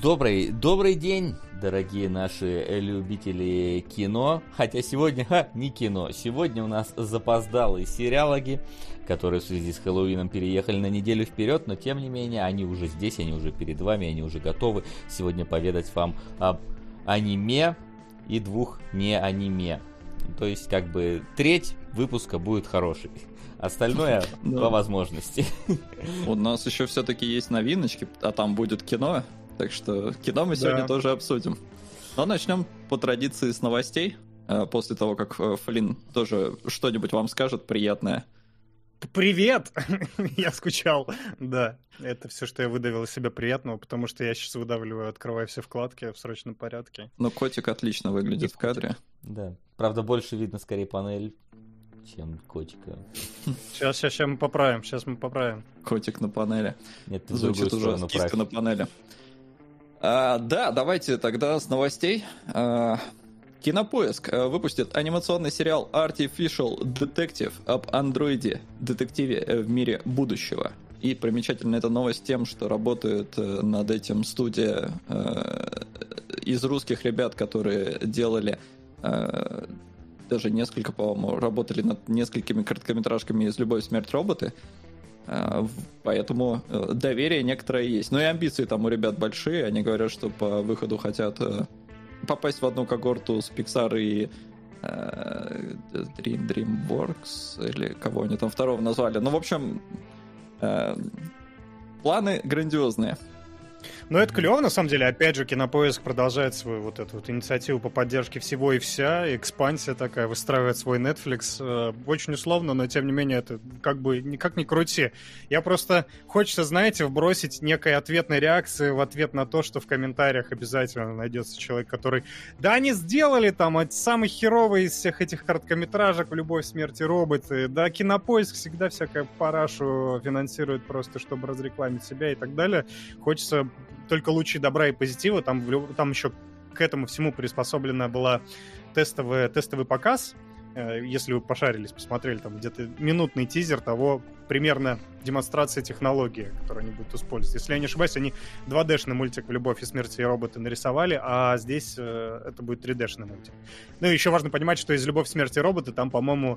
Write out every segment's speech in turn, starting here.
Добрый день, дорогие наши любители кино. Хотя сегодня, не кино, сегодня у нас запоздалые сериалоги, которые в связи с Хэллоуином переехали на неделю вперед, но тем не менее, они уже здесь, они уже перед вами, они уже готовы сегодня поведать вам об аниме и двух не аниме. То есть, как бы, треть выпуска будет хороший. Остальное по возможности. У нас еще все-таки есть новиночки, а там будет кино. Так что кино мы сегодня тоже обсудим. Но начнем по традиции с новостей. После того, как Флинн тоже что-нибудь вам скажет приятное. Привет! Я скучал. Да, это все, что я выдавил из себя приятного, потому что я сейчас выдавливаю, открываю все вкладки в срочном порядке. Ну, котик отлично выглядит в кадре. Да. Правда, больше видно скорее панель, чем котика. Сейчас мы поправим. Котик на панели. Нет, ты звучит уже киска на панели. Да, давайте тогда с новостей. Кинопоиск выпустит анимационный сериал Artificial Detective об андроиде-детективе в мире будущего. И примечательна эта новость тем, что работает над этим студия из русских ребят, которые делали даже несколько, по-моему, работали над несколькими короткометражками из «Любовь, смерть, роботы». Поэтому доверие некоторое есть. Но и амбиции там у ребят большие. Они говорят, что по выходу хотят попасть в одну когорту с Pixar и DreamWorks, или кого они там второго назвали. Ну, в общем, планы грандиозные. Но это клево, на самом деле. Опять же, Кинопоиск продолжает свою вот эту вот инициативу по поддержке всего и вся. Экспансия такая, выстраивает свой Netflix. Очень условно, но тем не менее, это как бы никак не крути. Я просто хочется, знаете, вбросить некой ответной реакции в ответ на то, что в комментариях обязательно найдется человек, который... Да они сделали там самый херовый из всех этих короткометражек в «Любовь, смерть и роботы». Да, Кинопоиск всегда всякую парашу финансирует просто, чтобы разрекламить себя и так далее. Хочется только лучи добра и позитива. Там еще к этому всему приспособлена была тестовый показ. Если вы пошарились, посмотрели, там где-то минутный тизер того, примерно демонстрации технологии, которую они будут использовать. Если я не ошибаюсь, они 2D-шный мультик в «Любовь и смерть и роботы» нарисовали, а здесь это будет 3D-шный мультик. Ну и еще важно понимать, что из «Любовь, смерть и роботы» там, по-моему,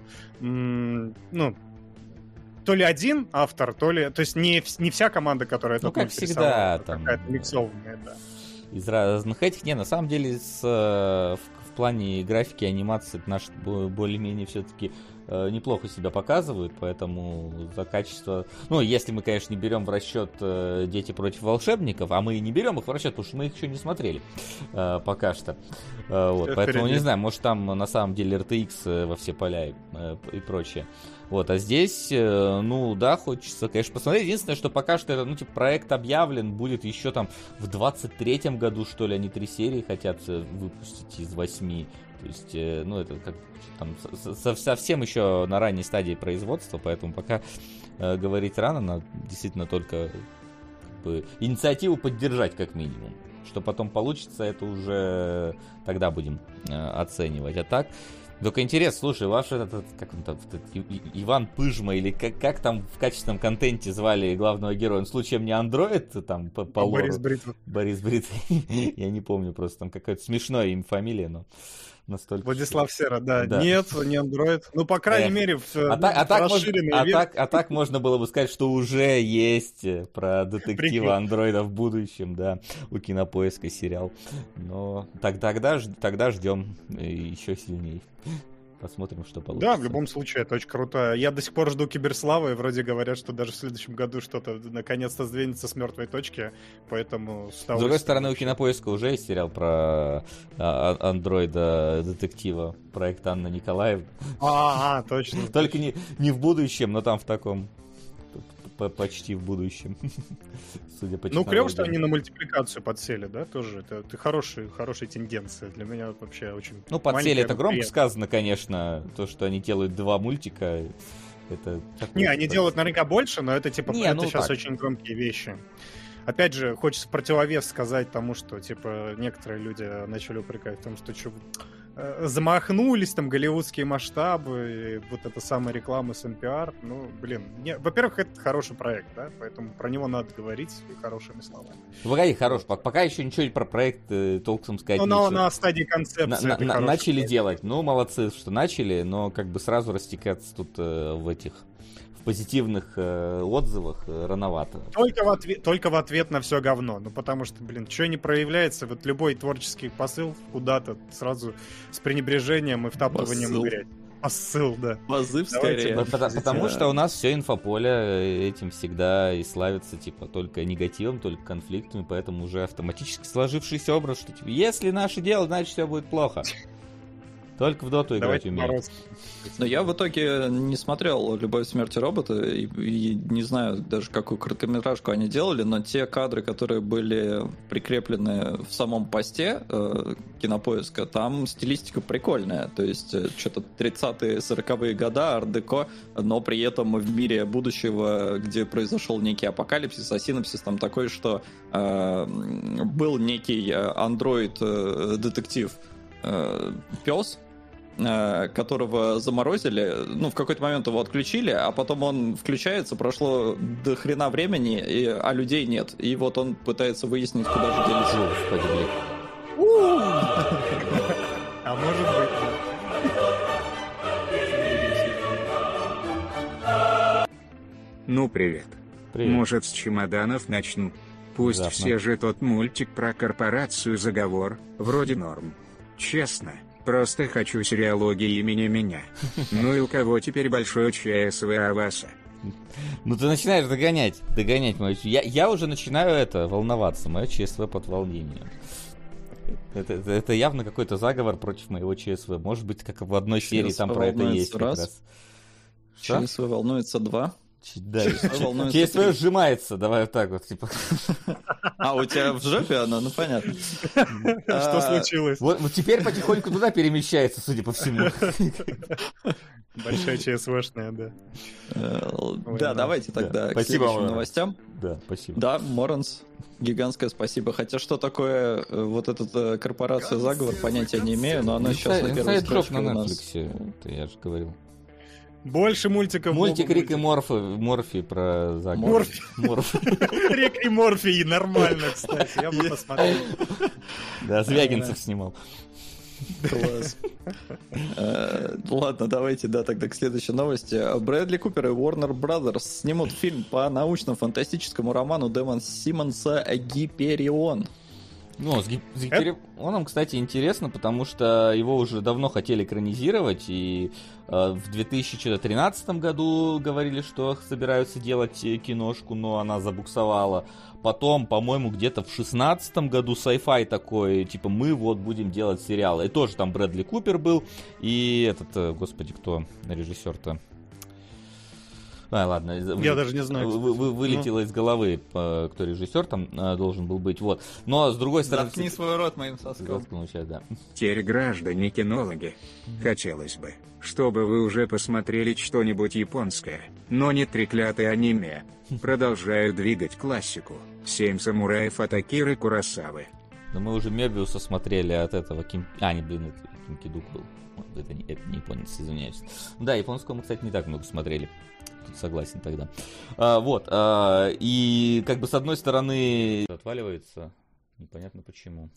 то ли один автор, то ли... То есть не вся команда, которая этот мультик рисовала, там какая-то миксованная, да. Из разных этих... Не, на самом деле, в плане графики и анимации наши более-менее все-таки неплохо себя показывают, поэтому за качество... Ну, если мы, конечно, не берем в расчет «Дети против волшебников», а мы не берем их в расчет, потому что мы их еще не смотрели пока что. Вот, поэтому, не знаю, может, там на самом деле RTX во все поля и прочее. Вот, а здесь, да, хочется, конечно, посмотреть. Единственное, что пока что это, проект объявлен, будет еще там в 23-м году, что ли, они 3 серии хотят выпустить из 8. То есть, это как там совсем еще на ранней стадии производства, поэтому пока говорить рано, надо действительно только инициативу поддержать как минимум. Что потом получится, это уже тогда будем оценивать. А так, только интересно, слушай, ваш как он там, Иван Пыжма, или как там в качественном контенте звали главного героя? Он случаем не андроид там по лору? Борис Бритвин. Борис Бритвин. Я не помню, просто там какое-то смешное им фамилия, но настолько... Владислав Сера, да. Нет, не андроид. Ну, по крайней мере, в расширенной версии. А так можно было бы сказать, что уже есть про детектива андроида в будущем, да, у Кинопоиска сериал. Но тогда ждем еще сильнее. Посмотрим, что получится. Да, в любом случае, это очень круто. Я до сих пор жду Киберславы, и вроде говорят, что даже в следующем году что-то наконец-то сдвинется с мертвой точки, поэтому... С другой стороны, у Кинопоиска уже есть сериал про андроида-детектива, проект Анна Николаевна. Точно. Только не в будущем, но там в таком... Почти в будущем. Судя по технологиям. Клево, что они на мультипликацию подсели, да, тоже. Это хорошая тенденция. Для меня вообще очень... Подсели, это громко сказано, конечно. То, что они делают 2 мультика, это... они делают наверняка больше, но это сейчас очень громкие вещи. Опять же, хочется противовес сказать тому, что, некоторые люди начали упрекать в том, что замахнулись, там, голливудские масштабы, и вот эта самая реклама с NPR. Ну, блин, во-первых, это хороший проект, да, поэтому про него надо говорить хорошими словами. Погоди, хорош, пока еще ничего про проект толком сказать нечего. На стадии концепции. Начали делать, ну, молодцы, что начали, но как бы сразу растекаться тут в позитивных отзывах рановато. Только в ответ на все говно. Ну, потому что, блин, что не проявляется, вот любой творческий посыл куда-то сразу с пренебрежением и втаптыванием в грязь. Посыл, да. Позыв скорее. Потому что у нас все инфополе этим всегда и славится, типа, только негативом, только конфликтами, поэтому уже автоматически сложившийся образ, что, типа, если наше дело, значит, все будет плохо. Только в доту играть умеют. Но я в итоге не смотрел «Любовь, смерть и роботы» и не знаю даже, какую короткометражку они делали, но те кадры, которые были прикреплены в самом посте Кинопоиска, там стилистика прикольная. То есть что-то 30-е, 40-е года, арт-деко, но при этом в мире будущего, где произошел некий апокалипсис, а синапсис там такой, что был некий андроид-детектив, пес, которого заморозили, ну, в какой-то момент его отключили, а потом он включается, прошло до хрена времени, а людей нет. И вот он пытается выяснить, куда же делись. Господи, блин. А может быть. Ну, привет. Может, с чемоданов начну? Пусть Внезапно. все же тот мультик про корпорацию «Заговор» вроде норм. Честно, просто хочу сериалогии имени меня. Ну и у кого теперь большое ЧСВ Аваса? Ну ты начинаешь догонять мою... Я уже начинаю волноваться, мое ЧСВ под волнением. Это явно какой-то заговор против моего ЧСВ. Может быть, как в одной серии там про это есть как раз. ЧСВ волнуется 2. Да, ЧСВ сжимается, давай вот так вот, типа. А, у тебя в жопе оно? Ну, понятно. Что случилось? Вот теперь потихоньку туда перемещается, судя по всему. Большая ЧСВшная, да. Да, давайте тогда к следующим новостям. Да, спасибо. Да, Моранс, гигантское спасибо. Хотя что такое вот эта корпорация заговор, понятия не имею, но она сейчас на первой строчке у нас. Это я же говорил. Больше мультиков. Мультик Рик и Морфи про заговор. Морфи. Рик и Морфи, нормально, кстати, я бы посмотрел. Да, Звягинцев снимал. Класс. Ладно, давайте, тогда к следующей новости. Брэдли Купер и Warner Brothers снимут фильм по научно-фантастическому роману Дэна Симмонса «Гиперион». Ну, с Гиперионом, кстати, интересно, потому что его уже давно хотели экранизировать, и в 2013 году говорили, что собираются делать киношку, но она забуксовала. Потом, по-моему, где-то в 2016 году sci-fi такой, типа, мы вот будем делать сериал. И тоже там Брэдли Купер был, и господи, кто режиссер-то? Ладно. Я даже не знаю. Вылетело из головы, кто режиссер там должен был быть. Вот. Но с другой стороны... Заткни свой рот моим соском. Да. Теперь, граждане кинологи, хотелось бы, чтобы вы уже посмотрели что-нибудь японское, но не треклятое аниме. Продолжаю двигать классику. 7 самураев от Акиры Куросавы. Но мы уже Мебиуса смотрели от этого это Кинкидук был. Это не японец, извиняюсь. Да, японского мы, кстати, не так много смотрели. Тут согласен тогда. И как бы с одной стороны отваливается, непонятно почему.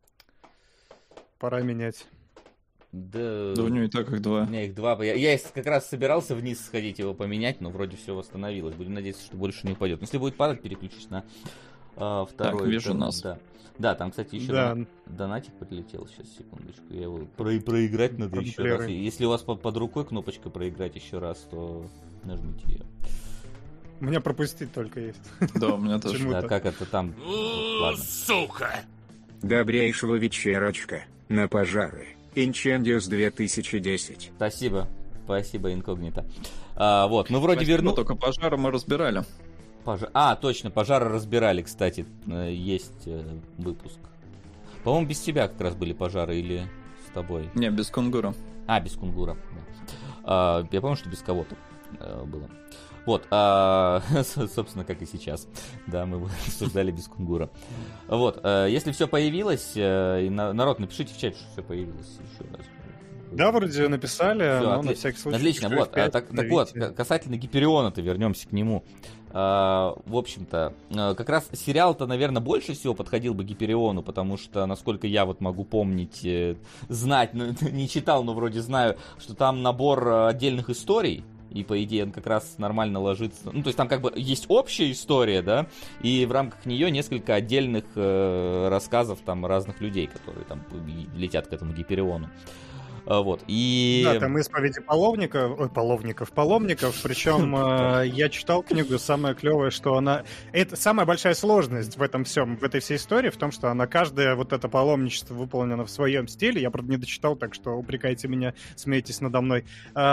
Пора менять. Да у него и так их 2. У меня их 2. Я как раз собирался вниз сходить его поменять, но вроде все восстановилось. Будем надеяться, что больше не упадет. Но если будет падать, переключусь на второй. Так, вижу нас. Да, там, кстати, еще донатик прилетел. Сейчас, секундочку. Я его проиграть надо еще раз. Если у вас под рукой кнопочка проиграть еще раз, то нажмите ее. У меня пропустить только есть. Да, у меня тоже. Да, как это там? Ладно. Сука! Добрейшего вечерочка на пожары. Инчендиус 2010. Спасибо, инкогнито. Вот, мы вроде вернули. Только пожары мы разбирали. Точно, пожары разбирали, кстати, есть выпуск. По-моему, без тебя как раз были пожары или с тобой? Не, без Кунгура. Без Кунгура. Да. Я помню, что без кого-то. было. Вот, собственно, как и сейчас. Да, мы обсуждали без кунгура. Вот, если все появилось, народ, напишите в чате, что все появилось еще раз. Да, вроде написали, но на всякий случай. Отлично, вот. Так вот, касательно Гипериона-то, вернемся к нему. В общем-то, как раз сериал-то, наверное, больше всего подходил бы Гипериону, потому что, насколько я вот могу помнить, знать, не читал, но вроде знаю, что там набор отдельных историй, и, по идее, он как раз нормально ложится. Ну, то есть там как бы есть общая история, да, и в рамках нее несколько отдельных рассказов там разных людей, которые там летят к этому Гипериону. Вот, и... Да, там исповеди паломников, причем я читал книгу, самое клевое, что она... Это самая большая сложность в этом всем, в этой всей истории, в том, что она, каждое вот это паломничество выполнено в своем стиле, я, правда, не дочитал, так что упрекайте меня, смейтесь надо мной.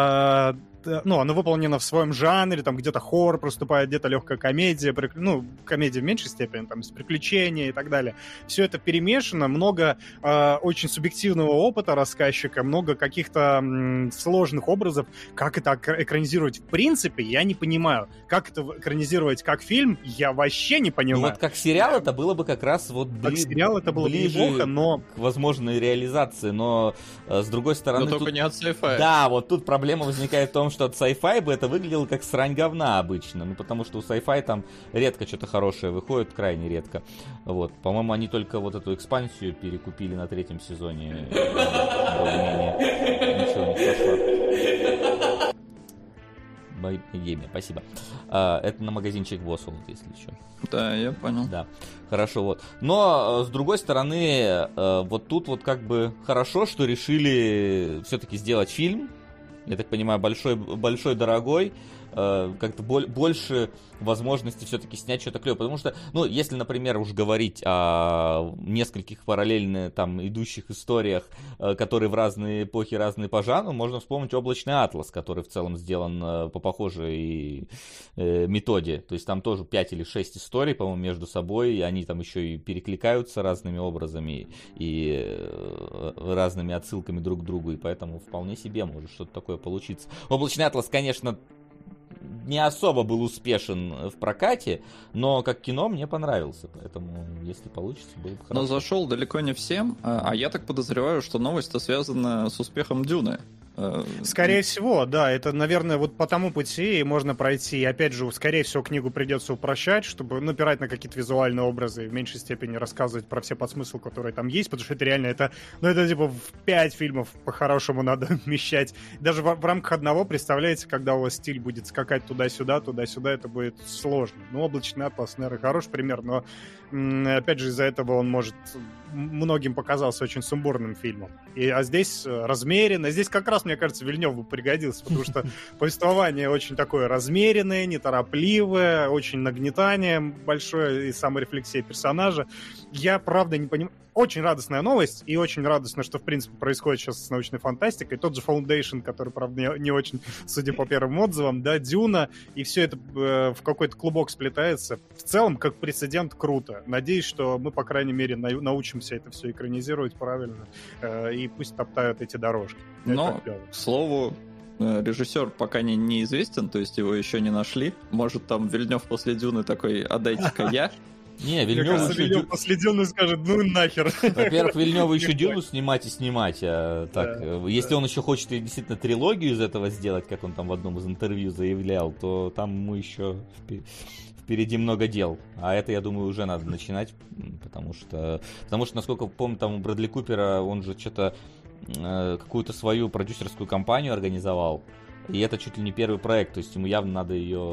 Ну, оно выполнено в своем жанре, там где-то хоррор проступает, где-то легкая комедия, ну, комедия в меньшей степени, там, с приключения и так далее. Все это перемешано, много очень субъективного опыта рассказчика, много каких-то сложных образов. Как это экранизировать в принципе, я не понимаю. Как это экранизировать как фильм, я вообще не понимаю. Ну, вот как сериал это было бы как раз вот сериал это было ближе неплохо, но... к возможной реализации, но с другой стороны... Но только не от sci-fi. Да, вот тут проблема возникает в том, что от sci-fi бы это выглядело как срань говна обычно, ну потому что у sci-fi там редко что-то хорошее выходит, крайне редко. Вот, по-моему, они только вот эту экспансию перекупили на 3-м сезоне. Более-менее ничего не пошло. Гейме, спасибо. Это на магазинчик Босс, если что. Да, я понял. Да, хорошо, вот. Но, с другой стороны, вот тут вот как бы хорошо, что решили все-таки сделать фильм. Я так понимаю, большой, дорогой, как-то больше возможности все-таки снять что-то клевое. Потому что, ну, если, например, уж говорить о нескольких параллельно там идущих историях, которые в разные эпохи, разные по жанру, можно вспомнить «Облачный атлас», который в целом сделан по похожей методе. То есть там тоже 5 или 6 историй, по-моему, между собой, и они там еще и перекликаются разными образами и разными отсылками друг к другу, и поэтому вполне себе может что-то такое получиться. «Облачный атлас», конечно, не особо был успешен в прокате, но как кино мне понравился, поэтому если получится, было бы хорошо. Но зашел далеко не всем, а я так подозреваю, что новость-то связана с успехом Дюны. Скорее всего, да, это, наверное, вот по тому пути можно пройти. И опять же, скорее всего, книгу придется упрощать, чтобы напирать на какие-то визуальные образы и в меньшей степени рассказывать про все подсмыслы, которые там есть, потому что это реально, это типа в 5 фильмов по-хорошему надо вмещать. Даже в рамках одного, представляете, когда у вас стиль будет скакать туда-сюда, это будет сложно. Ну, «Облачный атлас», наверное, хороший пример, но опять же, из-за этого он может многим показался очень сумбурным фильмом. А здесь размеренно. Здесь как раз, мне кажется, Вильнёв бы пригодился, потому что повествование очень такое размеренное, неторопливое, очень нагнетание большое и саморефлексия персонажа. Я, правда, не понимаю. Очень радостная новость, и очень радостно, что, в принципе, происходит сейчас с научной фантастикой. Тот же Foundation, который, правда, не очень, судя по первым отзывам, да, Дюна, и все это в какой-то клубок сплетается. В целом, как прецедент, круто. Надеюсь, что мы, по крайней мере, научимся это все экранизировать правильно, и пусть топтают эти дорожки. Но, к слову, режиссер пока неизвестен, то есть его еще не нашли. Может, там Вильнёв после Дюны такой: «Отдайте-ка я». Не, Вильнёв после Дюны скажет: ну нахер. Во-первых, Вильнёву еще Дюну снимать и снимать. Если он еще хочет действительно трилогию из этого сделать, как он там в одном из интервью заявлял, то там ему еще впереди много дел. А это, я думаю, уже надо начинать, потому что, насколько помню, там у Брэдли Купера он же что-то какую-то свою продюсерскую компанию организовал. И это чуть ли не первый проект, то есть ему явно надо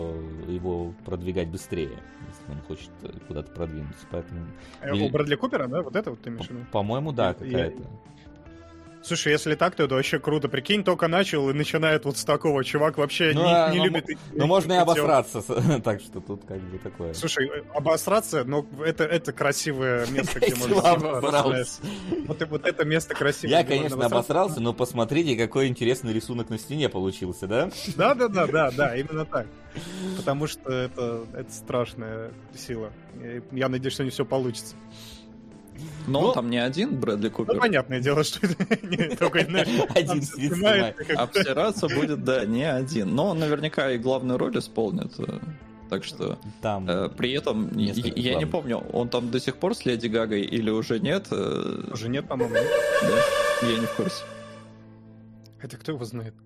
его продвигать быстрее, если он хочет куда-то продвинуться. Поэтому... У Брэдли Купера, да? Вот это вот ты имеешь в виду? По-моему, да, какая-то. Слушай, если так, то это вообще круто. Прикинь, только начал и начинает вот с такого. Чувак вообще не любит... Ну, можно и обосраться, так что тут как бы такое. Слушай, обосраться, но это красивое место, где можно обосраться. Вот это место красивое. Я, конечно, обосрался, но посмотрите, какой интересный рисунок на стене получился, да? Да, именно так. Потому что это страшная сила. Я надеюсь, что не все получится. Но он там не один, Брэдли Купер. Ну, понятное дело, что это не только Один снимает. Обсираться будет, да, не один. Но он наверняка и главную роль исполнит. Так что Там при этом, я не помню, он там до сих пор с Леди Гагой или уже нет? Уже нет, по-моему. Да, я не в курсе. Хотя кто его знает?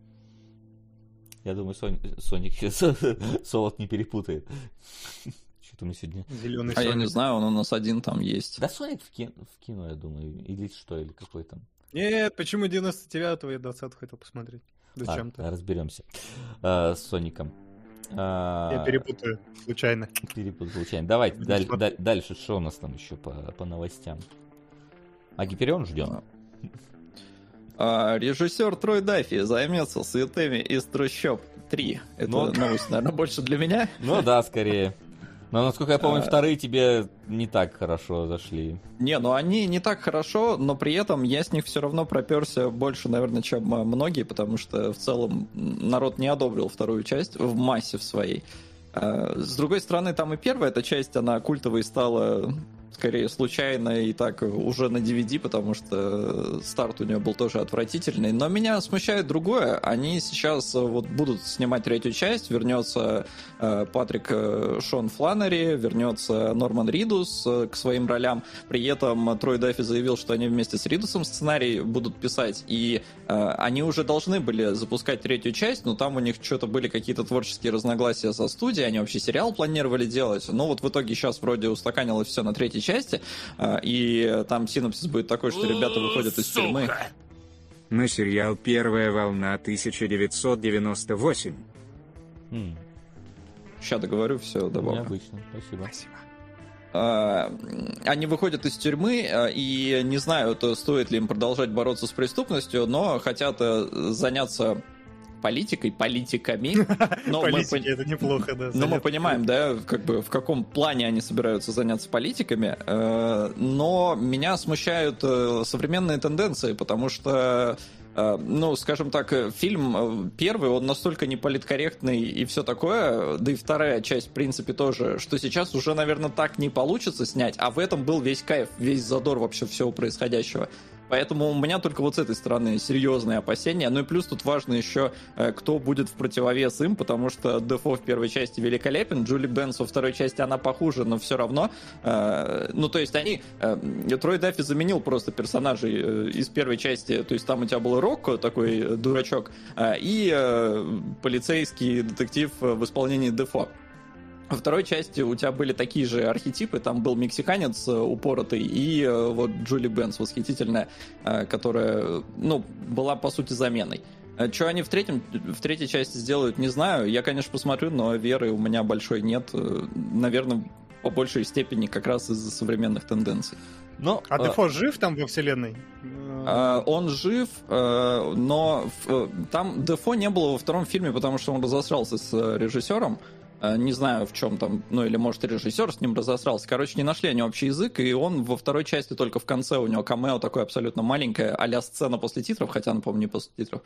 Я думаю, Соник Солод не перепутает. Что-то мы сегодня... Зеленый А я Соник. не знаю, он у нас один там есть. Да Соник в кино, я думаю. Или что, или какой там. Нет, почему 99-го я 20-го хотел посмотреть? Зачем-то. Разберемся с Соником. Я перепутаю случайно. Перепутал случайно. Давайте дальше, что у нас там еще по новостям? А Гиперион ждем. Режиссер Трой Даффи займется «Святыми из трущоб 3». Это новость, наверное, больше для меня. Ну да, скорее. Но, насколько я помню, вторые тебе не так хорошо зашли. Не, ну они не так хорошо, но при этом я с них все равно проперся больше, наверное, чем многие, потому что в целом народ не одобрил вторую часть в массе в своей. С другой стороны, там и первая эта часть, она культовой стала скорее случайно и так уже на DVD, потому что старт у нее был тоже отвратительный. Но меня смущает другое. Они сейчас вот будут снимать третью часть, вернется Патрик Шон Фланнери, вернется Норман Ридус к своим ролям. При этом Трой Даффи заявил, что они вместе с Ридусом сценарий будут писать, и они уже должны были запускать третью часть, но там у них что-то были какие-то творческие разногласия со студией, они вообще сериал планировали делать. Но вот в итоге сейчас вроде устаканилось все на третьей части, и там синопсис будет такой, что ребята выходят из тюрьмы. На сериал «Первая волна» 1998. Сейчас договорю, все добавлю. Необычно, спасибо. Они выходят из тюрьмы, и не знаю, стоит ли им продолжать бороться с преступностью, но хотят заняться политиками. Политики, это неплохо, да. Но мы понимаем, да, как бы в каком плане они собираются заняться политиками. Но меня смущают современные тенденции, потому что, ну, скажем так, фильм первый, он настолько неполиткорректный и все такое, да и вторая часть, в принципе, тоже, что сейчас уже, наверное, так не получится снять, а в этом был весь кайф, весь задор вообще всего происходящего. Поэтому у меня только вот с этой стороны серьезные опасения. Ну и плюс тут важно еще, кто будет в противовес им, потому что Дефо в первой части великолепен, Джули Бенс во второй части она похуже, но все равно. Ну то есть они... Трой Даффи заменил просто персонажей из первой части. То есть там у тебя был Рокко, такой дурачок, и полицейский детектив в исполнении Дефо. Во второй части у тебя были такие же архетипы, там был мексиканец упоротый и вот Джули Бенс восхитительная, которая, ну, была по сути заменой. Что они в третьей части сделают, не знаю. Я, конечно, посмотрю, но веры у меня большой нет. Наверное, по большей степени как раз из-за современных тенденций. Но, Дефо жив там во вселенной? Он жив, но там Дефо не было во втором фильме, потому что он разосрался с режиссером. Не знаю, в чем там, ну или может режиссер с ним разосрался. Короче, не нашли они общий язык, и он во второй части только в конце, у него камео такое абсолютно маленькое, а-ля сцена после титров, хотя, напомню, не после титров.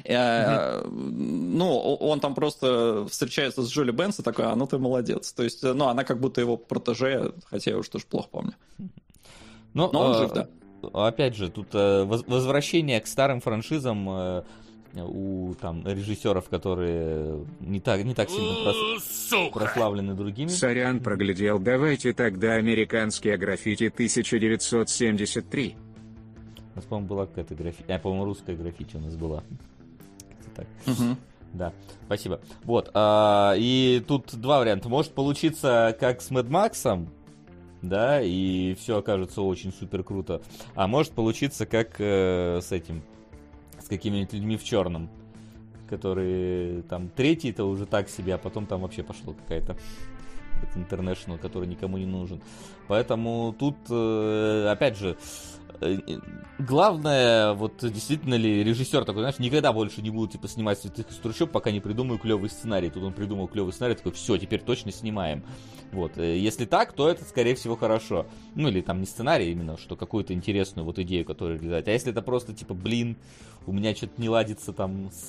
Ну, он там просто встречается с Джули Бенс и такой, ну ты молодец. То есть, ну, она как будто его протеже, хотя я уж тоже плохо помню. Но он жив, да. Опять же, тут возвращение к старым франшизам у там режиссеров, которые не так сильно прославлены другими. Сорян, проглядел. Давайте тогда американские граффити 1973. У нас, по-моему, была какая-то граффити. По-моему, русская граффити у нас была. Так. Да, спасибо. Вот. И тут два варианта. Может получиться как с Мэд Максом, да, и все окажется очень супер круто. А может получиться как с этим. С какими-нибудь людьми в черном, которые там третий-то уже так себе, а потом там вообще пошло какая-то International, который никому не нужен. Поэтому тут, опять же, Главное, вот действительно ли режиссер такой, знаешь, никогда больше не буду типа снимать «Святых из трущоб», пока не придумаю клевый сценарий. Тут он придумал клевый сценарий, такой, все, теперь точно снимаем. Вот, если так, то это, скорее всего, хорошо. Ну, или там не сценарий именно, что какую-то интересную вот идею, которую реализовать. А если это просто, типа, блин, у меня что-то не ладится там с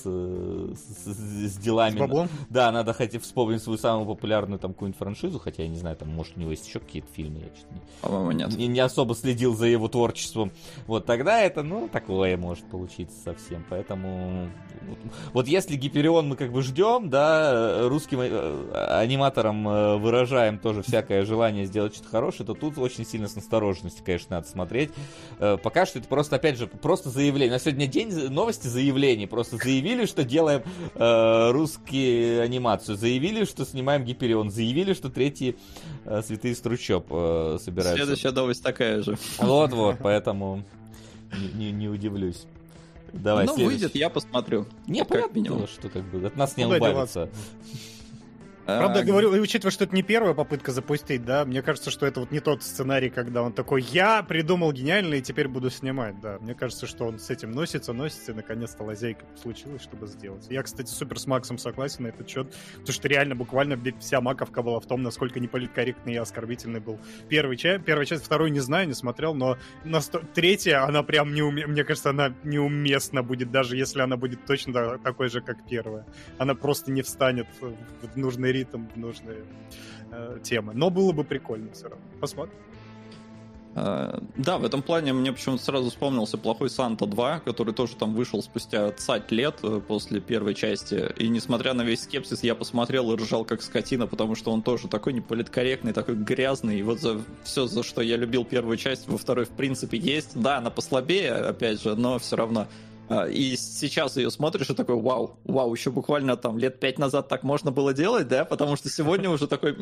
делами. С баблом? Да, надо хотя вспомнить свою самую популярную там какую-нибудь франшизу, хотя я не знаю, там, может, у него есть еще какие-то фильмы, я что-то По-моему, нет. не особо следил за его творчеством. Вот тогда это, ну, такое может получиться совсем. Поэтому вот если Гиперион мы как бы ждем, да, русским аниматорам выражаем тоже всякое желание сделать что-то хорошее, то тут очень сильно с настороженностью, конечно, надо смотреть. Пока что это просто, опять же, просто заявление. На сегодня день новости заявлений. Просто заявили, что делаем русские анимацию. Заявили, что снимаем Гиперион. Заявили, что третий «Святые из трущоб» собираются. Следующая новость такая же. Вот-вот, поэтому не удивлюсь. Давай, следующий. Выйдет, я посмотрю. Не, как понятное минимум. дело, что как бы от нас не Куда убавится. Правда, говорю, и учитывая, что это не первая попытка запустить, да, мне кажется, что это вот не тот сценарий, когда он такой, я придумал гениальный и теперь буду снимать, да. Мне кажется, что он с этим носится, и наконец-то лазейка случилась, чтобы сделать. Я, кстати, супер с Максом согласен на этот счет, потому что реально буквально вся маковка была в том, насколько неполиткорректный и оскорбительный был первая часть, вторую не знаю, не смотрел, но третья, она прям мне кажется, она неуместна будет, даже если она будет точно такой же, как первая. Она просто не встанет в нужный ритм, в нужные темы. Но было бы прикольно все равно. Посмотрим. Да, в этом плане мне почему-то сразу вспомнился «Плохой Санта 2», который тоже там вышел спустя 20 лет после первой части. И несмотря на весь скепсис, я посмотрел и ржал как скотина, потому что он тоже такой неполиткорректный, такой грязный. И вот все, за что я любил первую часть, во второй в принципе есть. Да, она послабее, опять же, но все равно. И сейчас ее смотришь и такой, вау, еще буквально там лет 5 назад так можно было делать, да, потому что сегодня уже такой,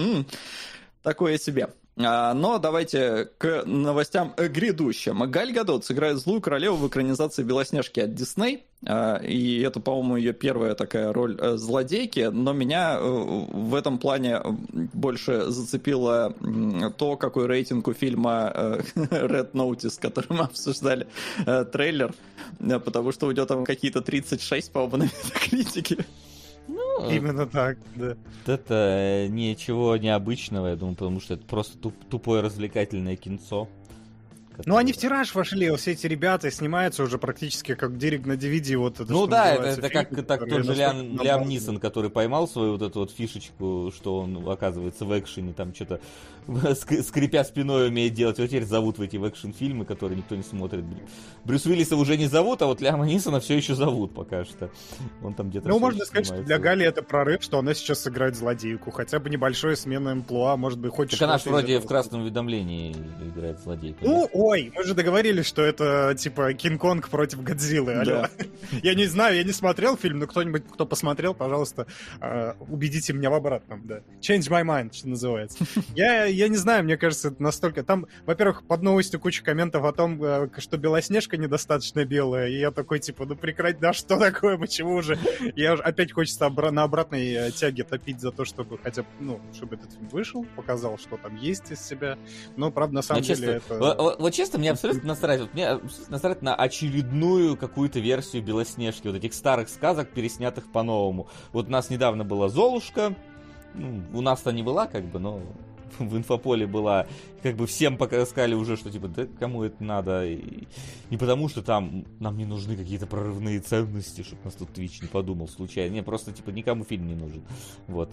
такое себе. Но давайте к новостям грядущим. Галь Гадот сыграет злую королеву в экранизации «Белоснежки» от Дисней. И это, по-моему, ее первая такая роль злодейки. Но меня в этом плане больше зацепило то, какой рейтинг у фильма Red Notice, который мы обсуждали, трейлер. Потому что у него там какие-то 36, по-моему, на метакритике. Ну, Именно так, да. это ничего необычного, я думаю, потому что это просто тупое развлекательное кинцо. Ну, они в тираж вошли, все эти ребята снимаются уже практически как директ на DVD. Вот это, ну да, это фильм, как тот же Лиам Нисон, который поймал свою вот эту вот фишечку, что он, оказывается, в экшене там что-то скрипя спиной умеет делать. Вот теперь зовут в эти экшн-фильмы, которые никто не смотрит. Брюс Уиллиса уже не зовут, а вот Лиама Нисона все еще зовут пока что. Он там где-то... Ну, можно сказать, что для Гали это прорыв, что она сейчас сыграет злодейку. Хотя бы небольшое смена амплуа, может быть, хоть так что-то. она же вроде в «Красном уведомлении» играет злодейку. Ну, ой, мы же договорились, что это типа Кинг-Конг против Годзиллы. Алло. Я не знаю, я не смотрел фильм, но кто-нибудь, кто посмотрел, пожалуйста, убедите меня в обратном. Да. Change my mind, что называется. Я не знаю, мне кажется, это настолько... Там, во-первых, под новостью куча комментов о том, что Белоснежка недостаточно белая, и я такой, типа, ну прекрати, да что такое, почему уже? Я опять хочется на обратной тяге топить за то, чтобы хотя бы, ну, чтобы этот фильм вышел, показал, что там есть из себя. Но, правда, на самом деле честно, это... Вот честно, мне абсолютно насрать. Вот мне насрать на очередную какую-то версию Белоснежки, вот этих старых сказок, переснятых по-новому. Вот у нас недавно была Золушка, ну, у нас-то не была, как бы, но в инфополе была, как бы всем сказали уже, что типа, да кому это надо, и не потому, что там нам не нужны какие-то прорывные ценности, чтобы нас тут Twitch не подумал случайно, не, просто типа никому фильм не нужен, вот,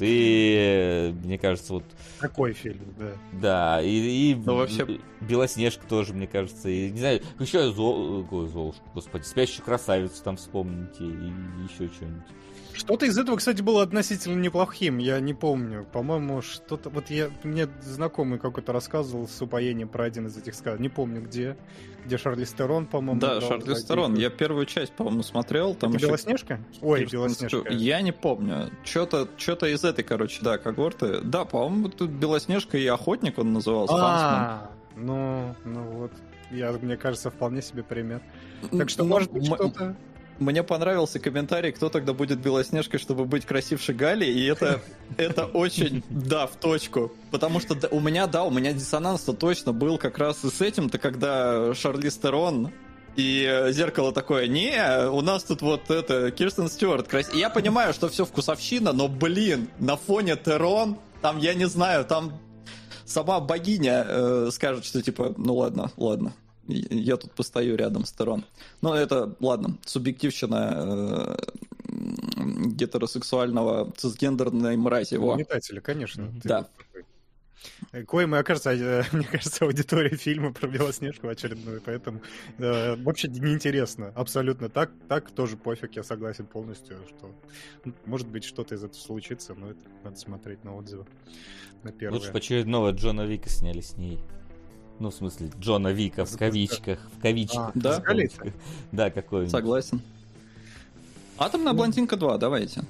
и мне кажется, вот... Какой фильм, да. Да, и ну, вообще... Белоснежка тоже, мне кажется, и, не знаю, еще Золушку, господи, «Спящую красавицу» там вспомните, и еще что-нибудь. Что-то из этого, кстати, было относительно неплохим, я не помню. По-моему, что-то... Вот мне знакомый какой-то рассказывал с упоением про один из этих сказок. Не помню, где Шарлиз Терон, по-моему. Да, Шарлиз Терон. Я первую часть, по-моему, смотрел. Там это еще... Белоснежка? Ой, Белоснежка. Я не помню. Что-то из этой, короче, да, когорты. Да, по-моему, тут Белоснежка и Охотник он назывался. Ну вот. Мне кажется, вполне себе пример. Так что, может быть, что-то... Мне понравился комментарий, кто тогда будет Белоснежкой, чтобы быть красившей Галей, и это очень, да, в точку. Потому что у меня диссонанс-то точно был как раз и с этим-то, когда Шарлиз Терон и зеркало такое, не, у нас тут вот это, Кирстен Стюарт красивая. Я понимаю, что все вкусовщина, но, блин, на фоне Терон, там, я не знаю, там сама богиня скажет, что типа, ну ладно. Я тут постою рядом с Терон. Ну, это, ладно, субъективщина гетеросексуального цисгендерной мрази. Метателя, конечно. Да. Коим, окажется, мне кажется, аудитория фильма про Белоснежку очередную, поэтому вообще неинтересно. Абсолютно так тоже пофиг, я согласен полностью, что может быть что-то из этого случится, но это надо смотреть на отзывы. На первое. Лучше бы очередного Джона Вика сняли с ней. Ну, в смысле, Джона Вика в кавичках. Да? Да, какой-нибудь. Согласен. «Атомная блондинка 2», давайте.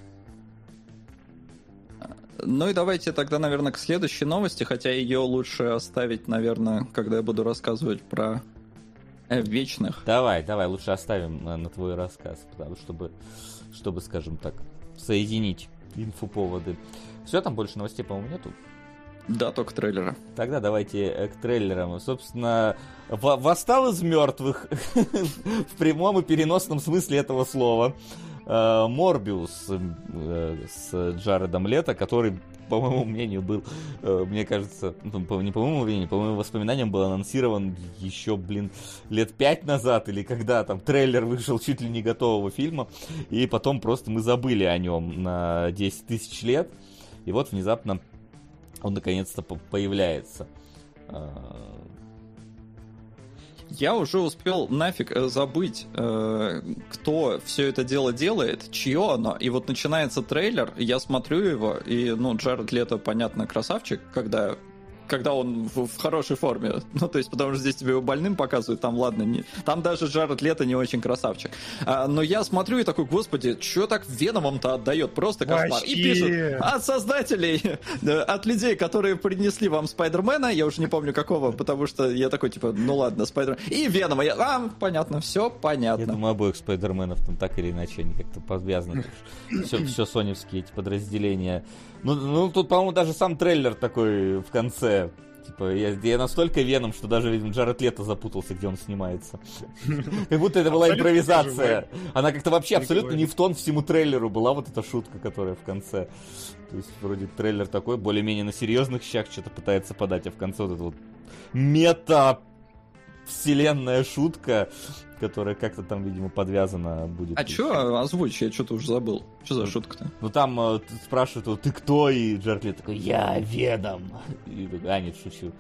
Ну и давайте тогда, наверное, к следующей новости, хотя ее лучше оставить, наверное, когда я буду рассказывать про вечных. Давай, лучше оставим на твой рассказ, потому чтобы, скажем так, соединить инфоповоды. Все, там больше новостей, по-моему, нету. Да, только трейлера. Тогда давайте к трейлерам. Собственно, восстал из мертвых в прямом и переносном смысле этого слова Морбиус с Джаредом Лето, который, по моему мнению, был, мне кажется, не по моему мнению, по моим воспоминаниям, был анонсирован еще, лет 5 назад, или когда там трейлер вышел чуть ли не готового фильма, и потом просто мы забыли о нем на 10 тысяч лет, и вот внезапно он наконец-то появляется. Я уже успел нафиг забыть, кто все это дело делает, чье оно. И вот начинается трейлер, я смотрю его, и, Джаред Лето, понятно, красавчик, когда он в хорошей форме. Ну, то есть, потому что здесь тебе его больным показывают, там, ладно, там даже Джаред Лето не очень красавчик. Но я смотрю и такой, господи, что так Веномом-то отдает? Просто кошмар. Вообще. И пишут от создателей, от людей, которые принесли вам Спайдермена, я уже не помню какого, потому что я такой, типа, ну ладно, Спайдермен. И Венома. Понятно, все понятно. Я думаю, обоих Спайдерменов там так или иначе они как-то подвязаны. Все соневские эти подразделения. Ну, тут, по-моему, даже сам трейлер такой в конце. Типа, я настолько Веном, что даже, видимо, Джаред Лето запутался, где он снимается. Как будто это была импровизация. Она как-то вообще абсолютно не в тон всему трейлеру была вот эта шутка, которая в конце. То есть, вроде трейлер такой, более-менее на серьезных щах что-то пытается подать, а в конце вот эта вот мета-вселенная шутка, которая как-то там, видимо, подвязана будет. А чё озвучь? Я что-то уже забыл. Что за шутка-то? Ну там спрашивают, ты кто? И Джаред Лето такой, я Веном. И такой, нет, шучу.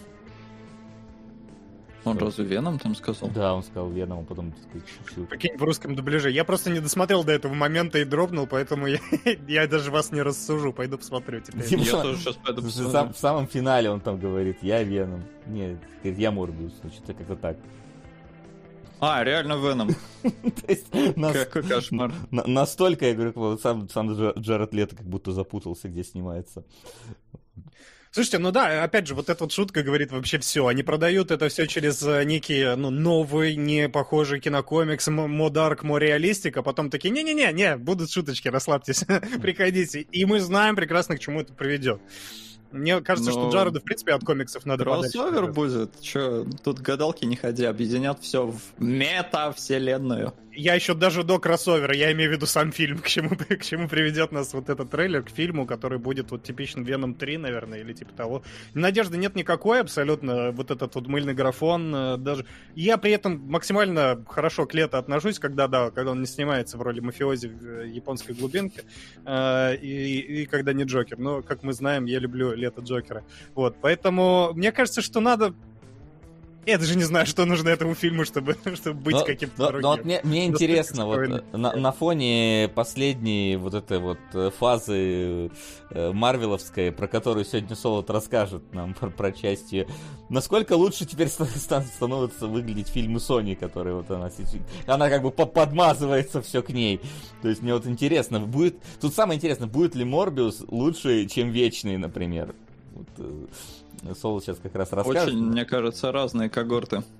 Он разве Веном там сказал? Да, он сказал Веном, а потом такой, шучу. Прикинь, в русском дубляже. Я просто не досмотрел до этого момента и дропнул, поэтому я даже вас не рассужу. Пойду посмотрю теперь. Я тоже сейчас пойду посмотрю. В самом финале он там говорит, я Веном. Нет, говорит, я Морбиус. Что-то как-то так. Реально Веном. Какой кошмар. Настолько, я говорю, сам Джаред Лето как будто запутался, где снимается. Слушайте, опять же, вот эта вот шутка говорит вообще все. Они продают это все через некий, новый, не похожий кинокомикс, модарк, реалистик, а потом такие, не, будут шуточки, расслабьтесь, приходите. И мы знаем прекрасно, к чему это приведет. Мне кажется, что Джареду, в принципе, от комиксов надо подальше. Кроссовер будет? Че, тут гадалки не ходи, объединят все в мета-вселенную. Я еще даже до кроссовера, я имею в виду сам фильм, к чему приведет нас вот этот трейлер, к фильму, который будет вот типичным Веном 3, наверное, или типа того. Надежды нет никакой абсолютно, вот этот вот мыльный графон, даже... Я при этом максимально хорошо к Лето отношусь, когда он не снимается в роли мафиози в японской глубинке, и когда не Джокер. Но, как мы знаем, я люблю Лето Джокера. Вот, поэтому мне кажется, что надо... Я даже не знаю, что нужно этому фильму, чтобы быть каким-то другим. Но вот мне интересно, вот на фоне последней вот этой вот фазы марвеловской, про которую сегодня Солод расскажет нам про части, насколько лучше теперь становятся выглядеть фильмы Sony, которые вот она как бы подмазывается все к ней. То есть мне вот интересно, тут самое интересное, будет ли Морбиус лучше, чем Вечный, например? Вот, Соло сейчас как раз расскажет. Очень, мне кажется, разные когорты.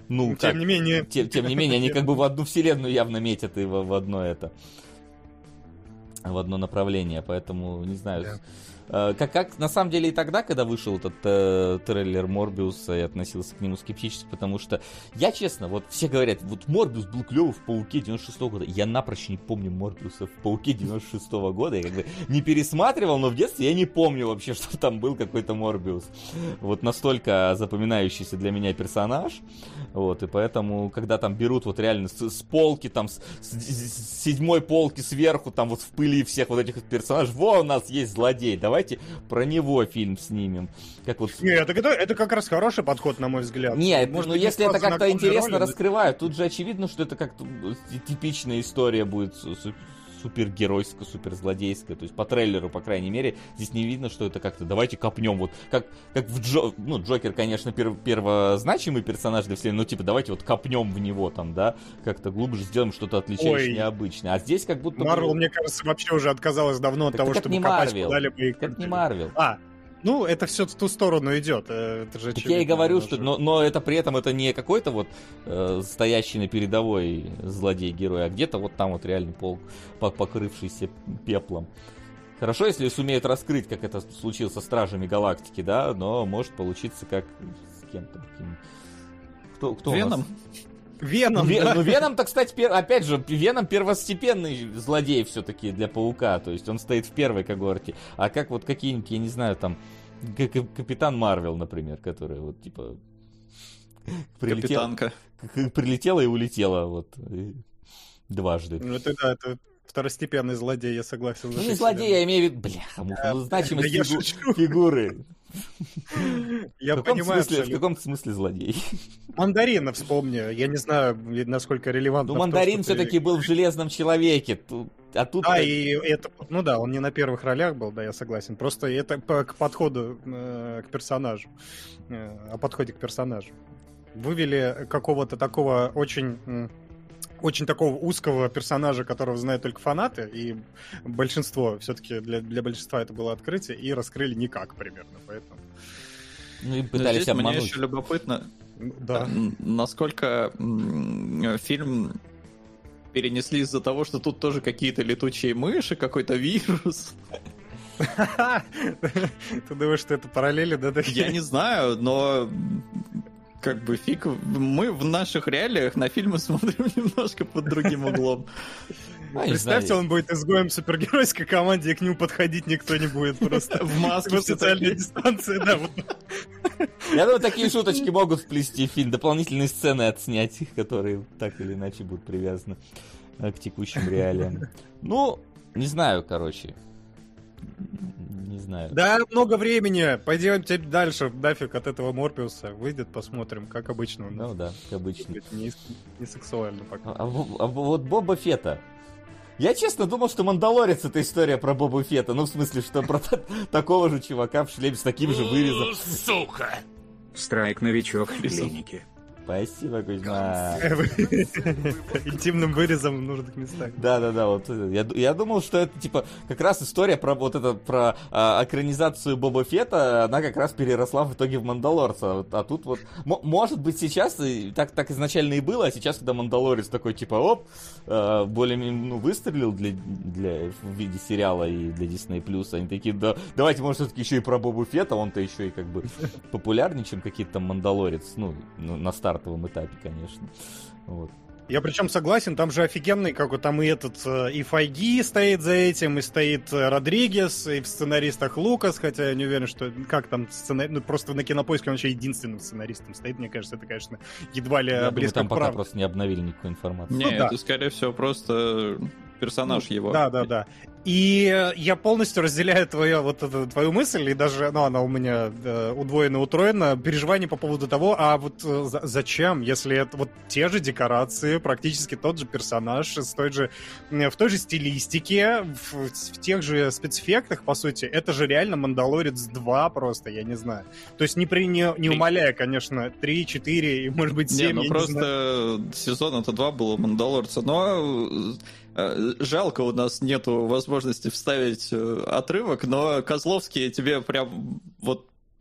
Ну, тем не менее. Тем не менее, они как бы в одну вселенную явно метят и в одно это... в одно направление, поэтому, не знаю... Как на самом деле и тогда, когда вышел этот трейлер Морбиуса, я относился к нему скептически, потому что я, честно, вот все говорят, вот Морбиус был клёвый в Пауке 96-го года. Я напрочь не помню Морбиуса в Пауке 96-го года. Я как бы не пересматривал, но в детстве я не помню вообще, что там был какой-то Морбиус. Вот настолько запоминающийся для меня персонаж. Вот, и поэтому, когда там берут вот реально с полки, там, с 7-й полки сверху, там вот в пыли всех вот этих персонажей, во, у нас есть злодей, давайте про него фильм снимем. Как вот... Не, это как раз хороший подход, на мой взгляд. Нет, может, ну если это как-то интересно роли, раскрывают, тут же очевидно, что это как-то типичная история будет супергеройская, суперзлодейская. То есть по трейлеру, по крайней мере, здесь не видно, что это как-то давайте копнем. Вот как в Джокер, конечно, первозначимый персонаж для вселенной, но типа давайте вот копнем в него там, да, как-то глубже сделаем что-то отличающее, необычное. А здесь как будто... Марвел, мне кажется, вообще уже отказалась давно от того, чтобы копать куда-либо. Как не Марвел. Ну, это все в ту сторону идет. Это же так я и говорю, что... Но это при этом это не какой-то вот стоящий на передовой злодей-герой, а где-то вот там вот реально покрывшийся пеплом. Хорошо, если сумеют раскрыть, как это случилось со Стражами Галактики, да, но может получиться как с кем-то. Кто Веном? У нас? Веном, да. Ну, Веном-то, кстати, опять же, Веном первостепенный злодей все-таки для Паука, то есть он стоит в первой когорте. А как вот какие-нибудь, я не знаю, там, Капитан Марвел, например, который вот, типа, прилетела и улетела, вот, дважды. Ну, это второстепенный злодей, я согласен. Ну, не злодей, я имею в виду, бляха-муха, значимость фигуры. Я понимаю. В каком смысле злодей? Мандарина вспомни. Я не знаю, насколько релевантно. Ну, Мандарин все-таки был в Железном Человеке. А тут... Да, и это... Ну да, он не на первых ролях был, да, я согласен. Просто это к подходу к персонажу. О подходе к персонажу. Вывели какого-то такого очень такого узкого персонажа, которого знают только фанаты, и большинство, все-таки для большинства это было открытие, и раскрыли никак примерно, поэтому... Ну и пытались обмануть. Мне еще любопытно, да. Насколько фильм перенесли из-за того, что тут тоже какие-то летучие мыши, какой-то вирус. Ты думаешь, что это параллели, да? Я не знаю, но... Как бы фиг, мы в наших реалиях на фильмы смотрим немножко под другим углом. Представьте, он будет изгоем в супергеройской команде, и к нему подходить никто не будет просто. В маске. В социальной дистанции, да. Я думаю, такие шуточки могут вплести в фильм, дополнительные сцены отснять, которые так или иначе будут привязаны к текущим реалиям. Ну, не знаю, короче. Не знаю. Да, много времени. Пойдемте дальше. Нафиг от этого Морбиуса. Выйдет, посмотрим, как обычно. Ну да, как обычно. Не сексуально пока. А вот Боба Фетта. Я честно думал, что Мандалорец — это история про Боба Фетта. Ну, в смысле, что про такого же чувака в шлеме с таким же вырезом. Сука! Страйк-новичок в клинике. Спасибо, Кузьма. Интимным вырезом в нужных местах. Да, вот я думал, что это типа как раз история про вот это про экранизацию Боба Фетта, она как раз переросла в итоге в Мандалорца. А тут вот может быть сейчас так изначально и было, а сейчас, когда Мандалорец такой типа более-менее выстрелил в виде сериала и для Disney+, они такие, да, давайте, может, все-таки еще и про Бобу Фетта, он-то еще и как бы популярнее, чем какие-то там Мандалорец, на стартовом этапе, конечно. Вот. Я причем согласен, там же офигенный, как вот там и и Файги стоит за этим, и стоит Родригес, и в сценаристах Лукас, хотя я не уверен, что как там сценарист, просто на Кинопоиске он вообще единственным сценаристом стоит, мне кажется, это, конечно, едва ли близко там к правде. пока просто не обновили никакую информацию. Не, это, скорее всего, просто персонаж его. Да. И я полностью разделяю твою мысль, и даже она у меня удвоена, утроена, переживание по поводу того, а вот зачем, если это вот те же декорации, практически тот же персонаж, в той же стилистике, в тех же спецэффектах, по сути, это же реально Мандалорец 2 просто, я не знаю. То есть не умаляя, конечно, 3, 4 и, может быть, 7. Просто сезона-то 2 было Мандалорца, но... Жалко, у нас нету возможности вставить отрывок, но Козловский тебе прям вот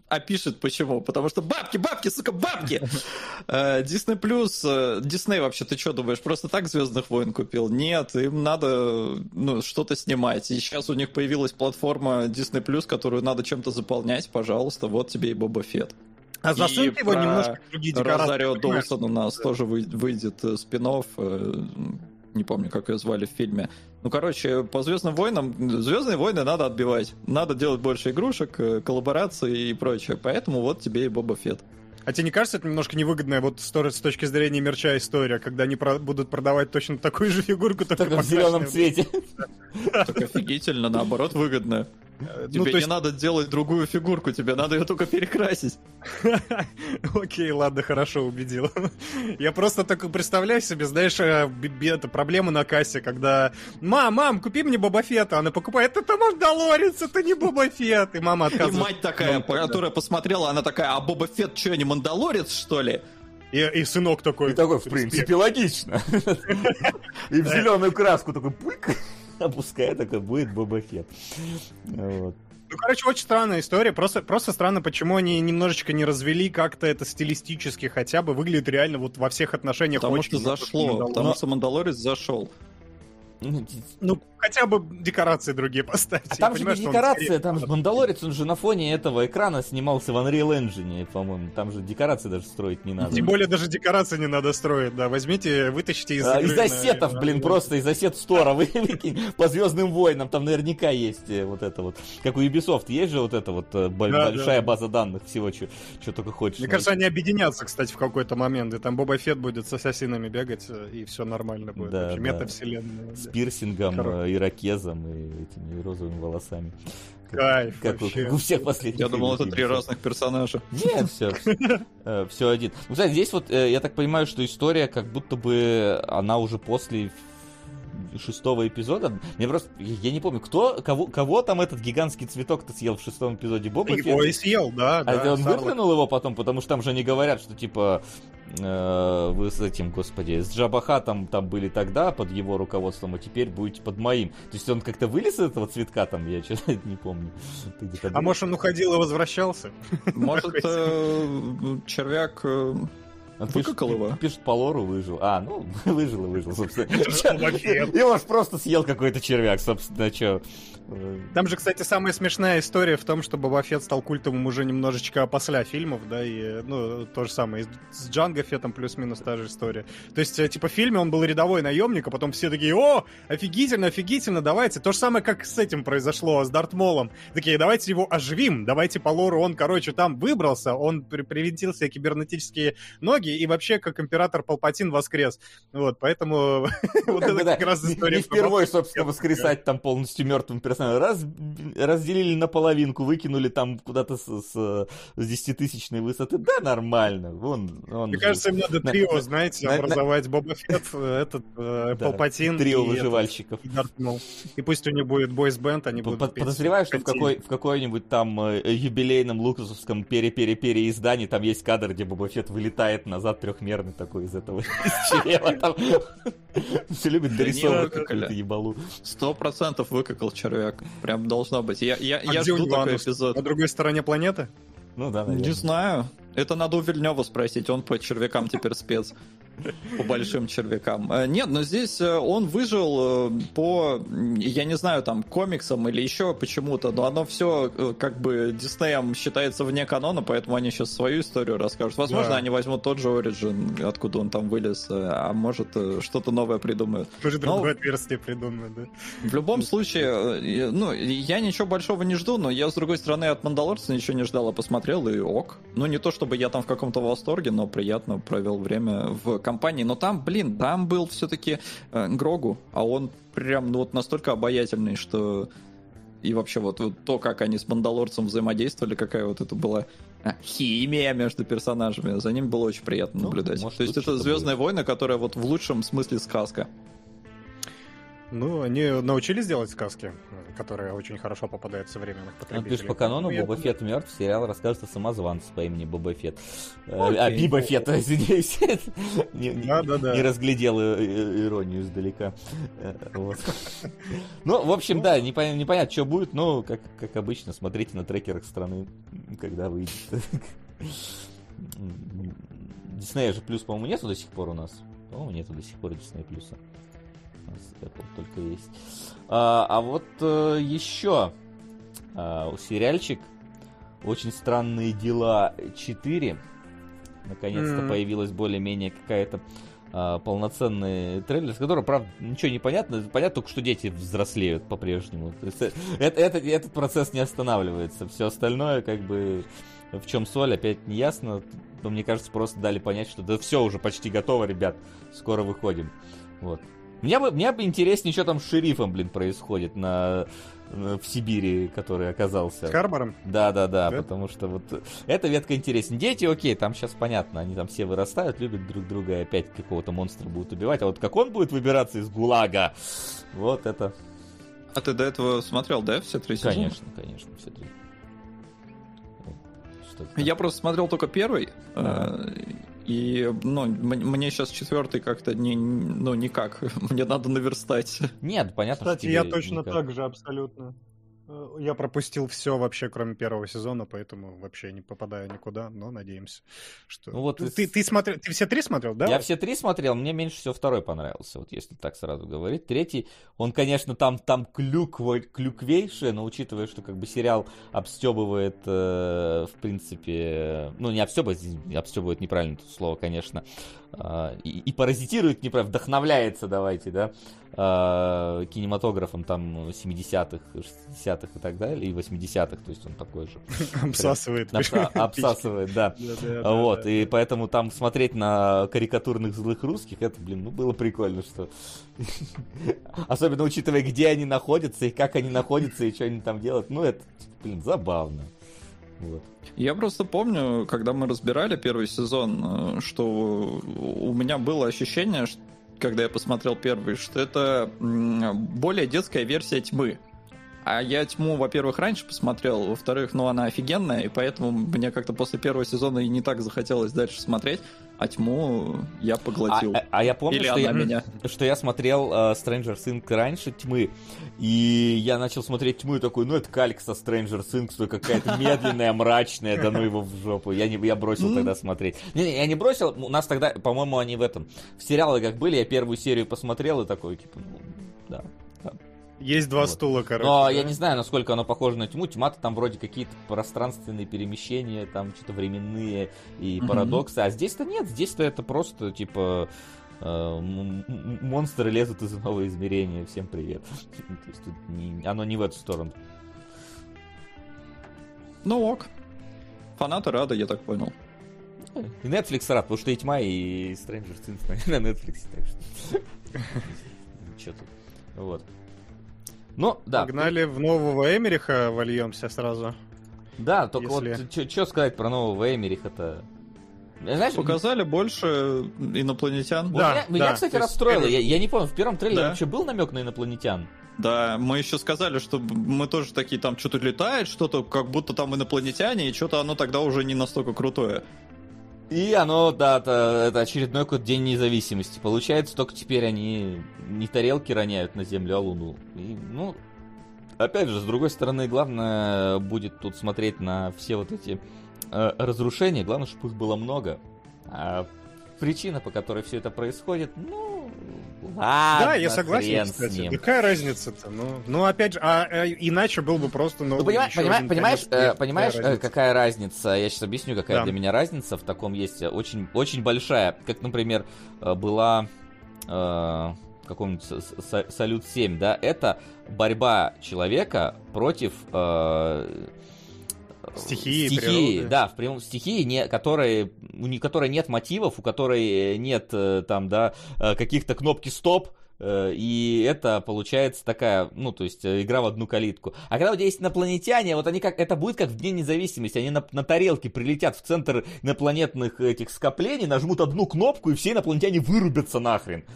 пишет почему. Потому что бабки, сука, бабки! Disney+, Disney вообще, ты что думаешь, просто так «Звездных войн» купил? Нет, им надо что-то снимать. И сейчас у них появилась платформа Disney+, которую надо чем-то заполнять. Пожалуйста, вот тебе и Боба Фетт. А засуньте его немножко в другие декорации. Розарио Доусон у нас тоже выйдет спин-офф. Не помню, как ее звали в фильме. По «Звездным войнам» «Звездные войны» надо отбивать. Надо делать больше игрушек, коллабораций и прочее. Поэтому вот тебе и Боба Фетт. А тебе не кажется, это немножко невыгодная вот с точки зрения мерча история, когда они будут продавать точно такую же фигурку, только в зеленом цвете? Так офигительно, наоборот, выгодно. Тебе не надо делать другую фигурку, тебе надо ее только перекрасить. Окей, ладно, хорошо, убедил. Я просто так представляю себе, знаешь, это проблема на кассе, когда мам, купи мне Боба Фетта, она покупает, это Мандалорец, это не Боба Фетт, и мама отказывает. И мать такая, которая посмотрела, она такая, а Боба Фетт что, не Мандалорец, что ли? И сынок такой... И такой, в принципе, логично. И в зеленую краску такой, пульк. А пускай такой будет Боба Фетт. Вот. Очень странная история. Просто странно, почему они немножечко не развели как-то это стилистически хотя бы. Выглядит реально вот во всех отношениях потому очень... Потому что зашло. Потому что Мандалорец зашел. Хотя бы декорации другие поставьте. А там же не декорация, там же Мандалорец, он же на фоне этого экрана снимался в Unreal Engine, по-моему. Там же декорации даже строить не надо. Тем более даже декорации не надо строить, да. Возьмите, вытащите из игры. Из ассетов, просто из ассет-стора выкинь по «Звездным войнам». Там наверняка есть вот это вот. Как у Ubisoft есть же вот это вот большая база данных всего, что только хочешь. Мне кажется, они объединятся, кстати, в какой-то момент. И там Боба Фетт будет с ассасинами бегать, и все нормально будет. Да, метавселенная. С пирсингом, ирокезом и этими розовыми волосами. Кайф. Как у всех последних. Я думал, это 3 разных персонажа. Нет, все один. Кстати, здесь вот, я так понимаю, что история как будто бы она уже после 6-го эпизода. Мне просто... Я не помню, кого там этот гигантский цветок-то съел в 6-м эпизоде? Боба Фетт? Его и съел, да. А это он выплюнул его потом? Потому что там же они говорят, что типа вы с этим, господи, с Джабахатом там были тогда под его руководством, а теперь будете под моим. То есть он как-то вылез из этого цветка там? Я что-то не помню. А может он уходил и возвращался? Может червяк... Выкакал его? Пишет, по лору выжил. Выжил, собственно. Его ж просто съел какой-то червяк, собственно, что. Там же, кстати, самая смешная история в том, что Боба Фетт стал культовым уже немножечко после фильмов, да, и, то же самое. С Джанго Феттом плюс-минус та же история. То есть, типа, в фильме он был рядовой наемник, а потом все такие, о, офигительно, давайте. То же самое, как с этим произошло, с Дарт Молом. Такие, давайте его оживим, давайте по лору он, там выбрался, он привинтил себе кибернетические ноги, и вообще, как император Палпатин воскрес. Вот, поэтому вот это как раз история. Не впервые, собственно, воскресать там полностью мертвым персонажем. Разделили на половинку, выкинули там куда-то с 10-тысячной высоты. Да, нормально. Мне кажется, им надо трио, знаете, образовать. Боба Фетт, Палпатин трио выживальщиков. И пусть у них будет бойс-бенд, они будут петь. Подозреваю, что в какой-нибудь там юбилейном лукасовском пере-издании там есть кадр, где Боба Фетт вылетает назад трехмерный такой из этого чрева. Все любят дорисовывать какую-то ебалу. 100% выкакал червяк. Прям должно быть. Я жду такой эпизод. На другой стороне планеты? Ну да, наверное. Не знаю. Это надо у Вильнёва спросить. Он по червякам теперь спец. По большим червякам. Нет, но здесь он выжил по, я не знаю, там, комиксам или еще почему-то, но оно все как бы Диснеем считается вне канона, поэтому они сейчас свою историю расскажут. Возможно, они возьмут тот же Origin, откуда он там вылез, а может, что-то новое придумают. Может, другое отверстие придумают, да? В любом случае, я ничего большого не жду, но я, с другой стороны, от Мандалорца ничего не ждал, а посмотрел, и ок. Не то чтобы я там в каком-то восторге, но приятно провел время в компании, но там был все-таки Грогу, а он прям настолько обаятельный, что и вообще вот то, как они с Мандалорцем взаимодействовали, какая вот это была химия между персонажами, за ним было очень приятно наблюдать. То есть это «Звездные войны», которая вот в лучшем смысле сказка. Ну, они научились делать сказки, которые очень хорошо попадают в современных Ну, потребителей. плюс по канону Ну, Боба Фетт мертв, сериал расскажет о самозванце по имени Боба Фетт. Окей. Биба Фетт, извиняюсь. Да-да-да. Не разглядел иронию издалека. Вот. Ну, в общем, да, непонятно, что будет, но, как обычно, смотрите на трекерах страны, когда выйдет. Диснея же плюс, по-моему, нету до сих пор у нас. По-моему, нету до сих пор Диснея плюса. У нас Apple только есть. А вот еще сериальчик «Очень странные дела 4». Наконец-то появилась более-менее какая-то полноценный трейлер, с которого, правда, ничего не понятно. Понятно только, что дети взрослеют по-прежнему. То есть, этот процесс не останавливается. Все остальное, как бы, в чем соль, опять не ясно. Но мне кажется, просто дали понять, что да все, уже почти готово, ребят. Скоро выходим. Вот. Мне бы интереснее, что там с шерифом, происходит в Сибири, который оказался. С Харбором? Да, потому что вот эта ветка интереснее. Дети, окей, там сейчас понятно, они там все вырастают, любят друг друга, и опять какого-то монстра будут убивать. А вот как он будет выбираться из ГУЛАГа, вот это... А ты до этого смотрел, да, все 3 сезона? Конечно, все 3. Я просто смотрел только первый, и, мне сейчас 4 как-то никак, мне надо наверстать. Нет, понятно, Кстати, что я тебе точно никак. так же абсолютно. Я пропустил все вообще, кроме первого сезона, поэтому вообще не попадаю никуда, но надеемся, что... Ну вот ты смотрел, ты все 3 смотрел, да? Я все 3 смотрел, мне меньше всего 2 понравился, вот если так сразу говорить. 3, он, конечно, там клюквейший, но учитывая, что как бы сериал обстебывает, в принципе, ну не обстебывает неправильно это слово, конечно, и паразитирует неправильно, вдохновляется, давайте, да, кинематографом там 70-х, 60-х и так далее, и 80-х, то есть он такой же. Обсасывает. Обсасывает, да. Вот, и поэтому там смотреть на карикатурных злых русских, это, было прикольно, что... Особенно учитывая, где они находятся, и как они находятся, и что они там делают, это, забавно. Вот. Я просто помню, когда мы разбирали первый сезон, что у меня было ощущение, когда я посмотрел первый, что это более детская версия «Тьмы». А я «Тьму», во-первых, раньше посмотрел, во-вторых, она офигенная, и поэтому мне как-то после первого сезона и не так захотелось дальше смотреть, а «Тьму» я поглотил. А я помню, что я смотрел Stranger Things раньше «Тьмы», и я начал смотреть «Тьму» и такой, это калька со Stranger Things, что какая-то медленная, мрачная, да ну его в жопу. Я бросил тогда смотреть. Я не бросил, у нас тогда, по-моему, они в сериалы как были, я первую серию посмотрел и такой, да. Есть 2 стула, короче. Но да? я не знаю, насколько оно похоже на «Тьму». «Тьма»-то там вроде какие-то пространственные перемещения, там что-то временные и парадоксы. А здесь-то нет, здесь-то это просто, монстры лезут из иного измерения. Всем привет. То есть тут оно не в эту сторону. Ок. Фанаты рады, я так понял. И Netflix рад, потому что и «Тьма», и Stranger Things на Netflix. Так что... Что тут? Вот. Да. Погнали в нового Эмериха, вольемся сразу. Да, только вот что сказать про нового Эмериха-то? Знаешь, показали больше инопланетян. Да, меня, кстати, расстроило. Я не помню, в первом трейлере вообще был намек на инопланетян? Да, мы еще сказали, что мы тоже такие, там что-то летает, что-то как будто там инопланетяне, и что-то оно тогда уже не настолько крутое. И оно, да, это очередной какой-то день независимости. Получается, только теперь они не тарелки роняют на Землю, а Луну. И, опять же, с другой стороны, главное будет тут смотреть на все вот эти разрушения. Главное, чтобы их было много. А причина, по которой все это происходит, ладно, да, я согласен, кстати. Какая разница-то? Опять же, иначе был бы просто новый... Понимаешь, какая разница? Я сейчас объясню, какая для меня разница. В таком есть очень, очень большая. Как, например, была какой-нибудь Салют-7, да? Это борьба человека против... Стихии, да, в прямом стихии, у которой нет мотивов, у которой нет каких-то кнопки стоп, и это получается такая, то есть игра в одну калитку. А когда у тебя есть инопланетяне, вот они это будет как в День независимости, они на тарелке прилетят в центр инопланетных этих скоплений, нажмут одну кнопку, и все инопланетяне вырубятся нахрен.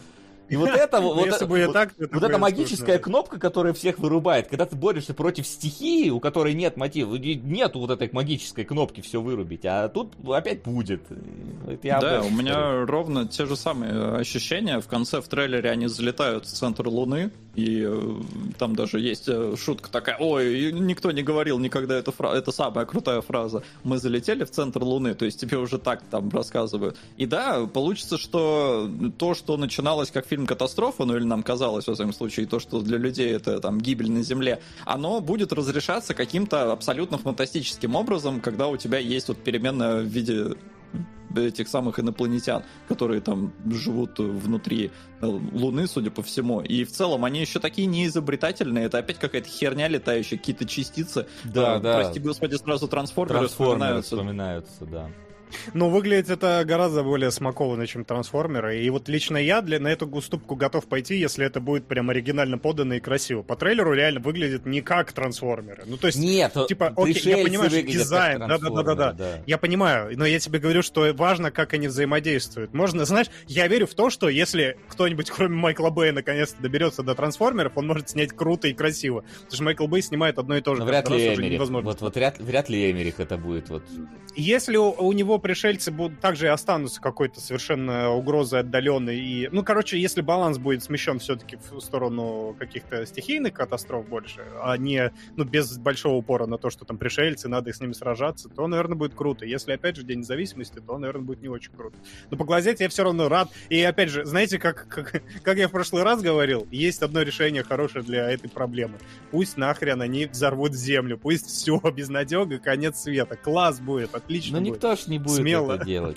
И вот это Если бы так, вот эта магическая кнопка, которая всех вырубает, когда ты борешься против стихии, у которой нет мотива, нету вот этой магической кнопки все вырубить, а тут опять будет. Да, у меня ровно те же самые ощущения. В конце в трейлере они залетают в центр Луны, и там даже есть шутка такая: ой, никто не говорил никогда это самая крутая фраза. Мы залетели в центр Луны, то есть тебе уже так там рассказывают. И да, получится, что то, что начиналось как фильм «Катастрофа», ну или нам казалось, во всяком случае, то, что для людей это там гибель на Земле, оно будет разрешаться каким-то абсолютно фантастическим образом, когда у тебя есть вот переменная в виде этих самых инопланетян, которые там живут внутри Луны, судя по всему. И в целом они еще такие неизобретательные. Это опять какая-то херня летающая, какие-то частицы. Да. Прости господи, сразу трансформеры вспоминаются, да. Ну, выглядит это гораздо более смакованно, чем трансформеры. И вот лично я на эту уступку готов пойти, если это будет прям оригинально подано и красиво. По трейлеру реально выглядит не как трансформеры. Ну, то есть, нет, типа, окей, я понимаю, что дизайн, да. Я понимаю, но я тебе говорю, что важно, как они взаимодействуют. Можно, знаешь, я верю в то, что если кто-нибудь, кроме Майкла Бэя, наконец-то доберется до трансформеров, он может снять круто и красиво. Потому что Майкл Бэй снимает одно и то же. Но вряд ли Эмерих. Вот вряд ли Эмерих это будет. Вот. Если у него пришельцы будут также и останутся какой-то совершенно угрозой отдаленной. И, ну, короче, если баланс будет смещен все-таки в сторону каких-то стихийных катастроф больше, а не, ну, без большого упора на то, что там пришельцы, надо с ними сражаться, то, наверное, будет круто. Если, опять же, День независимости, то, наверное, будет не очень круто. Но поглазеть я все равно рад. И, опять же, знаете, как я в прошлый раз говорил, есть одно решение хорошее для этой проблемы. Пусть нахрен они взорвут землю, пусть все, безнадега, конец света. Класс будет, отлично. Но никто ж не будет смело это делать.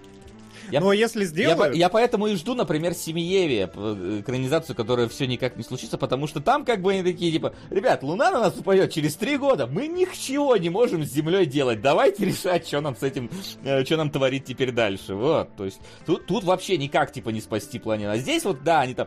Но если сделают... Я поэтому и жду, например, Семиеве, экранизацию, которая все никак не случится, потому что там как бы они такие, типа, ребят, Луна на нас упадет через 3 года, мы ничего не можем с Землей делать, давайте решать, что нам с этим, что нам творить теперь дальше, вот, то есть, тут вообще никак, типа, не спасти планету, а здесь вот, да, они там,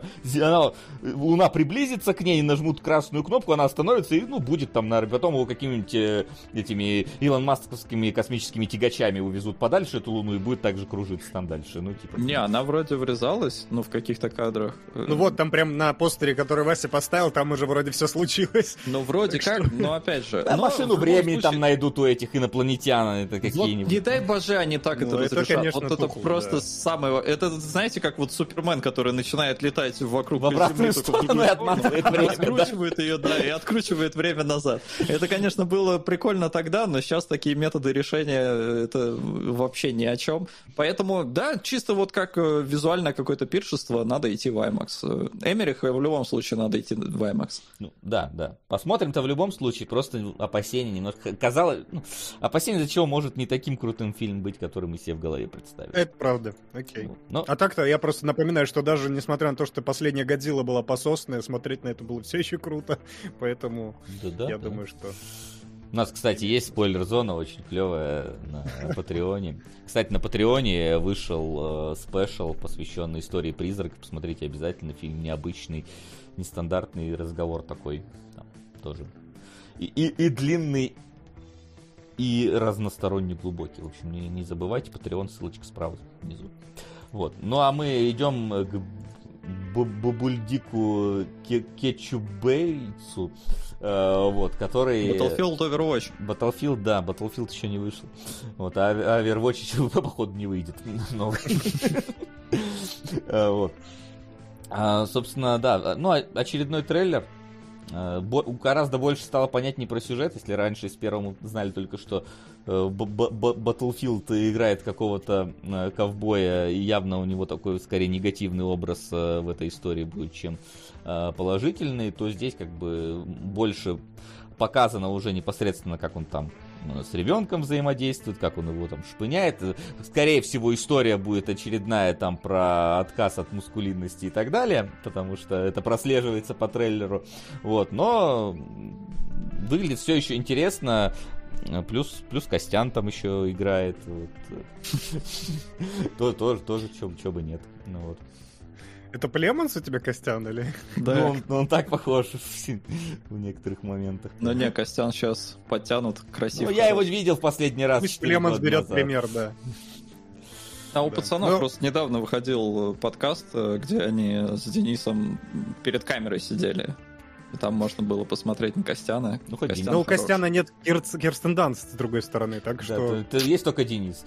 Луна приблизится к ней, нажмут красную кнопку, она остановится и, ну, будет там, потом его какими-нибудь этими Илон Масковскими космическими тягачами увезут подальше эту Луну и будет также кружиться там дальше. Ну, типа... Не, она вроде врезалась, ну, в каких-то кадрах. Ну вот, там прям на постере, который Вася поставил, там уже вроде все случилось. Ну, вроде так как, но опять же... А машину времени там найдут у этих инопланетян, это какие-нибудь. Вот, не дай боже, они так это разрешат. Конечно, вот это просто самое... Это, знаете, как вот Супермен, который начинает летать вокруг Земли, откручивает ее, да, и откручивает время назад. Это, конечно, было прикольно тогда, но сейчас такие методы решения, это вообще ни о чем. Поэтому, да, чисто вот как визуальное какое-то пиршество, надо идти в IMAX. Эмерих в любом случае надо идти в IMAX. Ну, да. Посмотрим-то в любом случае, просто опасения немножко... Казалось, опасения из-за чего может не таким крутым фильм быть, который мы себе в голове представили. Это правда, окей. А так-то я просто напоминаю, что даже несмотря на то, что последняя «Годзилла» была пососная, смотреть на это было все еще круто, поэтому я думаю, что... У нас, кстати, есть спойлер-зона очень клевая на Патреоне. Кстати, на Патреоне вышел спешл, посвященный истории призраков. Посмотрите обязательно, фильм необычный, нестандартный разговор такой. Там, тоже. И длинный, и разносторонне глубокий. В общем, не забывайте, Патреон, ссылочка справа внизу. Вот. Ну а мы идем к Бабульдику Кетчубейцу, вот, который... Battlefield Overwatch. Battlefield еще не вышел. Вот, а Overwatch еще, походу, не выйдет. Новый. Вот. Собственно, да. Ну, очередной трейлер. Гораздо больше стало понятнее про сюжет, если раньше с первым знали только, что Battlefield играет какого-то ковбоя, и явно у него такой, скорее, негативный образ в этой истории будет, чем положительный, то здесь как бы больше показано уже непосредственно, как он там с ребенком взаимодействует, как он его там шпыняет. Скорее всего, история будет очередная там про отказ от мускулинности и так далее, потому что это прослеживается по трейлеру. Вот, но выглядит все еще интересно. Плюс Костян там еще играет. Тоже, чего бы нет. Это Племонс у тебя, Костян, или? Да. Ну, он так похож в некоторых моментах. Но не, Костян сейчас подтянут, красиво. Ну, я его видел в последний раз. Пусть Племонс берет пример, да. А у Да. пацанов просто недавно выходил подкаст, где они с Денисом перед камерой сидели. И там можно было посмотреть на Костяна. Ну, хоть Но у хорош. Костяна нет Кирстен Данст, с другой стороны, так Да, что... это есть только Денис.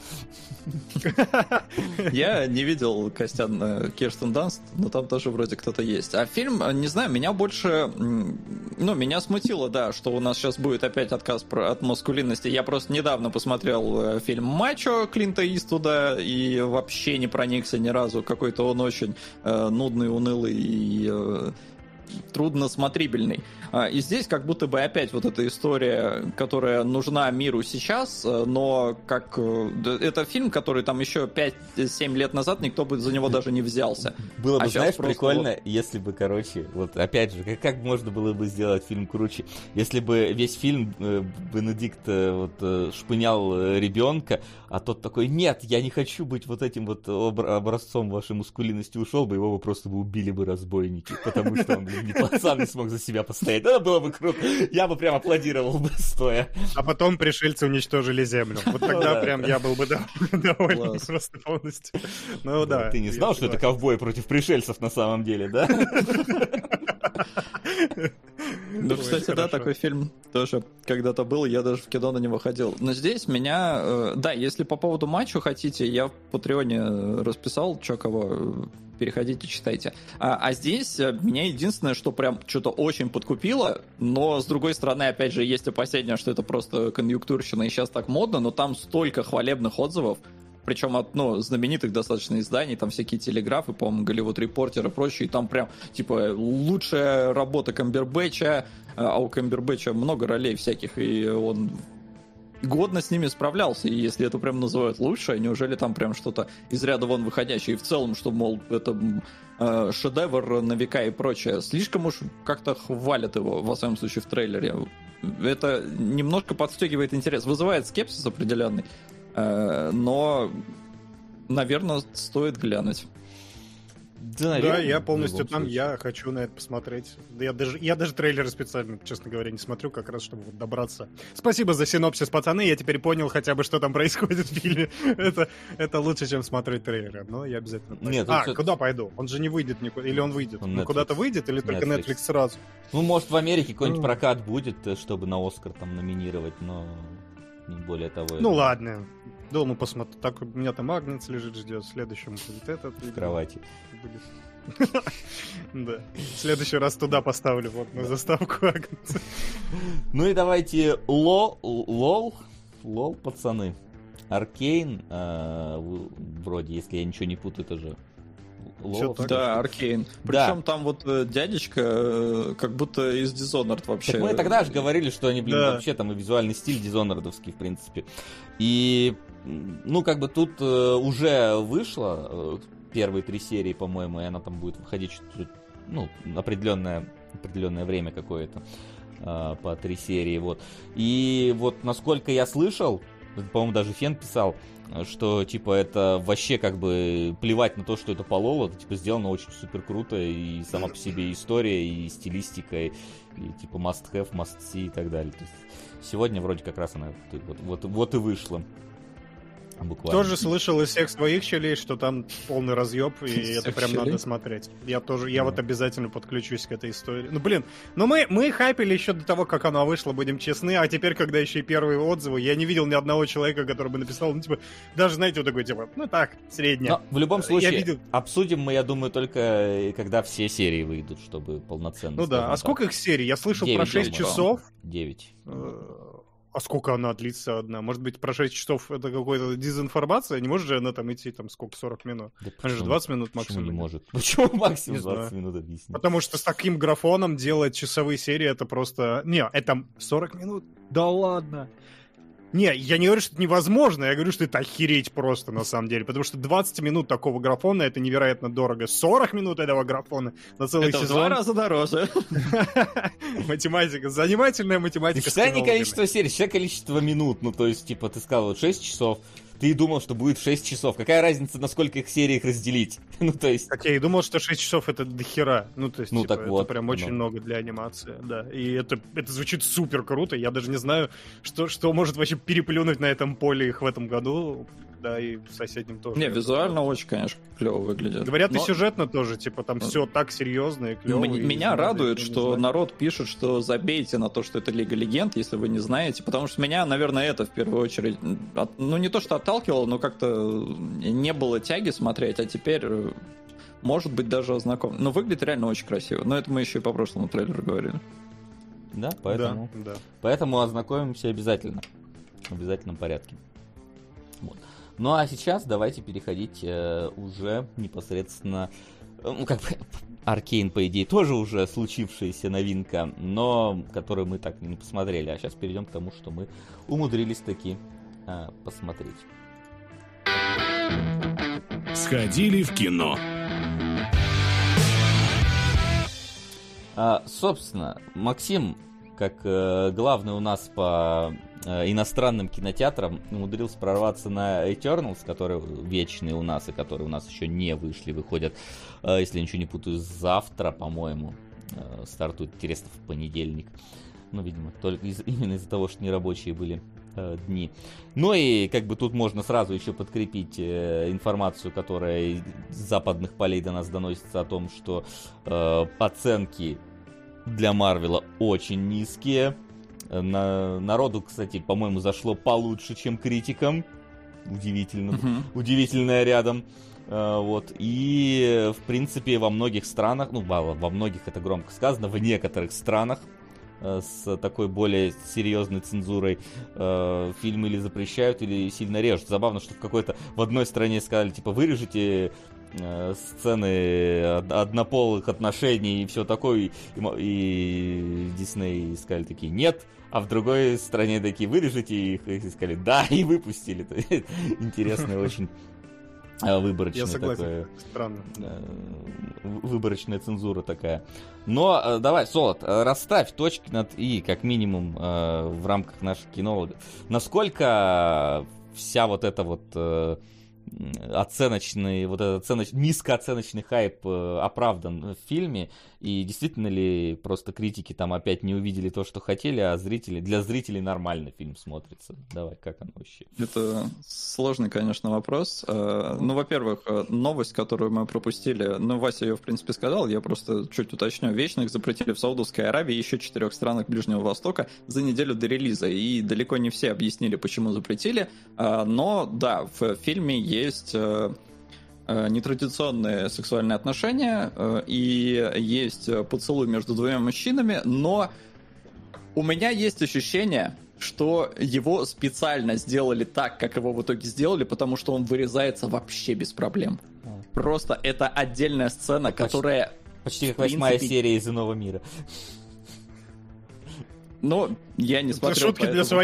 Я не видел Костян Кирстен Данст, но там тоже вроде кто-то есть. А фильм, не знаю, меня больше... Ну, меня смутило, да, что у нас сейчас будет опять отказ от маскулинности. Я просто недавно посмотрел фильм «Мачо» Клинта Иствуда и вообще не проникся ни разу. Какой-то он очень нудный, унылый и... трудносмотрибельный. И здесь как будто бы опять вот эта история, которая нужна миру сейчас, но как... Это фильм, который там еще 5-7 лет назад никто бы за него даже не взялся. Было бы, А щас знаешь, просто прикольно, если бы, короче, вот опять же, как можно было бы сделать фильм круче, если бы весь фильм Бенедикт шпынял ребенка, а тот такой: нет, я не хочу быть вот этим вот образцом вашей мускулинности, ушел бы, его бы просто убили бы разбойники, потому что он сам не смог за себя постоять. Это было бы круто. Я бы прям аплодировал бы стоя. А потом пришельцы уничтожили землю. Вот тогда прям я был бы доволен просто полностью. Ну да. Ты не знал, что это ковбой против пришельцев на самом деле, да? Ну, кстати, да, такой фильм тоже когда-то был, я даже в кино на него ходил. Но здесь меня... Да, если по поводу матча хотите, я в Патреоне расписал, что кого... Переходите, читайте. А здесь меня единственное, что прям что-то очень подкупило, но, с другой стороны, опять же, есть опасения, что это просто конъюнктурщина и сейчас так модно, но там столько хвалебных отзывов, причем от знаменитых достаточно изданий, там всякие телеграфы, по-моему, Голливуд Репортер и прочее, и там прям, типа, лучшая работа Камбербэтча, а у Камбербэтча много ролей всяких, и он годно с ними справлялся, и если это прям называют лучшее, неужели там прям что-то из ряда вон выходящее, и в целом, что, мол, это шедевр на века и прочее, слишком уж как-то хвалят его, во всяком случае, в трейлере. Это немножко подстегивает интерес, вызывает скепсис определенный, но, наверное, стоит глянуть. Да, наверное, я полностью там, я хочу на это посмотреть. Я даже трейлеры специально, честно говоря, не смотрю, как раз, чтобы вот добраться. Спасибо за синопсис, пацаны, я теперь понял хотя бы, что там происходит в фильме. Это лучше, чем смотреть трейлеры, но я обязательно пойду. Нет, куда пойду? Он же не выйдет никуда, или он выйдет? Он куда-то выйдет, или только Netflix сразу? Ну, может, в Америке какой-нибудь прокат будет, чтобы на Оскар там номинировать, но не более того. Ну, ладно. Дома посмотрю. Так, у меня там Агнец лежит, ждет. Следующим будет этот. В кровати. Да. В следующий раз туда поставлю вот на заставку Агнца. Ну и давайте лол, пацаны. Аркейн, вроде, если я ничего не путаю, это же лол. Да, Аркейн. Причем там вот дядечка как будто из Dishonored вообще. Так мы тогда же говорили, что они, вообще там и визуальный стиль Dishonored'овский, в принципе. И, ну, как бы тут уже вышло первые 3 серии, по-моему, и она там будет выходить чуть-чуть, ну, определенное время какое-то по 3 серии, вот. И вот, насколько я слышал, по-моему, даже Фен писал, что, типа, это вообще как бы плевать на то, что это полол, это, типа, сделано очень супер круто, и сама по себе история, и стилистика, и типа, must have, must see и так далее. То есть сегодня вроде как раз она вот и вышла. Буквально. Тоже слышал из всех своих щелей, что там полный разъеб, и это прям надо смотреть. Я вот обязательно подключусь к этой истории. Ну, блин, мы хайпили еще до того, как она вышла, будем честны, а теперь, когда еще и первые отзывы, я не видел ни одного человека, который бы написал, ну, типа, даже, знаете, вот такой, типа, ну, так, средняя. Но в любом случае, обсудим мы, я думаю, только когда все серии выйдут, чтобы полноценно. Ну да, а сколько их серий? Я слышал 9, про 6 часов. 9. А сколько она длится одна? Может быть, про 6 часов это какая-то дезинформация? Не может же она там идти, там, сколько, 40 минут? Да она же 20 минут максимум. Почему не может? Почему максимум 20 минут объяснить? Потому что с таким графоном делать часовые серии, это просто... Не, это 40 минут? Да ладно. Не, я не говорю, что это невозможно, я говорю, что это охереть просто, на самом деле. Потому что 20 минут такого графона, это невероятно дорого. 40 минут этого графона на целый сезон. Это в 2 раза дороже. Математика, занимательная математика. Считай не количество серий, считай количество минут. Ну, то есть, типа, ты сказал, 6 часов. Ты думал, что будет 6 часов. Какая разница, на скольких сериях разделить? Ну, то есть... Так я и думал, что 6 часов это дохера. Ну, то есть, ну, типа, так это вот, прям очень много для анимации, да. И это звучит супер круто. Я даже не знаю, что может вообще переплюнуть на этом поле их в этом году. да, и в соседнем тоже. Не, визуально очень, конечно, клево выглядит. Говорят, Но... и сюжетно тоже, типа, там все так серьезно и клево. Меня радует, что народ пишет, что забейте на то, что это Лига Легенд, если вы не знаете, потому что меня, наверное, это в первую очередь, ну не то, что отталкивало, но как-то не было тяги смотреть, а теперь, может быть, даже ознакомлен. Но выглядит реально очень красиво, но это мы еще и по прошлому трейлеру говорили. Да, поэтому, да. Поэтому ознакомимся обязательно. В обязательном порядке. Вот. Ну а сейчас давайте переходить уже непосредственно... Ну, как бы, Аркейн, по идее, тоже уже случившаяся новинка, но которую мы так и не посмотрели. А сейчас перейдем к тому, что мы умудрились таки посмотреть. Сходили в кино. Собственно, Максим, как главный у нас по иностранным кинотеатрам, умудрился прорваться на Eternals, которые вечные у нас и которые у нас еще не вышли, выходят, если я ничего не путаю, завтра, по-моему, стартует, интересно, в понедельник. Ну, видимо, только именно из-за того, что нерабочие были дни. Ну и как бы тут можно сразу еще подкрепить информацию, которая с западных полей до нас доносится о том, что оценки для Марвела очень низкие. Народу, кстати, по-моему, зашло получше, чем критикам. Удивительно. Удивительное рядом. Вот. И, в принципе, во многих странах, ну, во многих это громко сказано, в некоторых странах с такой более серьезной цензурой фильмы или запрещают, или сильно режут. Забавно, что в одной стране сказали, типа, вырежите сцены однополых отношений и все такое, и Дисней сказали такие, нет, а в другой стране такие, вырежите их, и сказали, да, и выпустили. Интересная очень выборочная. Я согласен, такое, странно. Выборочная цензура такая. Но давай, Солод, расставь точки над «и», как минимум, в рамках наших кинологов. Насколько вся вот эта вот оценочный, низкооценочный хайп оправдан в фильме, и действительно ли просто критики там опять не увидели то, что хотели, а для зрителей нормально фильм смотрится? Давай, как оно вообще? Это сложный, конечно, вопрос. Ну, во-первых, новость, которую мы пропустили, Вася ее, в принципе, сказал, я просто чуть уточню. Вечных запретили в Саудовской Аравии и еще 4 странах Ближнего Востока за неделю до релиза, и далеко не все объяснили, почему запретили, но, да, в фильме есть нетрадиционные сексуальные отношения и есть поцелуй между двумя мужчинами, но у меня есть ощущение, что его специально сделали так, как его в итоге сделали, потому что он вырезается вообще без проблем. Просто это отдельная сцена, которая... Почти как 8-я серия из «Иного мира». Ну, я не смотрел, шутки для своих.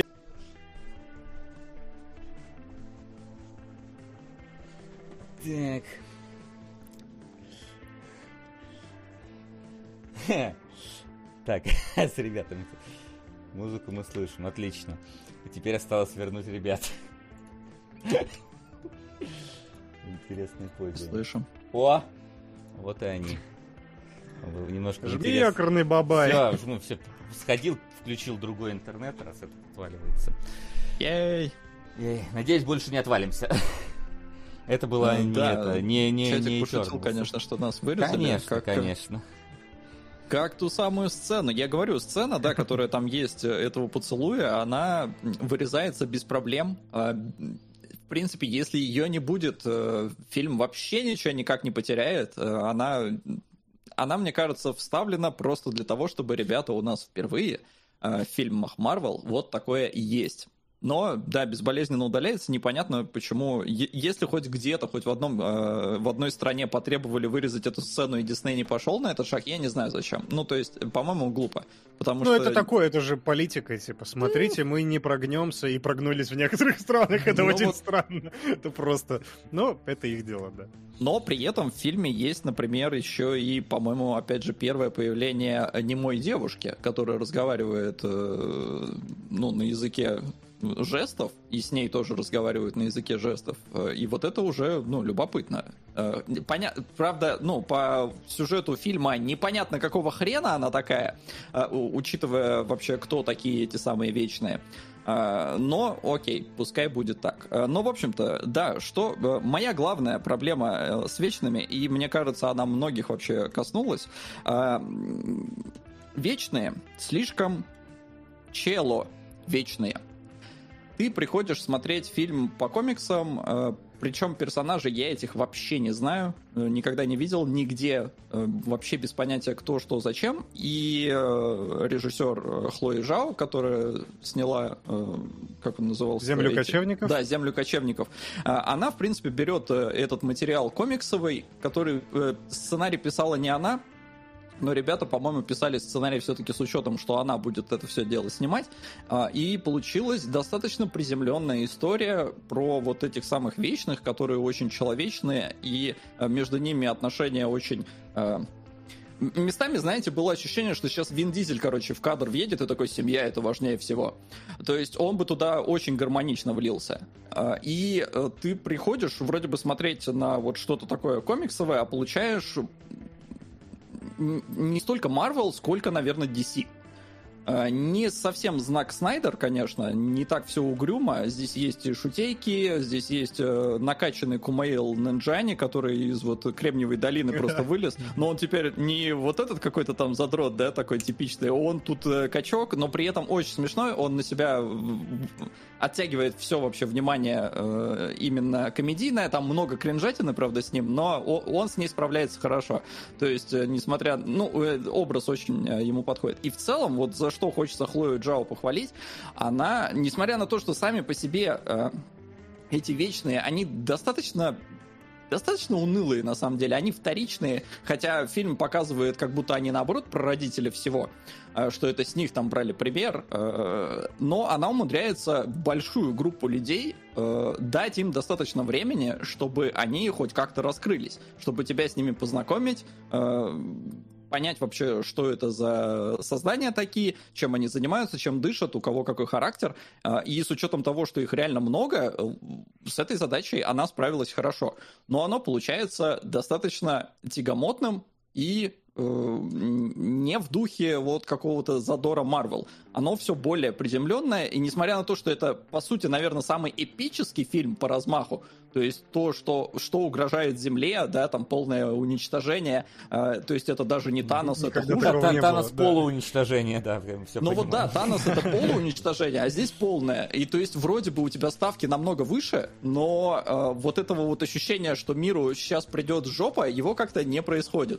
Так. Так, с ребятами. Музыку мы слышим, отлично. И теперь осталось вернуть ребят. Интересные пользы. Слышим. О! Вот и они. Немножко Жми, якорный бабай. Все, сходил, включил другой интернет, раз это отваливается. Ей! Надеюсь, больше не отвалимся. Это было не Чатик пошутил, конечно, что нас вырезали. Конечно. Как ту самую сцену. Я говорю, сцена, да, которая там есть этого поцелуя, она вырезается без проблем. В принципе, если ее не будет, фильм вообще ничего никак не потеряет. Она, мне кажется, вставлена просто для того, чтобы ребята у нас впервые в фильмах Marvel вот такое и есть. Но, да, безболезненно удаляется, непонятно почему. Если хоть где-то, хоть в одной стране потребовали вырезать эту сцену, и Дисней не пошел на этот шаг, я не знаю зачем. Ну, то есть, по-моему, глупо. Потому что... это такое, это же политика, типа, смотрите, мы не прогнемся и прогнулись в некоторых странах, это очень странно. Это просто... это их дело, да. Но при этом в фильме есть, например, еще и, по-моему, опять же, первое появление немой девушки, которая разговаривает, на языке жестов, и с ней тоже разговаривают на языке жестов. И вот это уже, любопытно. Правда, по сюжету фильма непонятно, какого хрена она такая, учитывая вообще, кто такие эти самые вечные. Но, окей, пускай будет так. Но, в общем-то, да, моя главная проблема с вечными, и мне кажется, она многих вообще коснулась, вечные слишком вечные. Ты приходишь смотреть фильм по комиксам, причем персонажей я этих вообще не знаю, никогда не видел нигде, вообще без понятия кто, что, зачем. И режиссер Хлои Жао, которая сняла, как он назывался? «Землю кочевников». Да, «Землю кочевников». Она, в принципе, берет этот материал комиксовый, который сценарий писала не она, но ребята, по-моему, писали сценарий все-таки с учетом, что она будет это все дело снимать. И получилась достаточно приземленная история про вот этих самых вечных, которые очень человечные, и между ними отношения очень... Местами, знаете, было ощущение, что сейчас Вин Дизель, в кадр въедет, и такой: семья — это важнее всего. То есть он бы туда очень гармонично влился. И ты приходишь вроде бы смотреть на вот что-то такое комиксовое, а получаешь... не столько Marvel, сколько, наверное, DC. Не совсем знак Снайдер, конечно, не так все угрюмо. Здесь есть и шутейки, здесь есть накачанный Кумаил Нанджани, который из вот Кремниевой долины просто вылез. Но он теперь не вот этот какой-то там задрот, да, такой типичный, он тут качок, но при этом очень смешной, он на себя оттягивает все вообще внимание именно комедийное, там много кринжатины, правда, с ним, но он с ней справляется хорошо. То есть, несмотря... образ очень ему подходит. И в целом, вот за что хочется Хлою Джао похвалить, она, несмотря на то, что сами по себе эти вечные, они достаточно унылые, на самом деле. Они вторичные, хотя фильм показывает, как будто они, наоборот, прародители всего, что это с них там брали пример, но она умудряется большую группу людей дать им достаточно времени, чтобы они хоть как-то раскрылись, чтобы тебя с ними познакомить, понять вообще, что это за создания такие, чем они занимаются, чем дышат, у кого какой характер. И с учетом того, что их реально много, с этой задачей она справилась хорошо. Но оно получается достаточно тягомотным и не в духе вот какого-то задора Marvel. Оно все более приземленное, и несмотря на то, что это, по сути, наверное, самый эпический фильм по размаху, то есть то, что угрожает Земле, да, там полное уничтожение, то есть это даже не Танос, это хуже. Танос полууничтожение, да, все ну вот да, Танос это полууничтожение, а здесь полное. И то есть вроде бы у тебя ставки намного выше, но вот этого вот ощущения, что миру сейчас придет жопа, его как-то не происходит.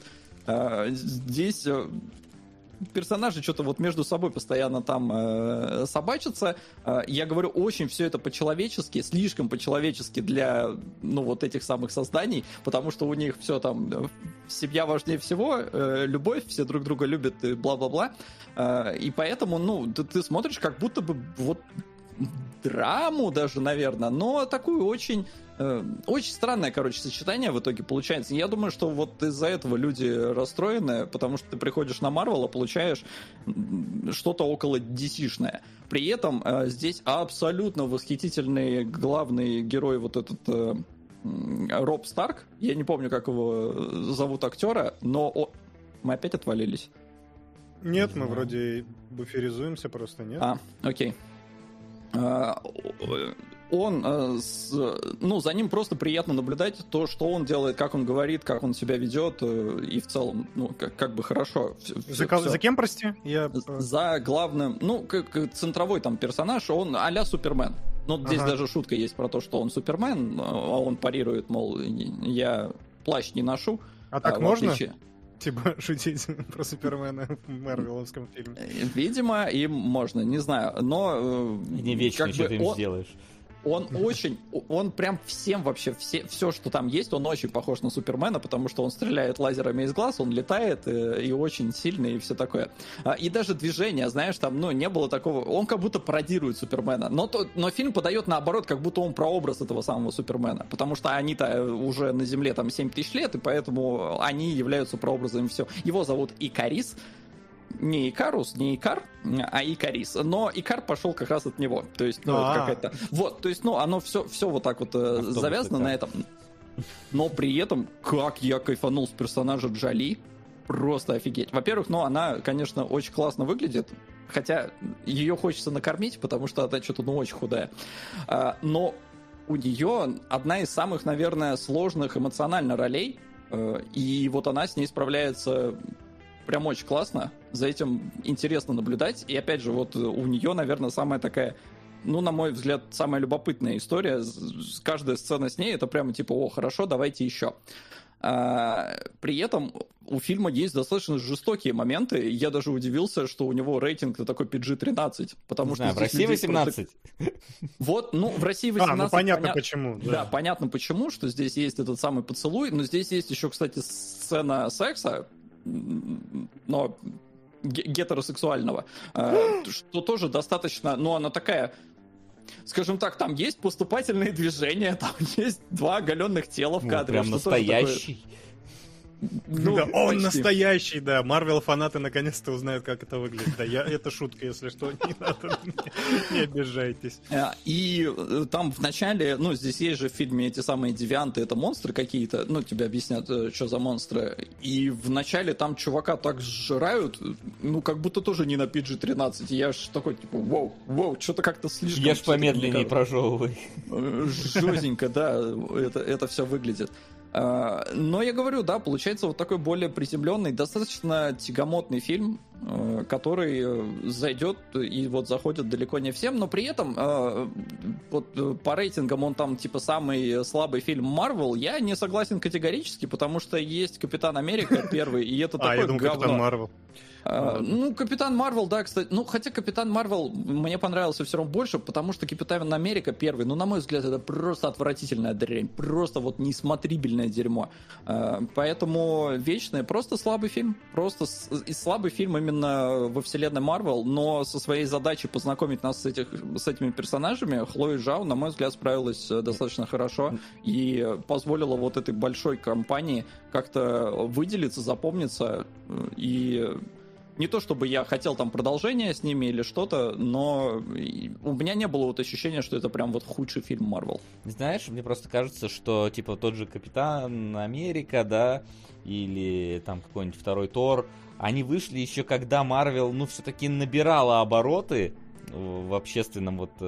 Здесь персонажи что-то вот между собой постоянно там собачатся. Я говорю, очень все это по-человечески, слишком по-человечески для, вот этих самых созданий, потому что у них все там, семья важнее всего, любовь, все друг друга любят и бла-бла-бла. И поэтому, ты смотришь как будто бы вот драму даже, наверное, но такую очень странное, сочетание в итоге получается. Я думаю, что вот из-за этого люди расстроены, потому что ты приходишь на Marvel, а получаешь что-то около DC-шное. При этом здесь абсолютно восхитительный главный герой, вот этот Роб Старк. Я не помню, как его зовут актера, но... Мы опять отвалились? Нет, мы вроде буферизуемся, просто нет. Окей. Он, за ним просто приятно наблюдать то, что он делает, как он говорит, как он себя ведет, и в целом, как бы хорошо. За кем, прости? За главным, как центровой там персонаж, он а-ля Супермен. Здесь даже шутка есть про то, что он Супермен, а он парирует, мол, я плащ не ношу. А так можно? Типа шутить про Супермена в марвеловском фильме. Видимо, им можно, не знаю. Но... Не вечно, что ты им сделаешь. Он прям всем вообще, все, что там есть, он очень похож на Супермена, потому что он стреляет лазерами из глаз, он летает и очень сильный, и все такое. И даже движение, знаешь, там, не было такого... Он как будто пародирует Супермена, но фильм подает наоборот, как будто он прообраз этого самого Супермена, потому что они-то уже на Земле там 7 тысяч лет, и поэтому они являются прообразами всего. Его зовут Икарис. не Икарус, не Икар, а Икарис. Но Икар пошел как раз от него. То есть, это какая-то... Вот, то есть, оно все вот так вот завязано на этом. Но при этом, как я кайфанул с персонажа Джоли, просто офигеть. Во-первых, она, конечно, очень классно выглядит, хотя ее хочется накормить, потому что она что-то, очень худая. Но у нее одна из самых, наверное, сложных эмоционально ролей, и вот она с ней справляется прям очень классно. За этим интересно наблюдать. И опять же, вот у нее, наверное, самая такая, на мой взгляд, самая любопытная история. Каждая сцена с ней это прямо типа, о, хорошо, давайте еще. При этом у фильма есть достаточно жестокие моменты. Я даже удивился, что у него рейтинг такой PG-13. Потому что в России 18. Вот, в России 18. Понятно почему. Да, понятно почему, что здесь есть этот самый поцелуй. Но здесь есть еще, кстати, сцена секса, но гетеросексуального, что тоже достаточно, она такая, скажем так, там есть поступательные движения, там есть 2 оголенных тела в кадре. Прям настоящий. Да, он настоящий, да. Марвел фанаты наконец-то узнают, как это выглядит. Да, это шутка, если что, не надо, не обижайтесь. И там в начале, здесь есть же в фильме эти самые девианты, это монстры какие-то, тебе объяснят, что за монстры. И в начале там чувака так сжирают, как будто тоже не на PG-13. Я ж такой, типа, воу, что-то как-то слишком... Ешь помедленнее, прожевывай. Жестенько, да, это все выглядит. Но я говорю, да, получается вот такой более приземленный, достаточно тягомотный фильм, который зайдет и вот заходит далеко не всем, но при этом вот по рейтингам он там типа самый слабый фильм Marvel. Я не согласен категорически, потому что есть Капитан Америка первый, и это такое говно. Капитан Марвел. Капитан Марвел, да, кстати. Хотя Капитан Марвел мне понравился все равно больше, потому что Капитан Америка первый, на мой взгляд, это просто отвратительная дрянь. Просто вот несмотрибельное дерьмо. Поэтому Вечные просто слабый фильм. Просто слабый фильм именно во вселенной Марвел, но со своей задачей познакомить нас с этими персонажами Хлоя Жао, на мой взгляд, справилась достаточно хорошо и позволила вот этой большой компании как-то выделиться, запомниться. И не то чтобы я хотел там продолжение с ними или что-то, но у меня не было вот ощущения, что это прям вот худший фильм Марвел. Знаешь, мне просто кажется, что типа тот же Капитан Америка, да, или там какой-нибудь второй Тор, они вышли еще когда Марвел, все-таки набирала обороты в общественном вот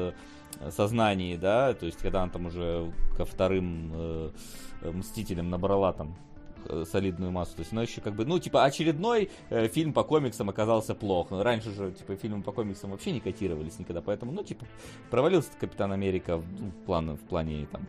сознании, да, то есть когда она там уже ко вторым Мстителям набрала там солидную массу. То есть, еще как бы, очередной фильм по комиксам оказался плох. Раньше же, фильмы по комиксам вообще не котировались никогда, поэтому, провалился Капитан Америка в плане, там,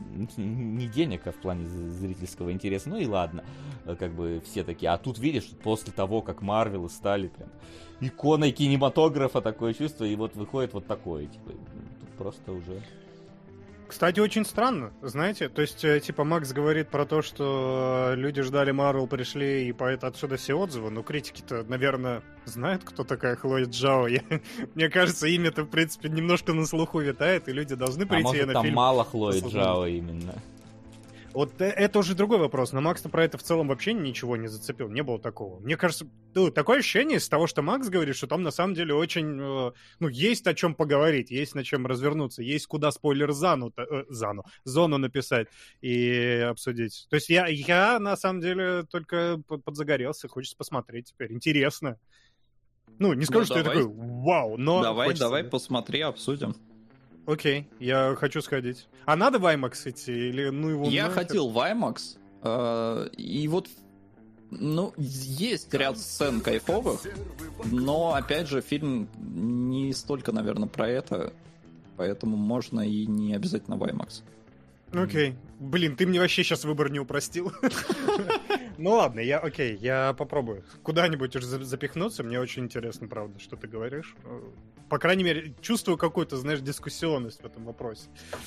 не денег, а в плане зрительского интереса. И ладно, как бы все такие. А тут, видишь, после того, как Марвелы стали прям иконой кинематографа, такое чувство, и вот выходит вот такое, тут просто уже... Кстати, очень странно, знаете, то есть, Макс говорит про то, что люди ждали Марвел, пришли, и поэтому отсюда все отзывы, но критики-то, наверное, знают, кто такая Хлоя Джао. Мне кажется, имя-то, в принципе, немножко на слуху витает, и люди должны прийти на фильм. А может, там мало Хлои Джао именно? Вот это уже другой вопрос, но Макс-то про это в целом вообще ничего не зацепил, не было такого. Мне кажется, такое ощущение из того, что Макс говорит, что там на самом деле очень, есть о чем поговорить, есть на чем развернуться, есть куда зону написать и обсудить. То есть я на самом деле только подзагорелся, хочется посмотреть теперь, интересно. Не скажу, что я такой, вау, но... Давай, посмотри, обсудим. Окей, я хочу сходить. А надо в IMAX идти? Или я хотел в IMAX, и вот, есть ряд сцен кайфовых, но, опять же, фильм не столько, наверное, про это, поэтому можно и не обязательно в IMAX. Окей. Блин, ты мне вообще сейчас выбор не упростил. Ладно, я попробую. Куда-нибудь уже запихнуться. Мне очень интересно, правда, что ты говоришь. По крайней мере, чувствую какую-то, дискуссионность в этом вопросе.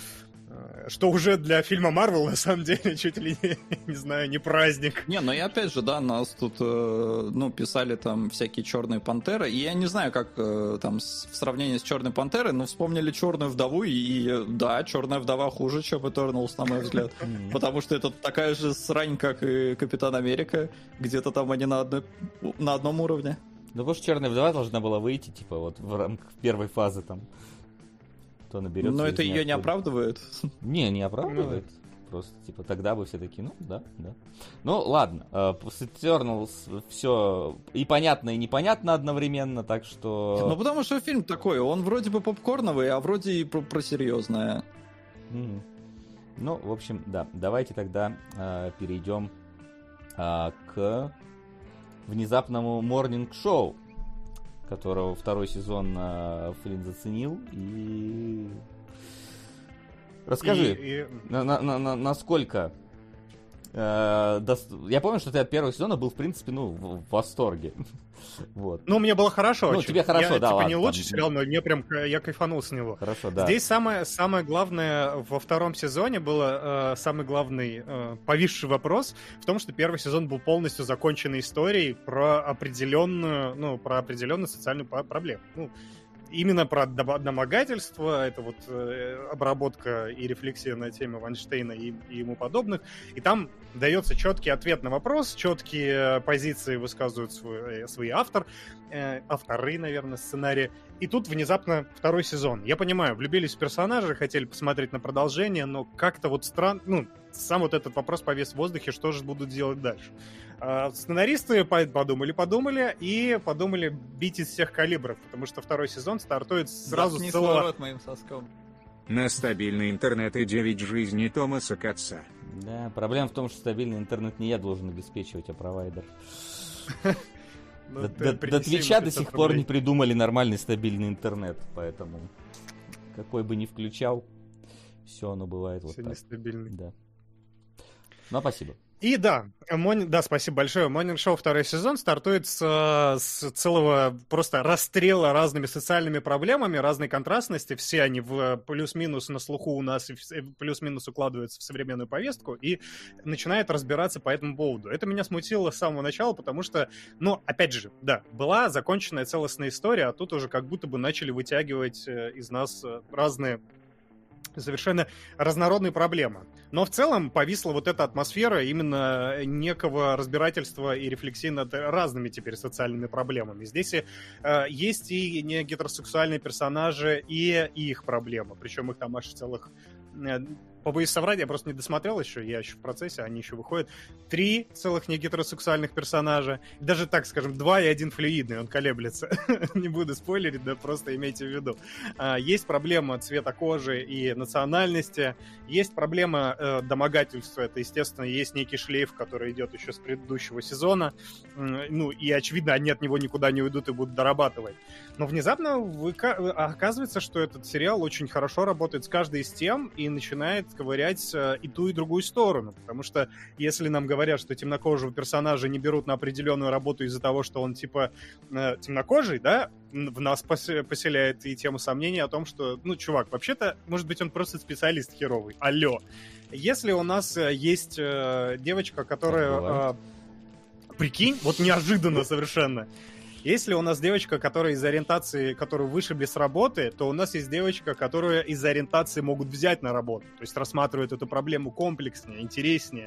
Что уже для фильма Марвел, на самом деле, чуть ли не знаю, не праздник. И опять же, да, нас тут, писали там всякие Черные Пантеры, и я не знаю, как там в сравнении с Черной Пантерой, но вспомнили Черную Вдову, и да, Черная Вдова хуже, чем Eternals, на мой взгляд. Потому что это такая же срань, как и Капитан Америка, где-то там они на одном уровне. Ну, потому что «Черная вдова» должна была выйти, типа, вот в рамках первой фазы там. То наберется. Но это ее не оправдывает? Не оправдывает. Просто, типа, тогда бы все такие, ну, да. Ну, ладно. С Eternals все и понятно, и непонятно одновременно, так что... Ну, потому что фильм такой, он вроде бы попкорновый, а вроде и про серьезное. Ну, в общем, да. Давайте тогда перейдем к внезапному морнинг-шоу, которого второй сезон Флинн заценил, и... Расскажи, насколько... Я помню, что ты от первого сезона был, в принципе, в восторге. Вот. Ну, мне было хорошо. Ну, очень. тебе хорошо, да, ладно. Не лучший сериал, но мне прям, я кайфанул с него. Хорошо, да. Здесь самое главное во втором сезоне было, самый главный повисший вопрос в том, что первый сезон был полностью законченной историей про определенную социальную проблему. Именно про домогательство, это вот обработка и рефлексия на теме Вайнштейна и ему подобных. И там дается четкий ответ на вопрос, четкие позиции высказывают свои авторы, наверное, сценария. И тут внезапно второй сезон. Я понимаю, влюбились в персонажа, хотели посмотреть на продолжение, но как-то вот странно, сам вот этот вопрос повис в воздухе, что же будут делать дальше. Сценаристы подумали и подумали бить из всех калибров, потому что второй сезон стартует сразу с целого... моим соском. На стабильный интернет и 9 жизней Томаса Катца. Да, проблема в том, что стабильный интернет не я должен обеспечивать, а провайдер. До Твича до сих пор не придумали нормальный стабильный интернет, поэтому какой бы ни включал, все оно бывает вот так. Все нестабильный. Да. Ну, спасибо. И да, спасибо большое. Morning Show второй сезон стартует с целого просто расстрела разными социальными проблемами, разной контрастности. Все они в плюс-минус на слуху у нас, и плюс-минус укладываются в современную повестку и начинает разбираться по этому поводу. Это меня смутило с самого начала, потому что, опять же, да, была законченная целостная история, а тут уже как будто бы начали вытягивать из нас разные совершенно разнородные проблемы. Но в целом повисла вот эта атмосфера именно некого разбирательства и рефлексии над разными теперь социальными проблемами. Здесь есть и не гетеросексуальные персонажи, и их проблемы. Причем их там аж целых... Побоюсь соврать, я просто не досмотрел еще, я еще в процессе, они еще выходят. 3 целых негетеросексуальных персонажа. Даже так, скажем, 2 и 1 флюидный, он колеблется. Не буду спойлерить, да просто имейте в виду. Есть проблема цвета кожи и национальности, есть проблема домогательства, это, естественно, есть некий шлейф, который идет еще с предыдущего сезона, и, очевидно, они от него никуда не уйдут и будут дорабатывать. Но внезапно оказывается, что этот сериал очень хорошо работает с каждой из тем и начинает ковырять и ту, и другую сторону. Потому что если нам говорят, что темнокожего персонажа не берут на определенную работу из-за того, что он типа темнокожий, да, в нас поселяет и тему сомнений о том, что, чувак, вообще-то, может быть, он просто специалист херовый. Алло. Если у нас есть девочка, которая... Прикинь, вот неожиданно совершенно. Если у нас девочка, которая из ориентации, которую вышибли с работы, то у нас есть девочка, которую из ориентации могут взять на работу. То есть рассматривают эту проблему комплекснее, интереснее.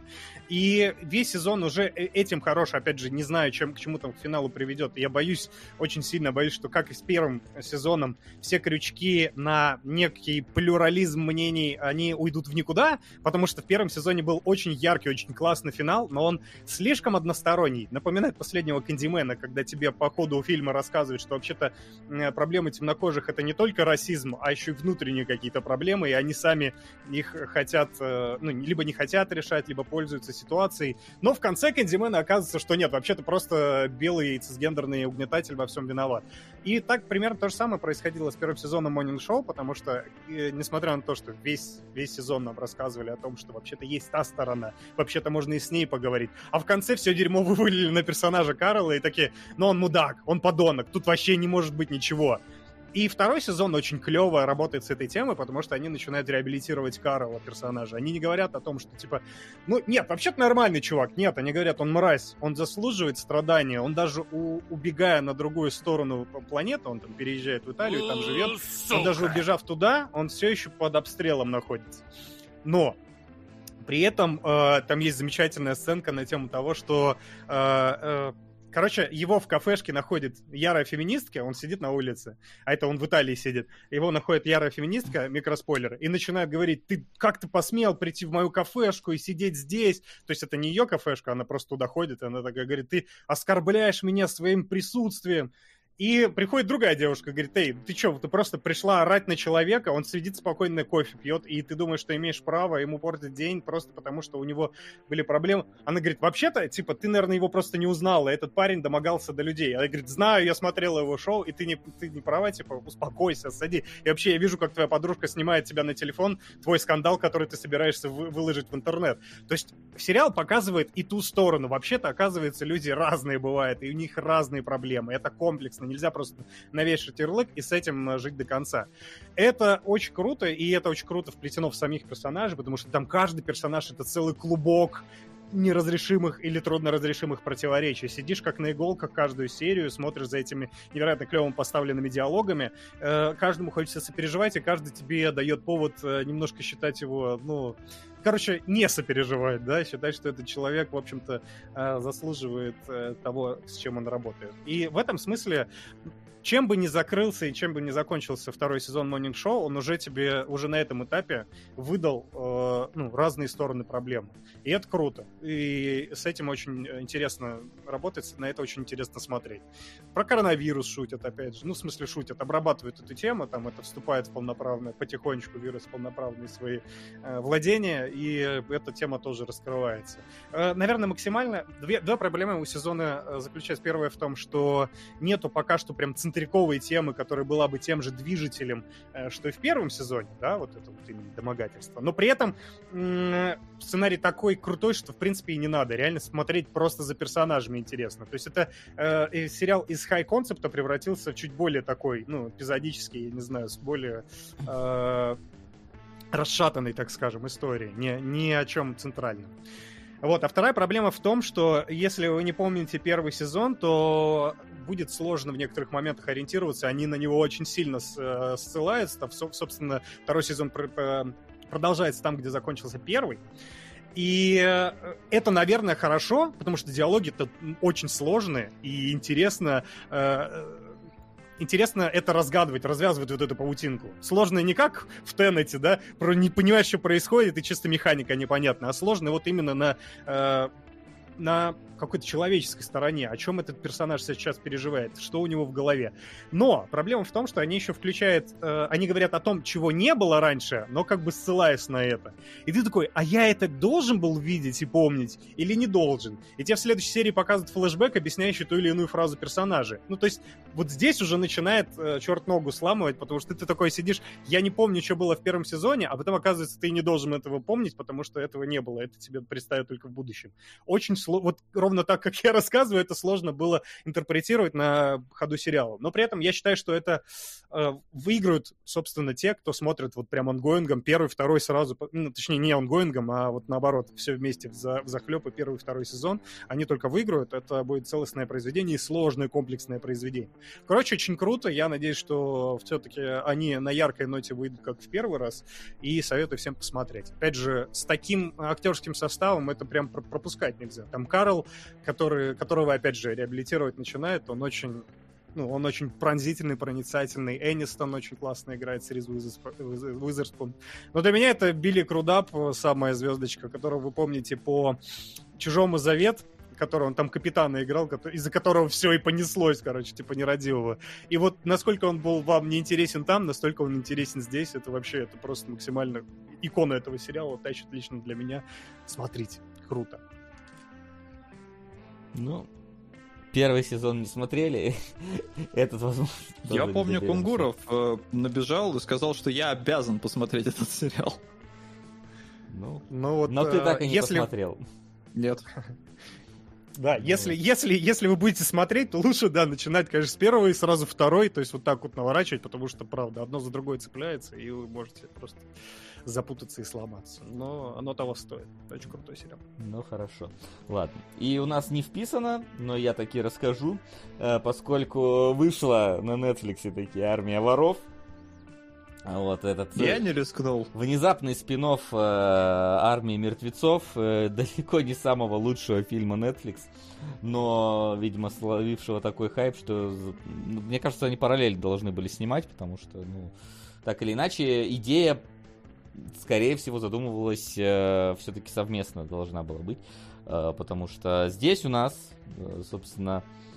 И весь сезон уже этим хорош. Опять же, не знаю, к чему там к финалу приведет. Я очень сильно боюсь, что как и с первым сезоном, все крючки на некий плюрализм мнений, они уйдут в никуда, потому что в первом сезоне был очень яркий, очень классный финал, но он слишком односторонний. Напоминает последнего Кэндимена, когда тебе по ходу фильма рассказывают, что вообще-то проблемы темнокожих — это не только расизм, а еще и внутренние какие-то проблемы, и они сами их хотят, либо не хотят решать, либо пользуются ситуацией. Но в конце Кэндимена оказывается, что нет, вообще-то просто белый цисгендерный угнетатель во всем виноват. И так примерно то же самое происходило с первым сезоном Morning Show, потому что, несмотря на то, что весь сезон нам рассказывали о том, что вообще-то есть та сторона, вообще-то можно и с ней поговорить, а в конце все дерьмо вывалили на персонажа Карла и такие, он мудак, он подонок, тут вообще не может быть ничего. И второй сезон очень клево работает с этой темой, потому что они начинают реабилитировать Карла, персонажа. Они не говорят о том, что типа, нет, вообще-то нормальный чувак. Нет, они говорят, он мразь, он заслуживает страдания, он даже убегая на другую сторону планеты, он там переезжает в Италию, там живет, он даже убежав туда, он все еще под обстрелом находится. Но при этом там есть замечательная сценка на тему того, что Короче, его в кафешке находит ярая феминистка, он сидит на улице, а это он в Италии сидит. Его находит ярая феминистка, микроспойлер, и начинает говорить: ты как ты посмел прийти в мою кафешку и сидеть здесь? То есть это не ее кафешка, она просто туда ходит, и она такая говорит: ты оскорбляешь меня своим присутствием. И приходит другая девушка, говорит: эй, ты что, ты просто пришла орать на человека, он сидит спокойно, кофе пьет, и ты думаешь, что имеешь право ему портить день просто потому, что у него были проблемы. Она говорит: вообще-то, типа, ты, наверное, его просто не узнала, этот парень домогался до людей. Она говорит: знаю, я смотрела его шоу, и ты не права, типа, успокойся, сади. И вообще, я вижу, как твоя подружка снимает тебя на телефон, твой скандал, который ты собираешься выложить в интернет. То есть сериал показывает и ту сторону. Вообще-то, оказывается, люди разные бывают, и у них разные проблемы. Это комплексно. Нельзя просто навешать ярлык и с этим жить до конца. Это очень круто, и это очень круто вплетено в самих персонажей, потому что там каждый персонаж — это целый клубок неразрешимых или трудноразрешимых противоречий. Сидишь как на иголках каждую серию, смотришь за этими невероятно клево поставленными диалогами. Каждому хочется сопереживать, и каждый тебе дает повод немножко считать его, ну... Короче, не сопереживать, да, считать, что этот человек, в общем-то, заслуживает того, с чем он работает. И в этом смысле, чем бы ни закрылся и чем бы ни закончился второй сезон Morning Show, он уже тебе, уже на этом этапе выдал разные стороны проблемы. И это круто. И с этим очень интересно работать, на это очень интересно смотреть. Про коронавирус шутят, опять же. Ну, в смысле, шутят, обрабатывают эту тему, там это вступает в полноправное, потихонечку вирус в полноправные свои владения, и эта тема тоже раскрывается. Наверное, максимально... Две проблемы у сезона заключаются. Первая в том, что нету пока что прям центриковой темы, которая была бы тем же движителем, что и в первом сезоне, да, вот это вот именно домогательство. Но при этом сценарий такой крутой, что в принципе и не надо. Реально смотреть просто за персонажами интересно. То есть это сериал из хай-концепта превратился в чуть более такой, ну, эпизодический, я не знаю, с более... расшатанной, так скажем, истории, ни о чем центральном. Вот, а вторая проблема в том, что если вы не помните первый сезон, то будет сложно в некоторых моментах ориентироваться, они на него очень сильно ссылаются. Собственно, второй сезон продолжается там, где закончился первый. И это, наверное, хорошо, потому что диалоги-то очень сложные, и интересно это разгадывать, развязывать вот эту паутинку. Сложно не как в Теннете, да, не понимаешь, что происходит, и чисто механика непонятна, а сложно вот именно на какой-то человеческой стороне, о чем этот персонаж сейчас переживает, что у него в голове. Но проблема в том, что они еще включают, они говорят о том, чего не было раньше, но как бы ссылаясь на это. И ты такой: а я это должен был видеть и помнить или не должен? И тебе в следующей серии показывают флешбэк, объясняющий ту или иную фразу персонажа. Ну, то есть вот здесь уже начинает черт ногу сламывать, потому что ты такой сидишь: я не помню, что было в первом сезоне, а потом оказывается, ты не должен этого помнить, потому что этого не было. Это тебе представят только в будущем. Очень сложно. Вот ровно так, как я рассказываю, это сложно было интерпретировать на ходу сериала. Но при этом я считаю, что это выиграют, собственно, те, кто смотрит вот прям онгоингом, первый, второй сразу, ну, точнее, не онгоингом, а вот наоборот, все вместе взахлеб, и первый, второй сезон, они только выиграют. Это будет целостное произведение и сложное комплексное произведение. Короче, очень круто. Я надеюсь, что все-таки они на яркой ноте выйдут, как в первый раз, и советую всем посмотреть. Опять же, с таким актерским составом это прям пропускать нельзя. Там Карл, которого, опять же, реабилитировать начинает, он очень пронзительный, проницательный. Энистон очень классно играет с Риз Уизерспун. Но для меня это Билли Крудап, самая звездочка, которого вы помните по «Чужому завет», которого он там капитана играл, из-за которого все и понеслось, короче, типа нерадивого. И вот насколько он был вам не интересен там, настолько он интересен здесь. Это вообще, это просто максимально икона этого сериала, тащит лично для меня. Смотрите, круто. Ну, первый сезон не смотрели, этот, возможно... Я помню, Кунгуров набежал и сказал, что я обязан посмотреть этот сериал. Но ты так и не посмотрел. Нет. Да, если вы будете смотреть, то лучше, да, начинать, конечно, с первого и сразу второй, то есть вот так вот наворачивать, потому что, правда, одно за другое цепляется, и вы можете просто запутаться и сломаться. Но оно того стоит. Очень крутой сериал. Ну, хорошо. Ладно. И у нас не вписано, но я таки расскажу, поскольку вышла на Netflix таки «Армия воров». Вот этот Я не рискнул. внезапный спин-офф «Армии мертвецов» далеко не самого лучшего фильма Netflix, но, видимо, словившего такой хайп, что, мне кажется, они параллельно должны были снимать, потому что, ну, так или иначе, идея, скорее всего, задумывалась все-таки совместно должна была быть, потому что здесь у нас, собственно,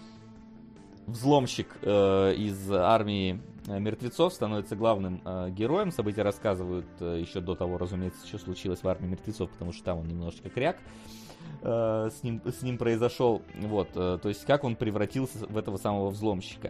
взломщик из «Армии мертвецов» становится главным героем. События рассказывают еще до того, разумеется, что случилось в «Армии мертвецов», потому что там он немножечко кряк с ним произошел. Вот, то есть как он превратился в этого самого взломщика.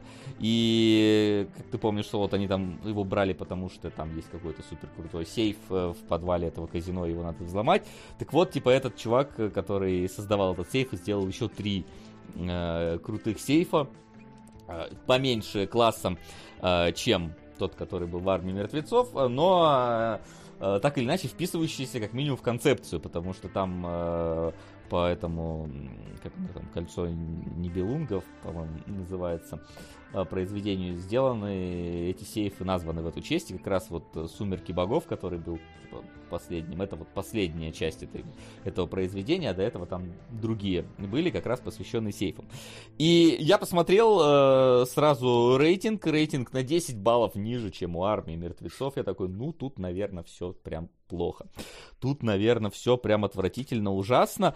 И как ты помнишь, что вот они там его брали, потому что там есть какой-то супер крутой сейф в подвале этого казино, его надо взломать. Так вот, типа этот чувак, который создавал этот сейф, сделал еще 3 крутых сейфа, поменьше классом, чем тот, который был в «Армии мертвецов», но так или иначе вписывающийся как минимум в концепцию, потому что там по этому, как там, «Кольцо Нибелунгов», по-моему, называется, произведению сделаны эти сейфы, названы в эту честь, и как раз вот «Сумерки богов», который был типа последним, это вот последняя часть этого произведения, а до этого там другие были, как раз посвященные сейфам. И я посмотрел сразу рейтинг на 10 баллов ниже, чем у «Армии мертвецов». Я такой, ну, тут, наверное, все прям плохо. Тут, наверное, все прям отвратительно, ужасно.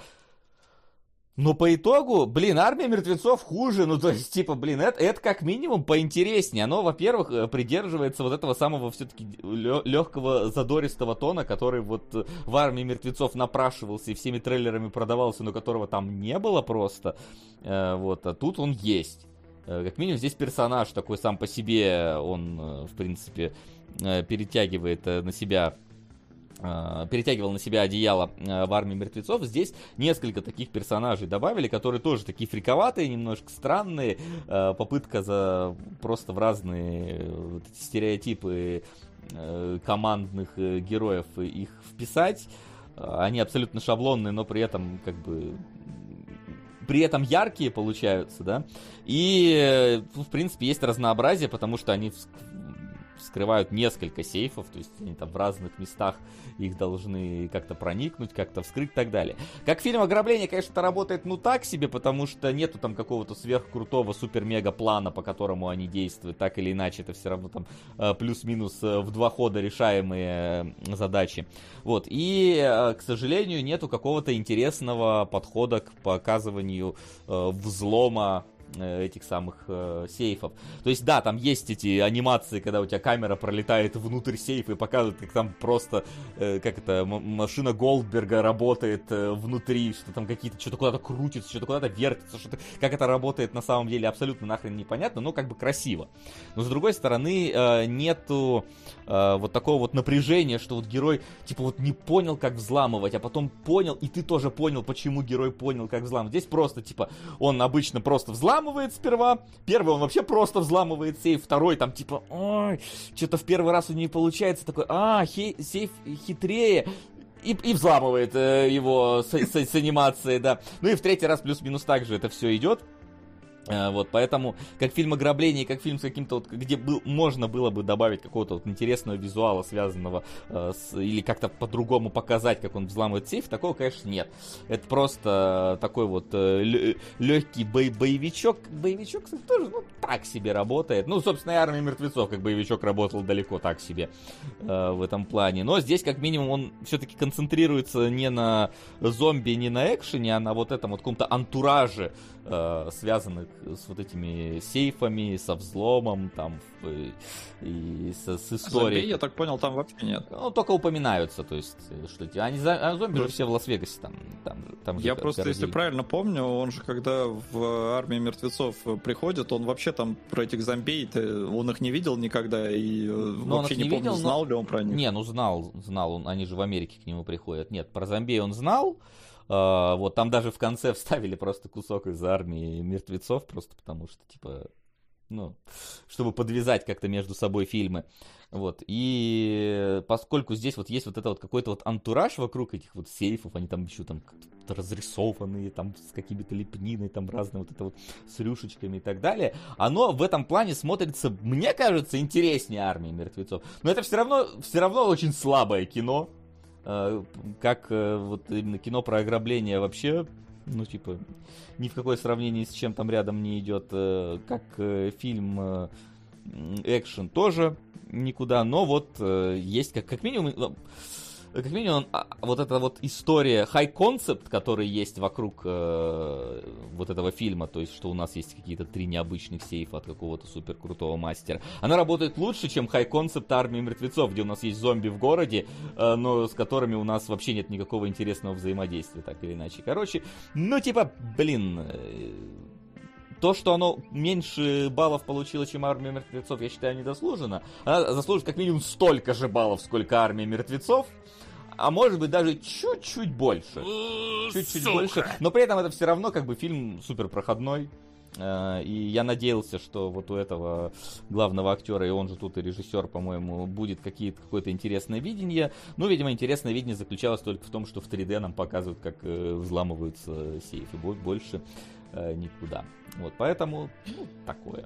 Но по итогу, блин, «Армия мертвецов» хуже, ну, то есть, типа, блин, это как минимум поинтереснее. Оно, во-первых, придерживается вот этого самого все-таки легкого задористого тона, который вот в «Армии мертвецов» напрашивался и всеми трейлерами продавался, но которого там не было просто. Вот, а тут он есть. Как минимум здесь персонаж такой сам по себе, он, в принципе, перетягивал на себя одеяло в «Армии мертвецов». Здесь несколько таких персонажей добавили, которые тоже такие фриковатые, немножко странные. Попытка просто в разные вот эти стереотипы командных героев их вписать. Они абсолютно шаблонные, но при этом как бы... При этом яркие получаются, да. И, в принципе, есть разнообразие, потому что они вскрывают несколько сейфов, то есть они там в разных местах их должны как-то проникнуть, как-то вскрыть и так далее. Как фильм «Ограбление», конечно, это работает ну так себе, потому что нету там какого-то сверхкрутого супер-мега плана, по которому они действуют, так или иначе, это все равно там плюс-минус в 2 хода решаемые задачи. Вот, и, к сожалению, нету какого-то интересного подхода к показыванию взлома этих самых сейфов. То есть, да, там есть эти анимации, когда у тебя камера пролетает внутрь сейфа и показывает, как там просто, как это, машина Голдберга работает внутри, что там какие-то, что-то куда-то крутится, что-то куда-то вертится, что-то, как это работает на самом деле, абсолютно нахрен непонятно, но как бы красиво. Но, с другой стороны, нету вот такого вот напряжения, что вот герой, типа, вот не понял, как взламывать, а потом понял, и ты тоже понял, почему герой понял, как взламывать. Здесь просто, типа, он обычно просто взламывает сперва. Первый он вообще просто взламывает сейф. Второй там типа, ой, что-то в первый раз у него не получается. Такой, сейф хитрее. И взламывает его с анимацией, да. Ну и в третий раз плюс-минус так же это все идет. Вот, поэтому, как фильм «Ограбление», как фильм с каким-то вот, где можно было бы добавить какого-то вот интересного визуала, связанного или как-то по-другому показать, как он взламывает сейф, такого, конечно, нет. Это просто такой вот легкий боевичок. Боевичок, кстати, тоже, ну, так себе работает. Ну, собственно, и «Армия мертвецов» как боевичок работал далеко так себе в этом плане. Но здесь, как минимум, он все-таки концентрируется не на зомби, не на экшене, а на вот этом вот каком-то антураже, связанных с вот этими сейфами, со взломом, там, и с историей. Зомби, я так понял, там вообще нет. Ну, только упоминаются, то есть, что зомби же все в Лас-Вегасе, там я просто, если правильно помню, он же, когда в «Армии мертвецов» приходит, он вообще там про этих зомбей, он их не видел никогда, и вообще не помню, знал ли он про них. Не, ну знал, они же в Америке к нему приходят. Нет, про зомбей он знал. Вот там даже в конце вставили просто кусок из «Армии мертвецов, просто потому что, типа, ну, чтобы подвязать как-то между собой фильмы. Вот, и поскольку здесь вот есть вот это вот какой-то вот антураж вокруг этих вот сейфов, они там еще там разрисованные, там с какими-то лепниной, там разные вот это вот с рюшечками и так далее, оно в этом плане смотрится, мне кажется, интереснее «Армии мертвецов». Но это все равно очень слабое кино, как вот именно кино про ограбление вообще, ну, типа, ни в какое сравнение с чем там рядом не идет, как фильм экшен тоже никуда, но вот есть как минимум вот эта вот история, хай-концепт, который есть вокруг вот этого фильма, то есть, что у нас есть какие-то 3 необычных сейфа от какого-то супер крутого мастера, она работает лучше, чем хай-концепт «Армии мертвецов», где у нас есть зомби в городе, но с которыми у нас вообще нет никакого интересного взаимодействия, так или иначе. Короче, ну типа, блин... То, что оно меньше баллов получило, чем «Армия мертвецов», я считаю, недослуженно. Она заслужит как минимум столько же баллов, сколько «Армия мертвецов», а может быть даже чуть-чуть больше. Чуть-чуть больше. Но при этом это все равно как бы фильм супер проходной. И я надеялся, что вот у этого главного актера, и он же тут и режиссер, по-моему, будет какое-то интересное видение. Ну, видимо, интересное видение заключалось только в том, что в 3D нам показывают, как взламываются сейфы. Больше никуда. Вот, поэтому, ну, такое.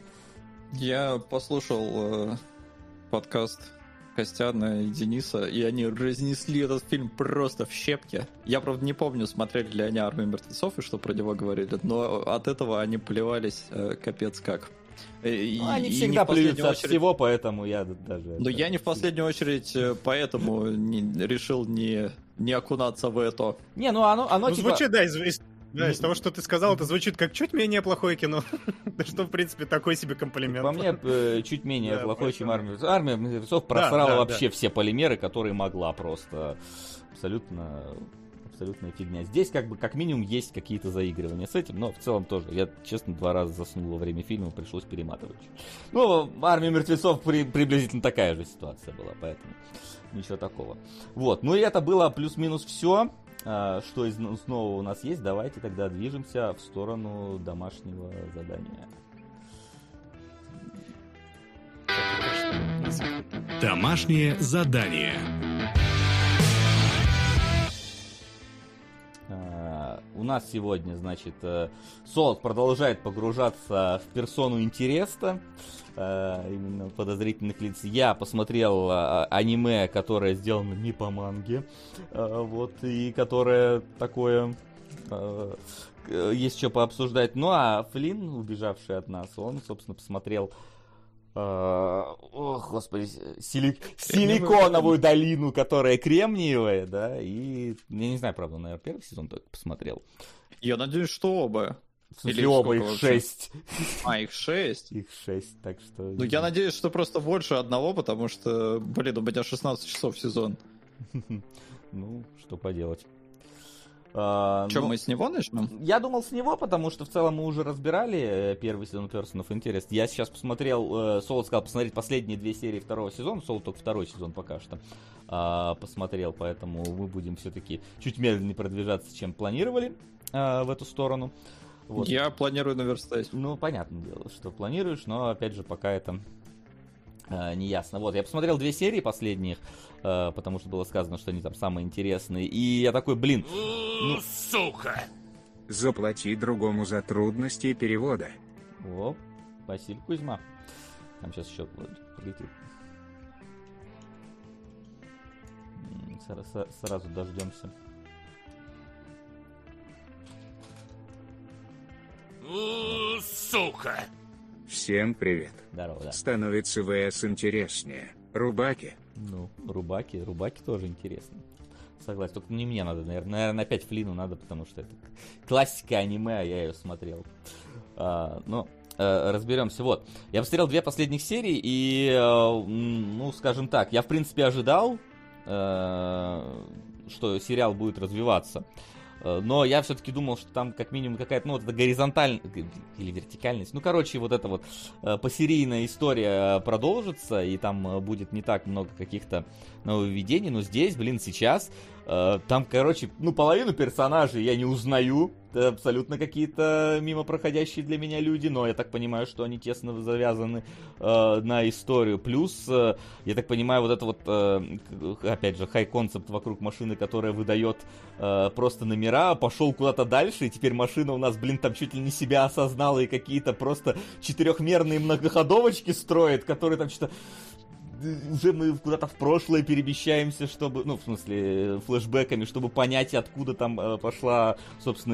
Я послушал подкаст Костяна и Дениса, и они разнесли этот фильм просто в щепки. Я, правда, не помню, смотрели ли они «Армию мертвецов» и что про него говорили, но от этого они плевались капец как. Они всегда плюются от всего, поэтому я даже... Но я не в последнюю очередь поэтому решил не окунаться в это. Не, ну оно ну, типа... звучит, да, из того, что ты сказал, это звучит как чуть менее плохое кино. Да что, в принципе, такой себе комплимент. По мне, чуть менее плохое, чем «Армия мертвецов». «Армия мертвецов» просрала вообще все полимеры, которые могла. Просто абсолютная фигня. Здесь как минимум есть какие-то заигрывания с этим, но в целом тоже. Я, честно, 2 раза заснул во время фильма, пришлось перематывать. Ну, «Армия мертвецов» приблизительно такая же ситуация была, поэтому ничего такого. Вот, ну и это было плюс-минус все. Что из нового у нас есть, давайте тогда движемся в сторону домашнего задания. Домашнее задание. У нас сегодня, значит, Солод продолжает погружаться в персону интереса, именно подозрительных лиц. Я посмотрел аниме, которое сделано не по манге, вот, и которое такое... Есть что пообсуждать. Ну, а Флинн, убежавший от нас, он, собственно, посмотрел... Ох, господи, силиконовую долину, которая кремниевая, да, и, я не знаю, правда, наверное, 1 сезон только посмотрел. Я надеюсь, что оба. В смысле, оба, их 6. Их 6? Их 6, так что... Ну, я надеюсь, что просто больше одного, потому что, блин, у меня 16 часов сезон. Ну, что поделать. Мы с него начнем? Я думал с него, потому что в целом мы уже разбирали 1 сезон Person of Interest. Я сейчас посмотрел, Солод сказал посмотреть последние 2 серии 2 сезона. Солод только 2 сезон пока что посмотрел, поэтому мы будем все-таки чуть медленнее продвижаться, чем планировали в эту сторону. Вот. Я планирую наверстать. Ну, понятное дело, что планируешь, но опять же пока это... не ясно. Вот, я посмотрел 2 серии последних, потому что было сказано, что они там самые интересные. И я такой, блин, ну... Сука! Заплати другому за трудности перевода. О, Василий Кузьма. Там сейчас еще прилетит. Сразу дождемся. Сука! Всем привет. Здорово, да. Становится ВС интереснее. Рубаки. Ну, рубаки тоже интересно. Согласен, только не мне надо, наверное, опять Флину надо, потому что это классика аниме, а я ее смотрел. Разберемся. Вот, я посмотрел 2 последних серии, и, ну, скажем так, я в принципе ожидал, что сериал будет развиваться. Но я все-таки думал, что там как минимум какая-то, ну, вот эта горизонтальность или вертикальность. Ну, короче, вот эта вот посерийная история продолжится, и там будет не так много каких-то нововведений. Но здесь, блин, сейчас Там, короче, половину персонажей я не узнаю. Это абсолютно какие-то мимо проходящие для меня люди, но я так понимаю, что они тесно завязаны на историю. Плюс, я так понимаю, вот это вот, опять же, хай-концепт вокруг машины, которая выдает просто номера, пошел куда-то дальше, и теперь машина у нас, там чуть ли не себя осознала и какие-то просто четырехмерные многоходовочки строит, которые там что-то... Уже мы куда-то в прошлое перемещаемся, чтобы, в смысле, флешбэками, чтобы понять, откуда там пошла, собственно,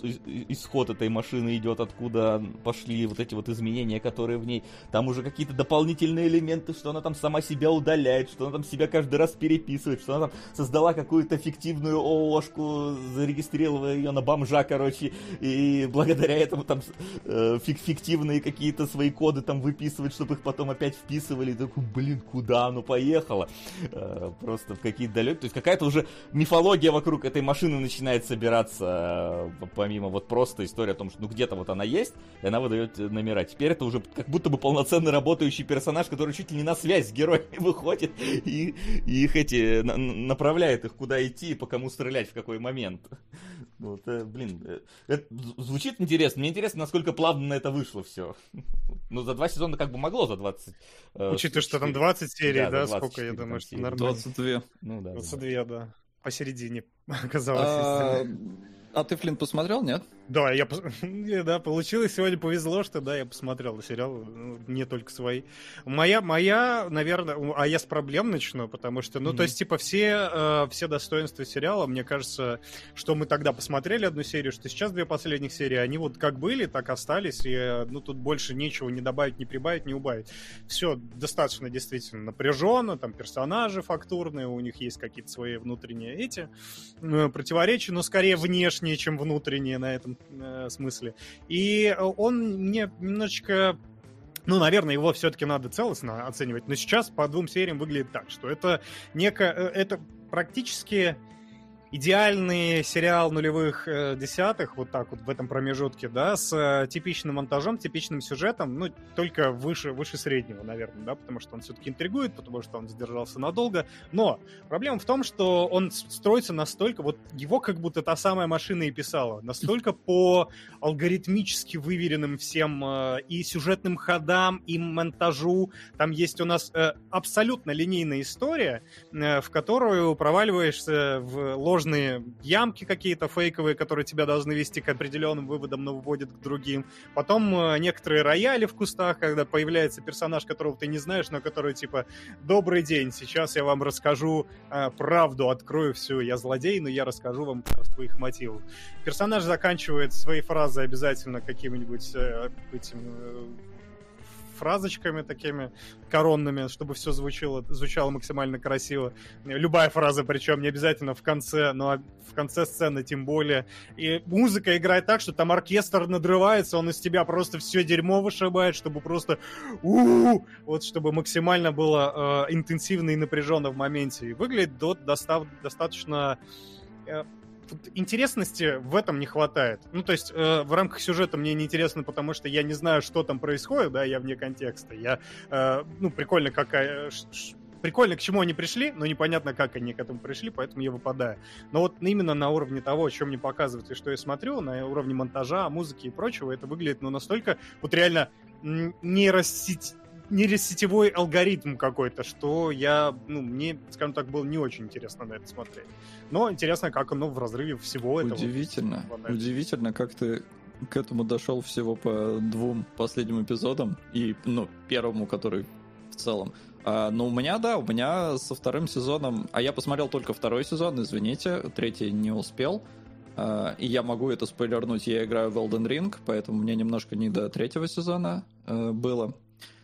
исход этой машины идет, откуда пошли вот эти вот изменения, которые в ней. Там уже какие-то дополнительные элементы, что она там сама себя удаляет, что она там себя каждый раз переписывает, что она там создала какую-то фиктивную ООшку, зарегистрировала ее на бомжа, короче, и благодаря этому там фиктивные какие-то свои коды там выписывать, чтобы их потом опять вписывали. И такой, куда оно поехало? Просто в какие-то далекие... То есть какая-то уже мифология вокруг этой машины начинает собираться, помимо вот просто истории о том, что где-то вот она есть, и она выдает номера. Теперь это уже как будто бы полноценный работающий персонаж, который чуть ли не на связь с героями выходит и их направляет их куда идти и по кому стрелять в какой момент. Вот, это звучит интересно. Мне интересно, насколько плавно на это вышло все. За 2 сезона как бы могло за 20... Учитывая, что там 20 серий, да? Сколько, я думаю, что нормально. 22. 22, да. Посередине оказалось. А ты, Флинн, посмотрел, нет? Да, да, получилось, сегодня повезло, что да, я посмотрел сериал, не только свои. Моя, наверное, а я с проблем начну, потому что, то есть, типа, все достоинства сериала, мне кажется, что мы тогда посмотрели одну серию, что сейчас 2 последних серии, они вот как были, так остались, и, тут больше нечего не добавить, не прибавить, не убавить. Все достаточно, действительно, напряженно, там, персонажи фактурные, у них есть какие-то свои внутренние противоречия, но скорее внешние, чем внутренние на этом смысле. И он мне немножечко... наверное, его все-таки надо целостно оценивать. Но сейчас по 2 сериям выглядит так, что это это практически идеальный сериал нулевых десятых, вот так вот в этом промежутке, да, с типичным монтажом, типичным сюжетом, только выше среднего, наверное, да, потому что он все-таки интригует, потому что он задержался надолго, но проблема в том, что он строится настолько, вот его как будто та самая машина и писала, настолько по алгоритмически выверенным всем и сюжетным ходам, и монтажу, там есть у нас абсолютно линейная история, в которую проваливаешься в ложные ямки какие-то фейковые, которые тебя должны вести к определенным выводам, но выводят к другим. Потом некоторые рояли в кустах, когда появляется персонаж, которого ты не знаешь, но который типа «Добрый день, сейчас я вам расскажу правду, открою всю, я злодей, но я расскажу вам о своих мотивах». Персонаж заканчивает свои фразы обязательно какими-нибудь фразочками такими коронными, чтобы все звучало максимально красиво. Любая фраза, причем не обязательно в конце, но в конце сцены тем более. И музыка играет так, что там оркестр надрывается, он из тебя просто все дерьмо вышибает, чтобы просто вот чтобы максимально было интенсивно и напряженно в моменте. И выглядит достаточно... интересности в этом не хватает. То есть в рамках сюжета мне не интересно, потому что я не знаю, что там происходит, да, я вне контекста. Прикольно, прикольно, к чему они пришли, но непонятно, как они к этому пришли, поэтому я выпадаю. Но вот именно на уровне того, о чем мне показывают и что я смотрю, на уровне монтажа, музыки и прочего, это выглядит, настолько вот реально нейросетевой алгоритм какой-то, что мне, скажем так, было не очень интересно на это смотреть. Но интересно, как оно в разрыве всего этого. Удивительно, как ты к этому дошел всего по 2 последним эпизодам и, первому, который в целом. У меня со 2 сезоном, а я посмотрел только 2 сезон, извините, 3 не успел. И я могу это спойлернуть, я играю в Elden Ring, поэтому мне немножко не до 3 сезона было.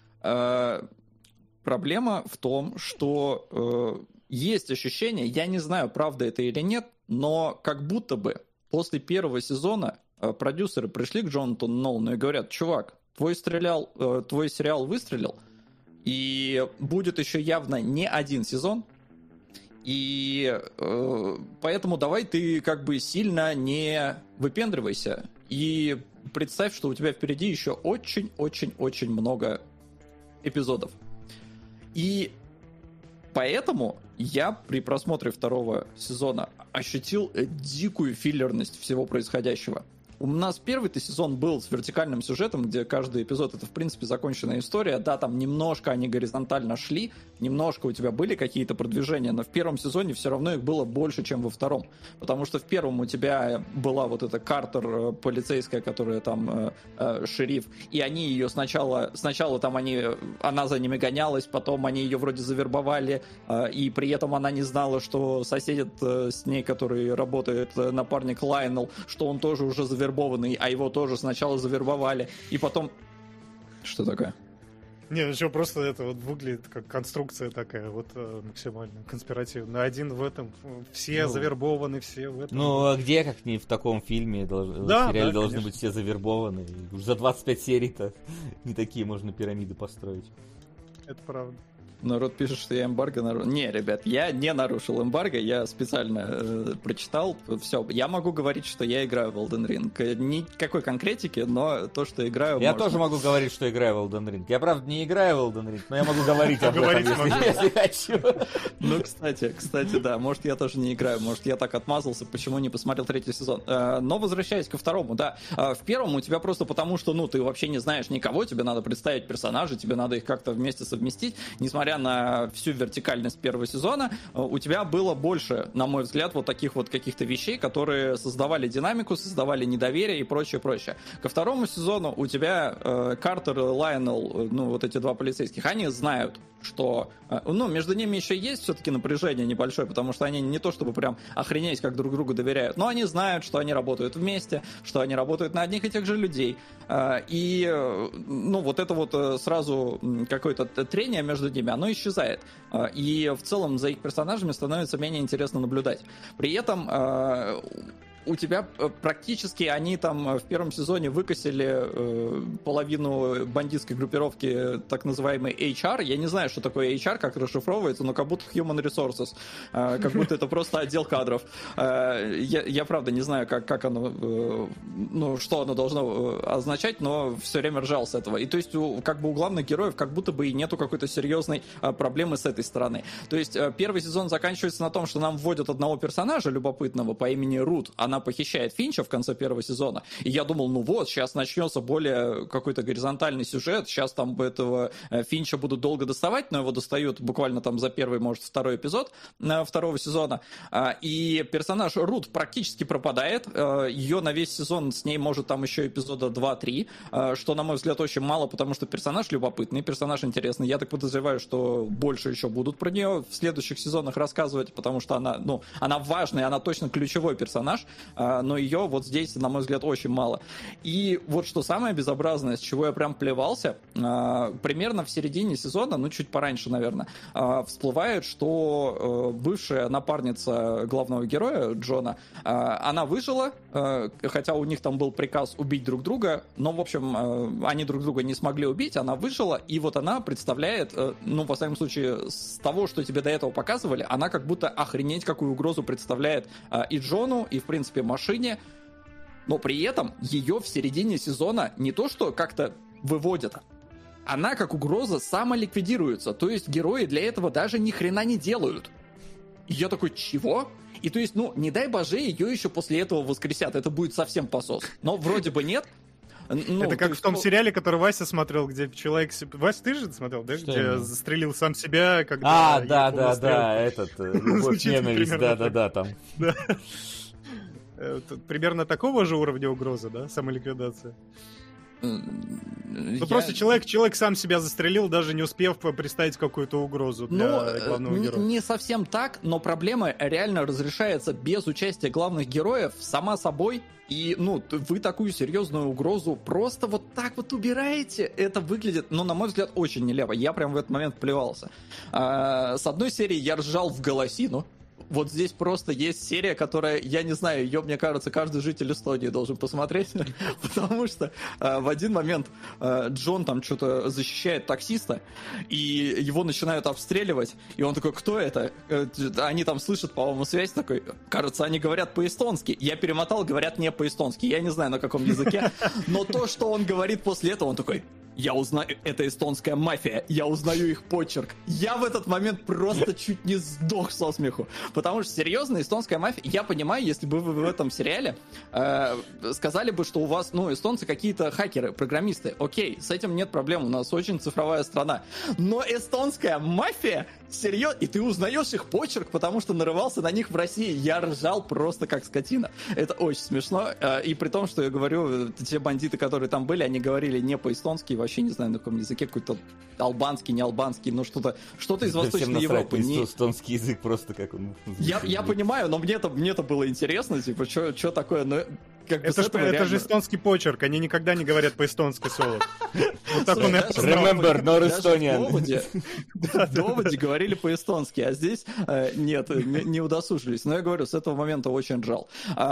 Проблема в том, что есть ощущение, я не знаю, правда это или нет, но как будто бы после 1 сезона продюсеры пришли к Джонатану Нолану и говорят: чувак, твой сериал выстрелил, и будет еще явно не 1 сезон, и поэтому давай ты как бы сильно не выпендривайся и представь, что у тебя впереди еще очень-очень-очень много эпизодов. И Поэтому я при просмотре второго сезона ощутил дикую филлерность всего происходящего. У нас первый-то сезон был с вертикальным сюжетом, где каждый эпизод — это, в принципе, законченная история. Да, там немножко они горизонтально шли, немножко у тебя были какие-то продвижения, но в первом сезоне все равно их было больше, чем во втором. Потому что в первом у тебя была вот эта Картер полицейская, которая там шериф, и они ее сначала там она за ними гонялась, потом они ее вроде завербовали, и при этом она не знала, что сосед с ней, который работает, напарник Лайонел, что он тоже уже завербованный, а его тоже сначала завербовали, и потом... Что такое? Не, ну что, просто это вот выглядит как конструкция такая, вот максимально конспиративная. Один в этом, все завербованы, все в этом. Ну, а где, как не в таком фильме, в сериале должны конечно быть все завербованы. Уже за 25 серий-то не такие можно пирамиды построить. Это правда. Народ пишет, что я эмбарго нарушил. Не, ребят, я не нарушил эмбарго, я специально прочитал. Все, я могу говорить, что я играю в Elden Ring. Никакой конкретики, но то, что играю, Я можно. тоже могу говорить, что играю в Elden Ring. Я, правда, не играю в Elden Ring, но я могу говорить об этом, если хочу. Ну, кстати, да, может, я тоже не играю, может, я так отмазался, почему не посмотрел третий сезон. Но возвращаясь ко второму, да. В первом у тебя просто потому, что, ты вообще не знаешь никого, тебе надо представить персонажей, тебе надо их как-то вместе совместить. Несмотря на всю вертикальность первого сезона, у тебя было больше, на мой взгляд, вот таких вот каких-то вещей, которые создавали динамику, создавали недоверие и прочее. Ко второму сезону у тебя Картер и Лайонел, вот эти два полицейских, они знают, что, между ними еще есть все-таки напряжение небольшое, потому что они не то чтобы прям охренеть, как друг другу доверяют, но они знают, что они работают вместе, что они работают на одних и тех же людей. И, вот это вот сразу какое-то трение между ними, оно исчезает. И в целом за их персонажами становится менее интересно наблюдать. При этом у тебя практически они там в первом сезоне выкосили половину бандитской группировки, так называемой HR. Я не знаю, что такое HR, как расшифровывается, но как будто Human Resources, как будто это просто отдел кадров. Я правда не знаю, как оно, что оно должно означать, но все время ржал с этого. И то есть у главных героев как будто бы и нету какой-то серьезной проблемы с этой стороны. То есть первый сезон заканчивается на том, что нам вводят одного персонажа любопытного по имени Рут. Она похищает Финча в конце первого сезона, и я думал, сейчас начнется более какой-то горизонтальный сюжет, сейчас там этого Финча будут долго доставать, но его достают буквально там за первый, может, второй эпизод второго сезона, и персонаж Рут практически пропадает, ее на весь сезон с ней может там еще эпизода 2-3, что, на мой взгляд, очень мало, потому что персонаж любопытный, персонаж интересный, я так подозреваю, что больше еще будут про нее в следующих сезонах рассказывать, потому что она важная, она точно ключевой персонаж, но ее вот здесь, на мой взгляд, очень мало. И вот что самое безобразное, с чего я прям плевался, примерно в середине сезона, чуть пораньше, наверное, всплывает, что бывшая напарница главного героя, Джона, она выжила, хотя у них там был приказ убить друг друга, но, в общем, они друг друга не смогли убить, она выжила, и вот она представляет, во всяком случае, с того, что тебе до этого показывали, она как будто охренеть какую угрозу представляет и Джону, и, в принципе, машине, но при этом ее в середине сезона не то что как-то выводят, она как угроза самоликвидируется, то есть герои для этого даже ни хрена не делают. И я такой, чего? И то есть, не дай боже, ее еще после этого воскресят, это будет совсем посос. Но вроде бы нет. Это как в том сериале, который Вася смотрел, где человек... Вася, ты же смотрел, да? Что где именно? застрелил сам себя, когда... Да, любовь, ненависть, да, там. Да. Примерно такого же уровня угрозы, да, самоликвидация? Просто человек сам себя застрелил, даже не успев представить какую-то угрозу для главного героя. Не совсем так, но проблема реально разрешается без участия главных героев сама собой. И, вы такую серьезную угрозу просто вот так вот убираете. Это выглядит, на мой взгляд, очень нелепо. Я прям в этот момент плевался. С одной серии я ржал в голосину. Вот здесь просто есть серия, которая, я не знаю, ее, мне кажется, каждый житель Эстонии должен посмотреть, потому что в один момент Джон там что-то защищает таксиста, и его начинают обстреливать, и он такой, кто это? Они там слышат, по-моему, связь такой, кажется, они говорят по-эстонски. Я перемотал, говорят не по-эстонски, я не знаю, на каком языке, но то, что он говорит после этого, он такой... я узнаю, это эстонская мафия, я узнаю их почерк. Я в этот момент просто чуть не сдох со смеху. Потому что, серьезно, эстонская мафия, я понимаю, если бы вы в этом сериале сказали бы, что у вас, эстонцы какие-то хакеры, программисты. Окей, с этим нет проблем, у нас очень цифровая страна. Но эстонская мафия, серьезно, и ты узнаешь их почерк, потому что нарывался на них в России. Я ржал просто как скотина. Это очень смешно. И при том, что я говорю, те бандиты, которые там были, они говорили не по-эстонски, вообще не знаю на каком языке, какой-то албанский, не албанский, но что-то из Восточной Европы. Эстонский язык просто как он... Я понимаю, но мне-то было интересно, типа, что такое, но... Это же эстонский почерк, они никогда не говорят по-эстонски, Солод. Remember, nor Estonian. В доводе говорили по-эстонски, а здесь нет, не удосужились. Но я говорю, с этого момента очень ржал.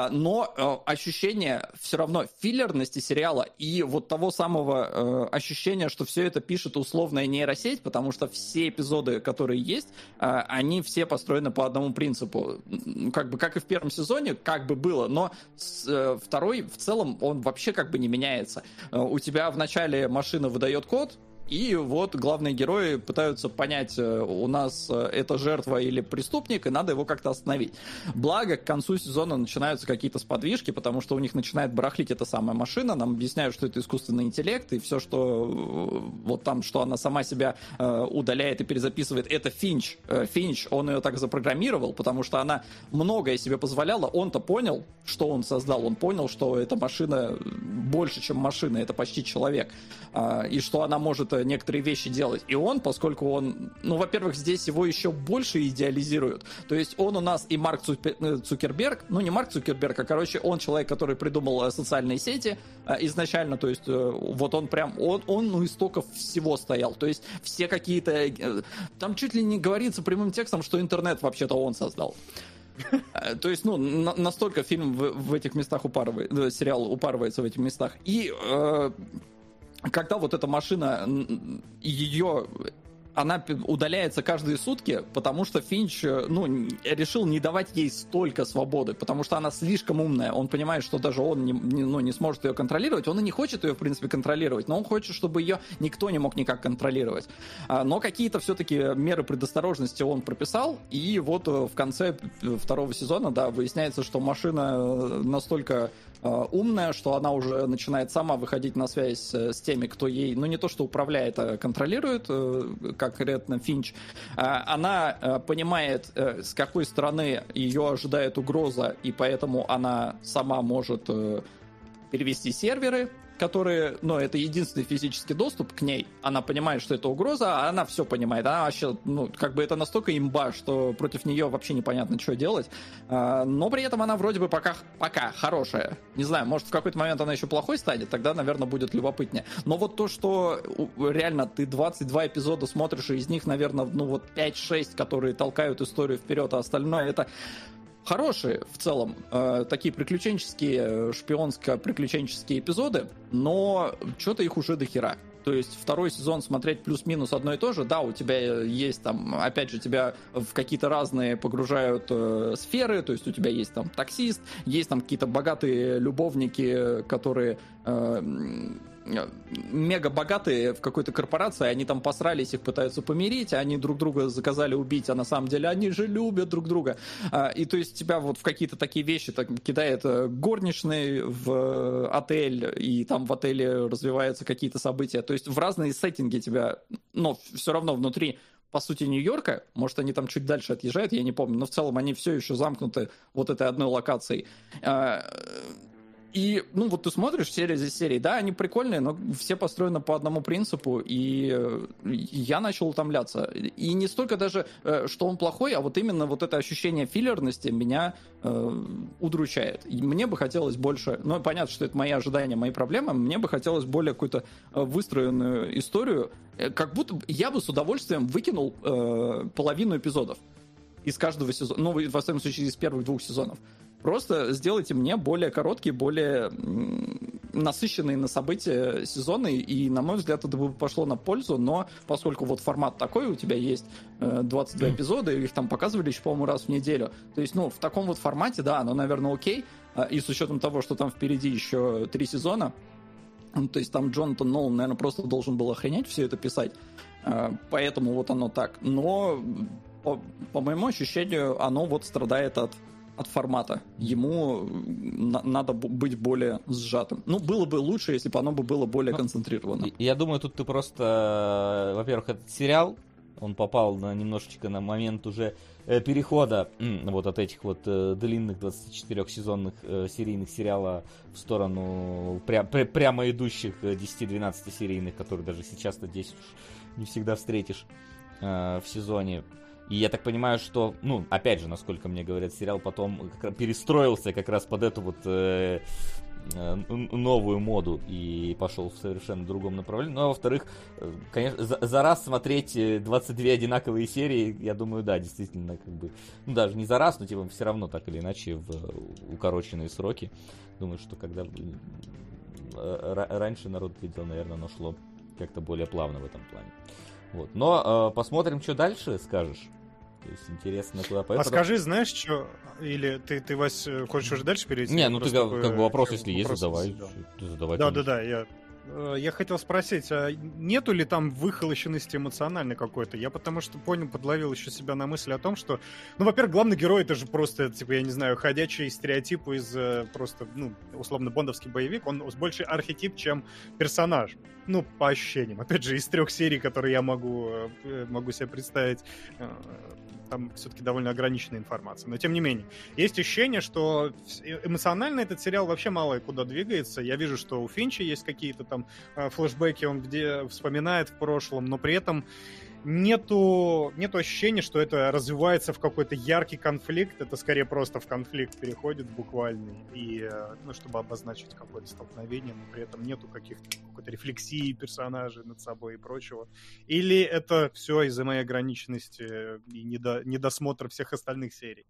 Но ощущение все равно филлерности сериала и вот того самого ощущения, что все это пишет условная нейросеть, потому что все эпизоды, которые есть, они все построены по одному принципу. Как бы как и в первом сезоне, как бы было, но второй, в целом, он вообще как бы не меняется. У тебя в начале машина выдает код, и вот главные герои пытаются понять, у нас это жертва или преступник, и надо его как-то остановить. Благо, к концу сезона начинаются какие-то сподвижки, потому что у них начинает барахлить эта самая машина, нам объясняют, что это искусственный интеллект, и все, что вот там, что она сама себя удаляет и перезаписывает, это Финч. Финч, он ее так запрограммировал, потому что она многое себе позволяла, он-то понял, что он создал, он понял, что эта машина больше, чем машина, это почти человек, и что она может некоторые вещи делать. И он, поскольку он, во-первых, здесь его еще больше идеализируют. То есть он у нас и Марк Цукерберг, не Марк Цукерберг, а, он человек, который придумал социальные сети изначально, то есть вот он прям, он у истоков всего стоял. То есть все какие-то, там чуть ли не говорится прямым текстом, что интернет вообще-то он создал. То есть, настолько фильм в этих местах сериал упарывается в этих местах. И когда вот эта машина, она удаляется каждые сутки, потому что Финч, решил не давать ей столько свободы, потому что она слишком умная. Он понимает, что даже он не сможет ее контролировать. Он и не хочет ее, в принципе, контролировать, но он хочет, чтобы ее никто не мог никак контролировать. Но какие-то все-таки меры предосторожности он прописал, и вот в конце второго сезона, выясняется, что машина настолько умная, что она уже начинает сама выходить на связь с теми, кто ей, не то что управляет, а контролирует, как конкретно Финч. Она понимает, с какой стороны ее ожидает угроза, и поэтому она сама может перевести серверы, которые, это единственный физический доступ к ней. Она понимает, что это угроза, а она все понимает. Она вообще, это настолько имба, что против нее вообще непонятно, что делать. Но при этом она вроде бы пока хорошая. Не знаю, может, в какой-то момент она еще плохой станет, тогда, наверное, будет любопытнее. Но вот то, что реально ты 22 эпизода смотришь, и из них, наверное, 5-6, которые толкают историю вперед, а остальное это хорошие в целом такие приключенческие, шпионско-приключенческие эпизоды, но что-то их уже дохера. То есть второй сезон смотреть плюс-минус одно и то же, у тебя есть там, опять же, тебя в какие-то разные погружают сферы, то есть у тебя есть там таксист, есть там какие-то богатые любовники, которые мега богатые в какой-то корпорации, они там посрались, их пытаются помирить, они друг друга заказали убить, а на самом деле они же любят друг друга. И то есть тебя вот в какие-то такие вещи так кидает горничный в отель, и там в отеле развиваются какие-то события. То есть в разные сеттинги тебя, но все равно внутри, по сути, Нью-Йорка, может, они там чуть дальше отъезжают, я не помню, но в целом они все еще замкнуты вот этой одной локацией. И, вот ты смотришь серию за серией, они прикольные, но все построены по одному принципу, и я начал утомляться. И не столько даже, что он плохой, а вот именно вот это ощущение филлерности меня удручает. И мне бы хотелось больше, понятно, что это мои ожидания, мои проблемы, мне бы хотелось более какую-то выстроенную историю, как будто я бы с удовольствием выкинул половину эпизодов из каждого сезона, во всяком случае, из первых 2 сезонов. Просто сделайте мне более короткие, более насыщенные на события сезоны, и, на мой взгляд, это бы пошло на пользу, но поскольку вот формат такой, у тебя есть 22 эпизода, их там показывали еще, по-моему, раз в неделю, то есть, в таком вот формате, оно, наверное, окей, и с учетом того, что там впереди еще 3 сезона, То есть там Джонатан Нолан, наверное, просто должен был охренеть все это писать. Поэтому вот оно так. Но, по моему ощущению, оно вот страдает от формата. Ему надо быть более сжатым. Ну, было бы лучше, если бы оно было более концентрировано. Я думаю, тут ты просто... Во-первых, этот сериал, он попал немножечко на момент уже перехода вот от этих вот длинных 24-сезонных серийных сериалов в сторону прямо идущих 10-12 серийных, которые даже сейчас-то 10 уж не всегда встретишь в сезоне. И я так понимаю, что, ну, опять же, насколько мне говорят, сериал потом перестроился как раз под эту вот новую моду и пошел в совершенно другом направлении. Ну, а во-вторых, конечно, за раз смотреть 22 одинаковые серии, я думаю, да, действительно, как бы, ну, даже не за раз, но, типа, все равно так или иначе в укороченные сроки. Думаю, что когда раньше народ видел, наверное, оно шло как-то более плавно в этом плане. Вот. Но посмотрим, что дальше скажешь. То есть интересно, куда поэтому... А скажи, знаешь, что... Или ты, Вась, хочешь уже дальше перейти? Не, ну ты как бы вопрос, если есть, задавай. Да, я хотел спросить, а нету ли там выхолощенности эмоциональной какой-то? Я потому что подловил еще себя на мысли о том, что, ну, во-первых, главный герой — это же просто, типа, я не знаю, ходячий стереотип из просто, ну, условно, бондовский боевик. Он больше архетип, чем персонаж. Ну, по ощущениям. Опять же, из 3 серий, которые я могу себе представить, там все-таки довольно ограниченная информация. Но тем не менее, есть ощущение, что эмоционально этот сериал вообще мало куда двигается. Я вижу, что у Финча есть какие-то там флешбеки, он где вспоминает в прошлом, но при этом нету ощущения, что это развивается в какой-то яркий конфликт. Это скорее просто в конфликт переходит буквально, и, ну, чтобы обозначить какое-то столкновение, но при этом нету какой-то рефлексии персонажей над собой и прочего. Или это все из-за моей ограниченности и недосмотра всех остальных серий?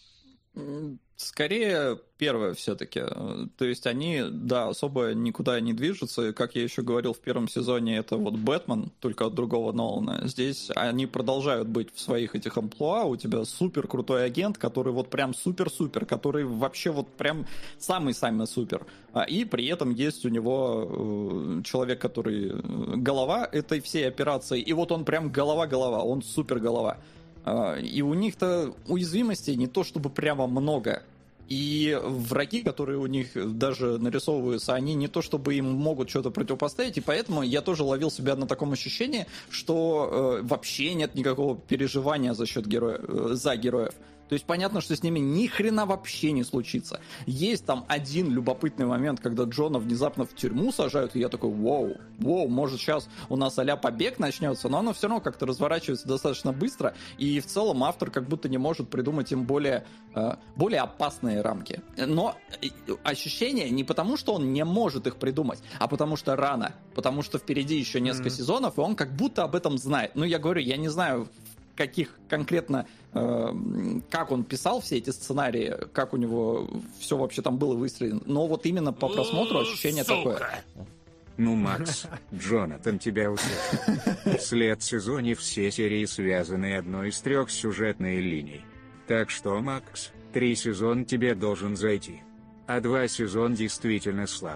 Скорее первое все-таки. То есть они, да, особо никуда не движутся. Как я еще говорил в первом сезоне, это вот Бэтмен, только от другого Нолана. Здесь они продолжают быть в своих этих амплуа. У тебя супер крутой агент, который вот прям супер-супер, который вообще вот прям самый-самый супер. И при этом есть у него человек, который голова этой всей операции. И вот он прям голова-голова, он супер голова. И у них-то уязвимостей не то чтобы прямо много. И враги, которые у них даже нарисовываются, они не то чтобы им могут что-то противопоставить. И поэтому я тоже ловил себя на таком ощущении, что вообще нет никакого переживания за героев. То есть понятно, что с ними ни хрена вообще не случится. Есть там один любопытный момент, когда Джона внезапно в тюрьму сажают, и я такой, вау, может сейчас у нас а-ля побег начнется, но оно все равно как-то разворачивается достаточно быстро, и в целом автор как будто не может придумать им более опасные рамки. Но ощущение не потому, что он не может их придумать, а потому что рано, потому что впереди еще несколько сезонов, и он как будто об этом знает. Ну, я говорю, я не знаю, каких конкретно, как он писал все эти сценарии, как у него все вообще там было выстроено, но вот именно по просмотру ощущение такое. Ну, Макс, Джонатан тебя услышал. Вслед в сезоне все серии связаны одной из 3 сюжетной линий. Так что, Макс, 3 сезона тебе должен зайти. А 2 сезона действительно слаб.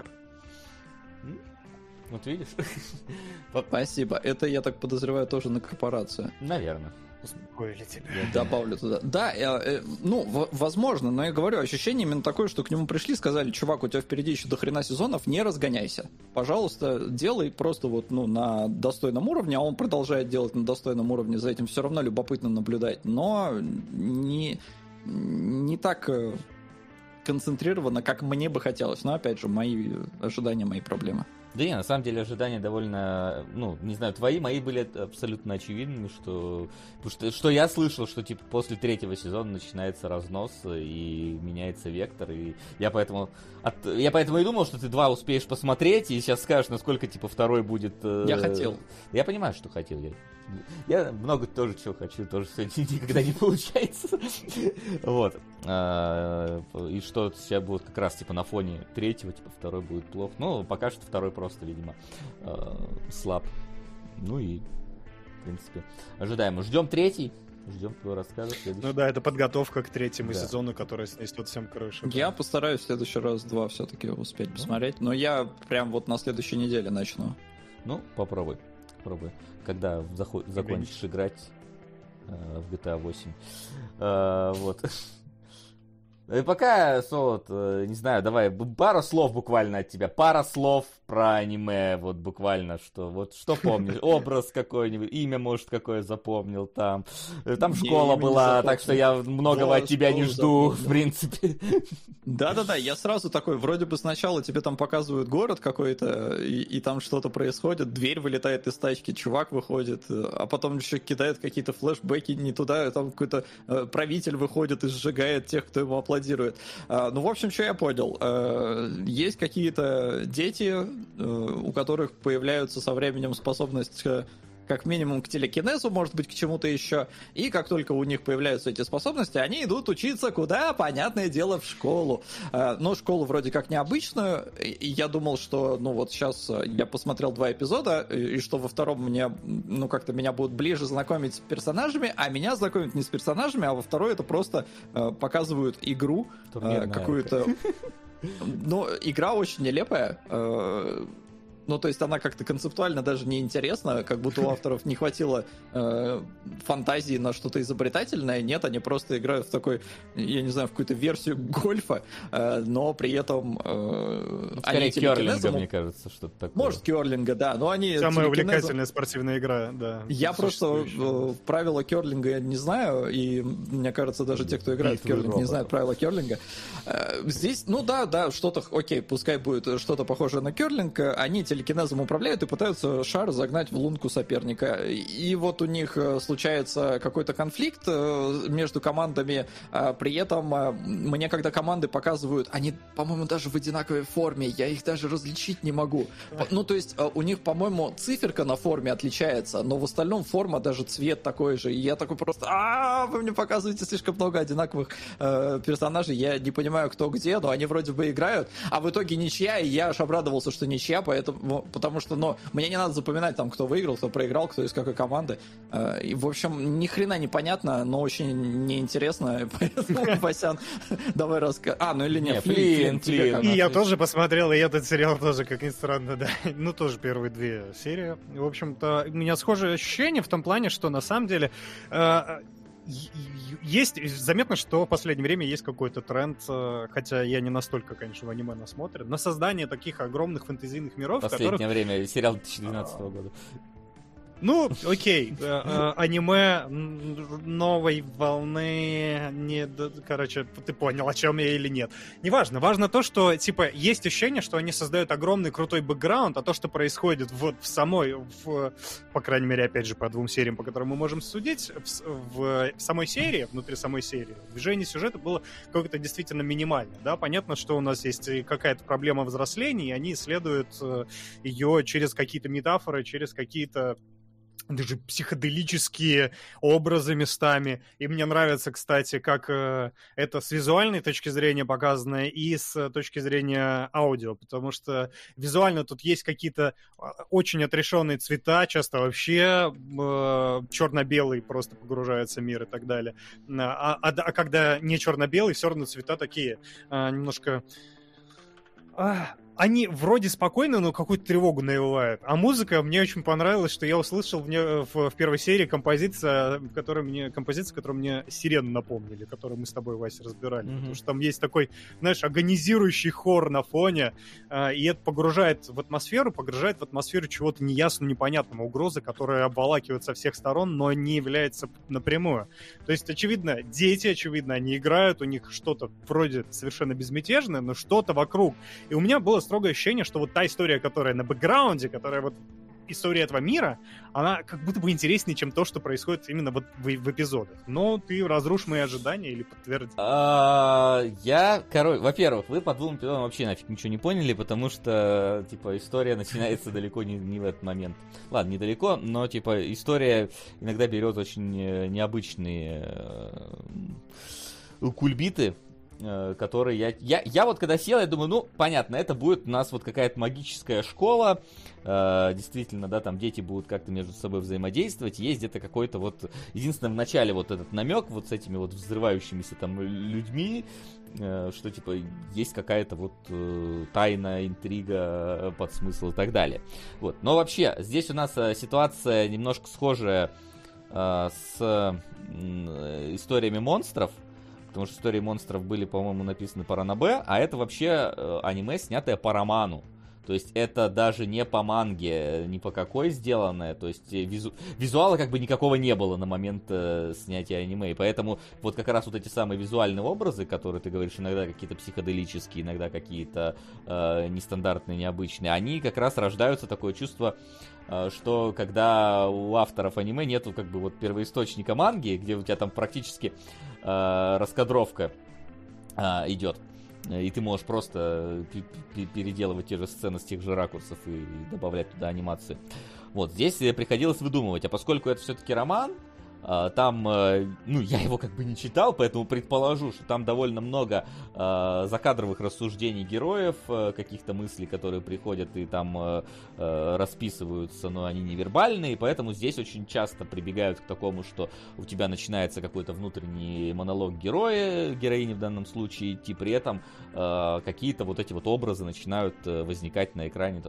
Вот видишь? Спасибо. Это, я так подозреваю, тоже на корпорацию. Наверное. Успокоили тебя. Добавлю туда. Да, возможно, но я говорю, ощущение именно такое, что к нему пришли, сказали, чувак, у тебя впереди еще до хрена сезонов, не разгоняйся. Пожалуйста, делай просто вот, на достойном уровне, а он продолжает делать на достойном уровне, за этим все равно любопытно наблюдать, но не так концентрированно, как мне бы хотелось. Но, опять же, мои ожидания, мои проблемы. Да не, на самом деле ожидания довольно, не знаю, мои были абсолютно очевидными, что я слышал, что типа после 3-го сезона начинается разнос и меняется вектор, и я поэтому и думал, что ты 2 успеешь посмотреть и сейчас скажешь, насколько типа 2-й будет. Я хотел. Я понимаю, что хотел. Я много тоже чего хочу, тоже все никогда не получается. Вот. И что сейчас будет как раз типа на фоне 3-го, типа 2-й будет плохо. Ну, пока что 2-й просто, видимо, слаб. Ну и, в принципе, ожидаемо. Ждем 3-й. Ждем твоего рассказа следующий. Ну да, это подготовка к третьему Да. сезону, который снесет всем крышу. Я постараюсь в следующий раз 2 все-таки успеть посмотреть, но я прям вот на следующей неделе начну. Ну, попробуй. Когда закончишь играть в GTA 8. Вот. И пока, Солод, не знаю, давай пару слов буквально от тебя. Пара слов про аниме, вот буквально, что помнишь? Образ какой-нибудь, имя, может, какое запомнил там. Там школа имя не была, запомнил. так что я многого Да, от тебя не школу жду, запомнил. в принципе. Да-да-да, я сразу такой, вроде бы сначала тебе там показывают город какой-то, и там что-то происходит, дверь вылетает из тачки, чувак выходит, а потом еще кидает какие-то флешбеки не туда, и там какой-то правитель выходит и сжигает тех, кто ему аплодирует. Ну, в общем, что я понял. Есть какие-то дети, у которых появляются со временем способность как минимум к телекинезу, может быть, к чему-то еще. И как только у них появляются эти способности, они идут учиться куда? Понятное дело, в школу. Но школу вроде как необычную. И я думал, что, ну вот сейчас я посмотрел 2 эпизода, и что во втором мне, ну как-то меня будут ближе знакомить с персонажами, а меня знакомят не с персонажами, а во второй это просто показывают игру Турнирная какую-то. Ну, игра очень нелепая. Ну, то есть она как-то концептуально даже не интересна, как будто у авторов не хватило фантазии на что-то изобретательное. Нет, они просто играют в такой, я не знаю, в какую-то версию гольфа, но при этом Скорее они керлинга, мне кажется, что-то такое. Может, керлинга, да, но они... Самая телекинезом- увлекательная спортивная игра, да. Я просто существующая. правила керлинга не знаю, и мне кажется, даже те, кто играет в Битвы керлинг, не роботов. знают правила керлинга. Здесь, ну да, что-то, окей, пускай будет что-то похожее на керлинг, они телекинезом управляют и пытаются шар загнать в лунку соперника. И вот у них случается какой-то конфликт между командами, при этом мне, когда команды показывают, они, по-моему, даже в одинаковой форме, я их даже различить не могу. Ну, то есть у них, по-моему, циферка на форме отличается, но в остальном форма, даже цвет такой же. И я такой просто, вы мне показываете слишком много одинаковых персонажей, я не понимаю, кто где, но они вроде бы играют, а в итоге ничья, и я аж обрадовался, что ничья, потому что, ну, мне не надо запоминать, там, кто выиграл, кто проиграл, кто из какой команды. И, в общем, ни хрена непонятно, но очень неинтересно, поэтому, Васян, давай расскажи. Ну или нет, Флинн, тебе как? И я тоже посмотрел, и этот сериал тоже, как ни странно, да. Ну, тоже первые 2 серии. В общем-то, у меня схожие ощущения в том плане, что на самом деле есть, заметно, что в последнее время есть какой-то тренд, хотя я не настолько, конечно, в аниме насмотрен, на создание таких огромных фэнтезийных миров, В последнее время сериал 2012 года. Ну, окей, аниме новой волны, короче, ты понял, о чем я или нет. Неважно, важно то, что, типа, есть ощущение, что они создают огромный крутой бэкграунд, а то, что происходит вот в самой, по крайней мере, опять же, по 2 сериям, по которым мы можем судить, в самой серии, внутри самой серии, движение сюжета было какое-то действительно минимальное, да, понятно, что у нас есть какая-то проблема взросления, и они исследуют ее через какие-то метафоры, через какие-то даже психоделические образы местами. И мне нравится, кстати, как это с визуальной точки зрения показано и с точки зрения аудио, потому что визуально тут есть какие-то очень отрешенные цвета, часто вообще черно-белый просто погружается мир и так далее. А когда не черно-белый, все равно цвета такие немножко... Они вроде спокойно, но какую-то тревогу навевают. А музыка, мне очень понравилось, что я услышал в первой серии композицию, которую мне «Сирену» напомнили, которую мы с тобой, Вася, разбирали. Потому что там есть такой, знаешь, агонизирующий хор на фоне, и это погружает в атмосферу чего-то неясного, непонятного, угрозы, которая обволакивает со всех сторон, но не является напрямую. То есть, очевидно, дети, они играют, у них что-то вроде совершенно безмятежное, но что-то вокруг. И у меня было строгое ощущение, что вот та история, которая на бэкграунде, которая вот история этого мира, она как будто бы интереснее, чем то, что происходит именно вот в эпизодах. Но ты разрушь мои ожидания или подтверди. Во-первых, вы по 2 эпизодам вообще нафиг ничего не поняли, потому что, типа, история начинается далеко не в этот момент. Ладно, недалеко, но, типа, история иногда берет очень необычные кульбиты. который я вот когда сел, я думаю, ну, понятно, это будет у нас вот какая-то магическая школа, действительно, да, там дети будут как-то между собой взаимодействовать, есть где-то какой-то вот, единственное, в начале вот этот намек вот с этими вот взрывающимися там людьми, что, типа, есть какая-то вот тайна, интрига, подсмысл и так далее. Вот. Но вообще, здесь у нас ситуация немножко схожая с историями монстров, потому что истории монстров были, по-моему, написаны по ранобэ, а это вообще аниме, снятое по роману. То есть это даже не по манге, ни по какой сделанное. То есть визуала как бы никакого не было на момент снятия аниме. И поэтому вот как раз вот эти самые визуальные образы, которые ты говоришь, иногда какие-то психоделические, иногда какие-то нестандартные, необычные, они как раз рождаются такое чувство, что когда у авторов аниме нету как бы вот первоисточника манги, где у тебя там практически раскадровка идет, и ты можешь просто переделывать те же сцены с тех же ракурсов и добавлять туда анимацию. Вот, здесь приходилось выдумывать, а поскольку это все-таки роман, там, ну, я его как бы не читал, поэтому предположу, что там довольно много закадровых рассуждений героев, каких-то мыслей, которые приходят и там расписываются, но они невербальные, поэтому здесь очень часто прибегают к такому, что у тебя начинается какой-то внутренний монолог героя, героини в данном случае, и при этом какие-то вот эти вот образы начинают возникать на экране,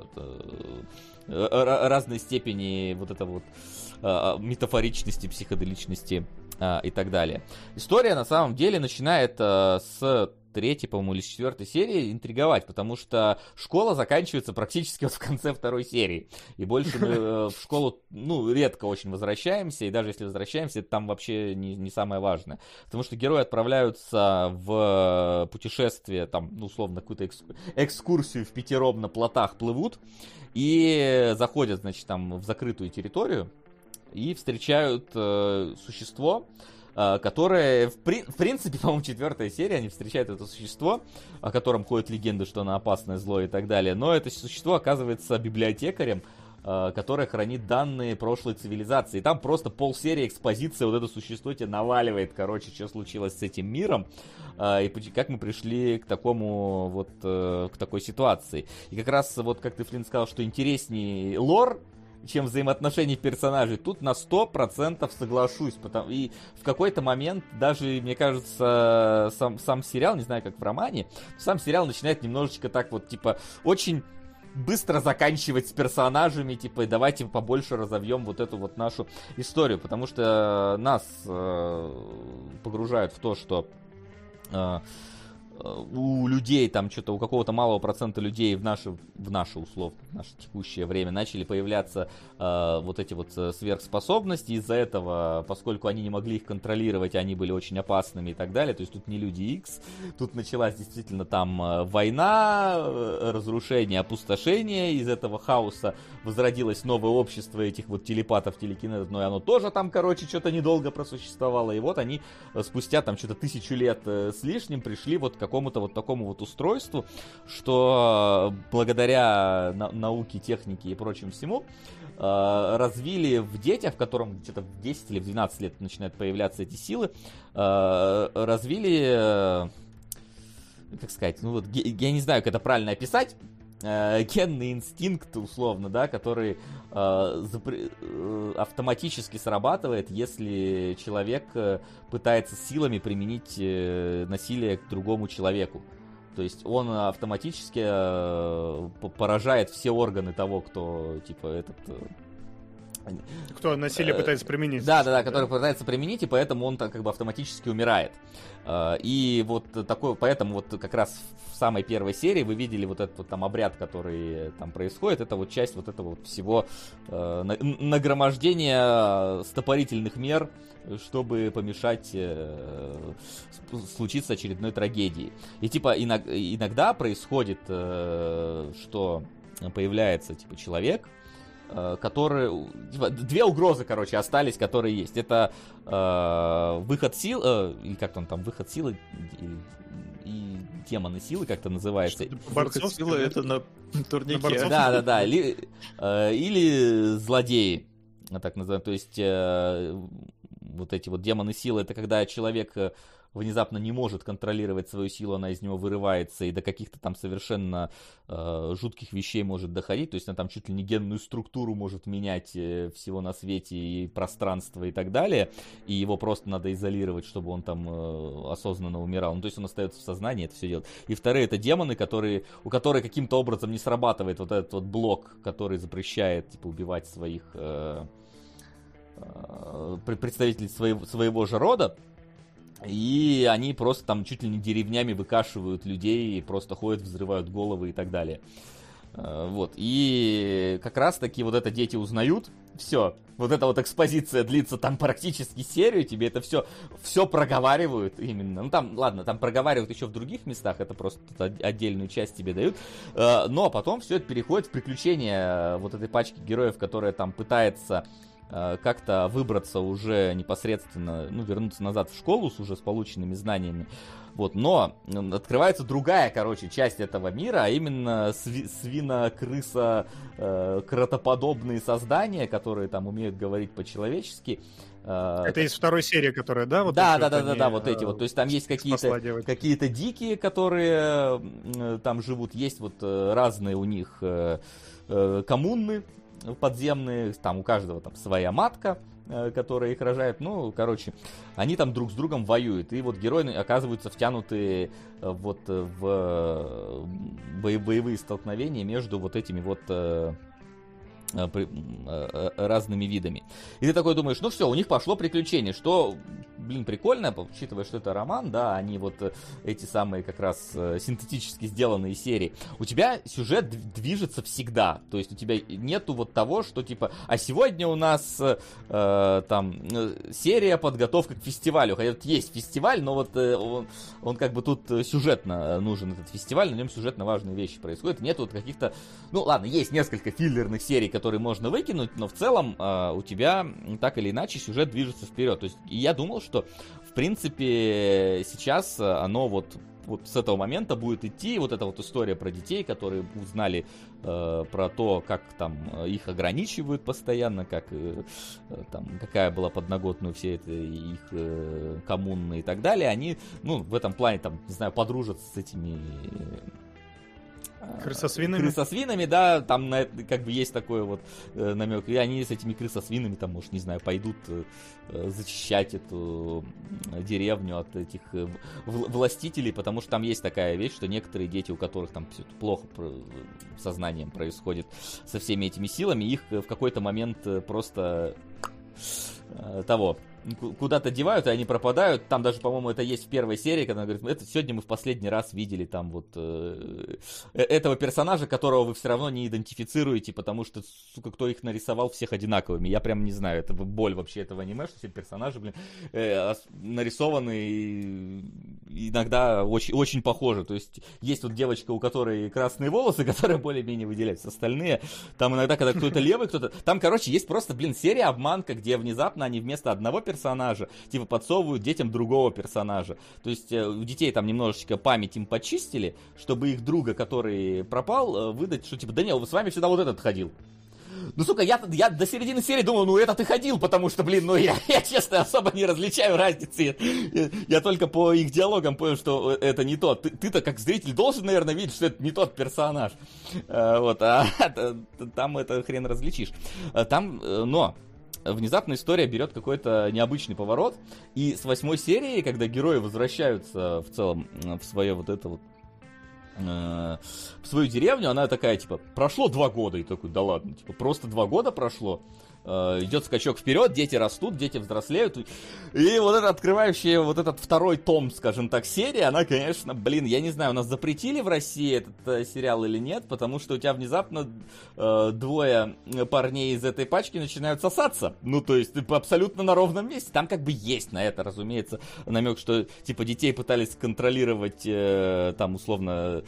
разной степени вот этого вот метафоричности, психоделичности и так далее. История на самом деле начинает с третьей, по-моему, или с четвертой серии интриговать, потому что школа заканчивается практически вот в конце второй серии. И больше мы в школу, ну, редко очень возвращаемся, и даже если возвращаемся, это там вообще не самое важное. Потому что герои отправляются в путешествие, там, ну, условно, какую-то экскурсию впятером на плотах плывут, и заходят, значит, там в закрытую территорию, и встречают существо, которое, в принципе, по-моему, четвертая серия, они встречают это существо, о котором ходят легенды, что оно опасное, злое и так далее, но это существо оказывается библиотекарем, которое хранит данные прошлой цивилизации. И там просто полсерии экспозиции вот это существо тебе наваливает, короче, что случилось с этим миром, и как мы пришли к такому вот, к такой ситуации. И как раз, вот как ты, Флинн, сказал, что интереснее лор, чем взаимоотношения персонажей, тут на 100% соглашусь. И в какой-то момент даже, мне кажется, сам сериал, не знаю, как в романе, сам сериал начинает немножечко так вот, типа, очень быстро заканчивать с персонажами, типа, и давайте побольше разовьем вот эту вот нашу историю, потому что нас погружают в то, что у людей, там, что-то у какого-то малого процента людей в наше условно, в наше текущее время начали появляться вот эти вот сверхспособности. Из-за этого, поскольку они не могли их контролировать, они были очень опасными и так далее. То есть тут не Люди Икс, тут началась действительно там война, разрушение, опустошение. Из этого хаоса возродилось новое общество этих вот телепатов, телекинезов, но и оно тоже там, короче, что-то недолго просуществовало. И вот они спустя там что-то 1000 лет с лишним пришли вот к какому-то вот такому вот устройству, что благодаря науке, технике и прочему всему развили в детях, в котором где-то в 10 или в 12 лет начинают появляться эти силы, развили, как сказать, ну вот, я не знаю, как это правильно описать, генный инстинкт, условно, да, который автоматически срабатывает, если человек пытается силами применить насилие к другому человеку. То есть он автоматически поражает все органы того, кто, типа, этот... Кто насилие пытается применить. Да, который пытается применить, и поэтому он как бы автоматически умирает. И вот такой, поэтому вот как раз в самой первой серии вы видели вот этот вот там обряд, который там происходит, это вот часть вот этого вот всего нагромождения стопорительных мер, чтобы помешать случиться очередной трагедии. И типа иногда происходит, что появляется типа человек, которые... Две угрозы, короче, остались, которые есть. Это выход сил, или как там, выход силы и демоны силы, как-то называется. Выход силы — это на турнике. Да. Или злодеи, так называем. То есть вот эти вот демоны силы, это когда человек внезапно не может контролировать свою силу, она из него вырывается и до каких-то там совершенно жутких вещей может доходить, то есть она там чуть ли не генную структуру может менять всего на свете и пространство и так далее, и его просто надо изолировать, чтобы он там осознанно умирал, ну то есть он остается в сознании, это все делает. И вторые это демоны, у которых каким-то образом не срабатывает вот этот вот блок, который запрещает типа убивать своих представителей своего же рода. И они просто там чуть ли не деревнями выкашивают людей, просто ходят, взрывают головы и так далее. Вот. И как раз таки вот это дети узнают. Все. Вот эта вот экспозиция длится там практически серию. Тебе это все проговаривают именно. Ну там, ладно, там проговаривают еще в других местах. Это просто отдельную часть тебе дают. Но потом все это переходит в приключения вот этой пачки героев, которая там пытается как-то выбраться уже непосредственно, ну, вернуться назад в школу с уже с полученными знаниями. Вот, но открывается другая, короче, часть этого мира, а именно свино-крыса, кротоподобные создания, которые там умеют говорить по-человечески. Это из второй серии, которая, да? Вот да, вот эти вот. То есть там есть какие-то дикие, которые там живут, есть вот разные у них коммуны подземные, там у каждого там своя матка, которая их рожает. Ну, короче, они там друг с другом воюют. И вот герои оказываются втянуты вот в боевые столкновения между вот этими вот разными видами. И ты такой думаешь, ну все, у них пошло приключение, что, блин, прикольно, учитывая, что это роман, да, они вот эти самые как раз синтетически сделанные серии. У тебя сюжет движется всегда, то есть у тебя нету вот того, что типа, а сегодня у нас там серия подготовка к фестивалю, хотя вот есть фестиваль, но вот он как бы тут сюжетно нужен, этот фестиваль, на нем сюжетно важные вещи происходят, нету вот каких-то, ну ладно, есть несколько филлерных серий, которые можно выкинуть, но в целом у тебя так или иначе сюжет движется вперед. То есть я думал, что в принципе сейчас оно вот с этого момента будет идти, вот эта вот история про детей, которые узнали про то, как там их ограничивают постоянно, как там какая была подноготная все это их коммуны и так далее, они, ну, в этом плане там, не знаю, подружатся с этими крысосвинами, да, там как бы есть такой вот намек, и они с этими крысосвинами там, может, не знаю, пойдут зачищать эту деревню от этих властителей, потому что там есть такая вещь, что некоторые дети, у которых там все плохо сознанием происходит со всеми этими силами, их в какой-то момент просто куда-то девают, и они пропадают. Там даже, по-моему, это есть в первой серии, когда она говорит, это сегодня мы в последний раз видели там вот этого персонажа, которого вы все равно не идентифицируете, потому что, сука, кто их нарисовал всех одинаковыми. Я прям не знаю, это боль вообще этого аниме, что все персонажи, блин, нарисованы иногда очень, очень похожи. То есть есть вот девочка, у которой красные волосы, которая более-менее выделяется. Остальные, там иногда, когда кто-то левый, кто-то... Там, короче, есть просто, блин, серия обманка, где внезапно они вместо одного персонажа, типа, подсовывают детям другого персонажа. То есть у детей там немножечко память им почистили, чтобы их друга, который пропал, выдать, что типа, да не, с вами всегда вот этот ходил. Ну, сука, я до середины серии думал, ну, этот и ходил, потому что, блин, ну, я честно, особо не различаю разницы. Я только по их диалогам понял, что это не тот. Ты-то, как зритель, должен, наверное, видеть, что это не тот персонаж. Вот, а там это хрен различишь. Но внезапно история берет какой-то необычный поворот, и с 8 серии, когда герои возвращаются в целом в свое вот это вот в свою деревню, она такая, типа, прошло 2 года, и такой, да ладно, типа, просто 2 года прошло, идет скачок вперед, дети растут, дети взрослеют, и вот это открывающая вот этот второй том, скажем так, серия, она, конечно, блин, я не знаю, у нас запретили в России этот сериал или нет, потому что у тебя внезапно 2 парней из этой пачки начинают сосаться, ну, то есть, абсолютно на ровном месте, там как бы есть на это, разумеется, намек, что, типа, детей пытались контролировать, там, условно,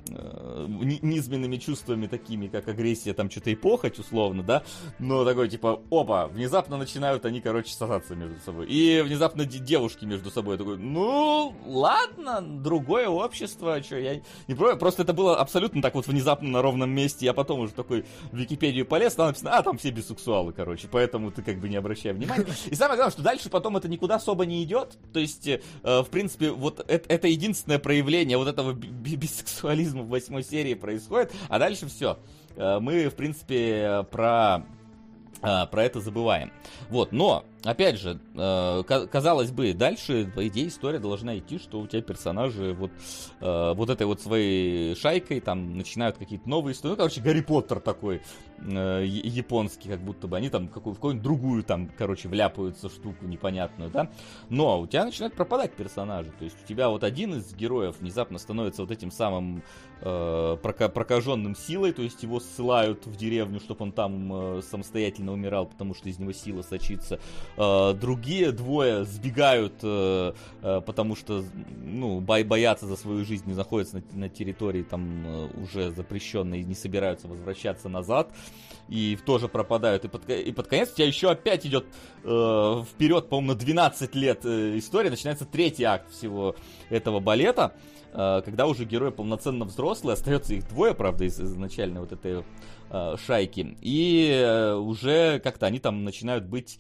низменными чувствами, такими как агрессия, там что-то и похоть, условно, да, но такой, типа, опа, внезапно начинают они, короче, сосаться между собой, и внезапно девушки между собой, такой, ну, ладно, другое общество, что, я не против, просто это было абсолютно так вот внезапно на ровном месте, я потом уже такой в Википедию полез, там написано, там все бисексуалы, короче, поэтому ты как бы не обращай внимания, и самое главное, что дальше потом это никуда особо не идет, то есть, в принципе, вот это единственное проявление вот этого бисексуализма в 8 серии происходит, а дальше все. Мы, в принципе, про это забываем. Вот, но, опять же, казалось бы, дальше, по идее, история должна идти, что у тебя персонажи вот этой вот своей шайкой там начинают какие-то новые истории. Ну, короче, Гарри Поттер такой японский, как будто бы они там в какую-нибудь другую там, короче, вляпаются штуку непонятную, да. Но у тебя начинают пропадать персонажи. То есть у тебя вот один из героев внезапно становится вот этим самым прокаженным силой, то есть его ссылают в деревню, чтобы он там самостоятельно умирал, потому что из него сила сочится. Другие двое сбегают, потому что, ну, боятся за свою жизнь, не находятся на территории там уже запрещенной, не собираются возвращаться назад. И тоже пропадают. И под конец у тебя еще опять идет вперед, по-моему, на 12 лет история. Начинается третий акт всего этого балета, когда уже герои полноценно взрослые. Остается их двое, правда, из изначальной вот этой шайки. И уже как-то они там начинают быть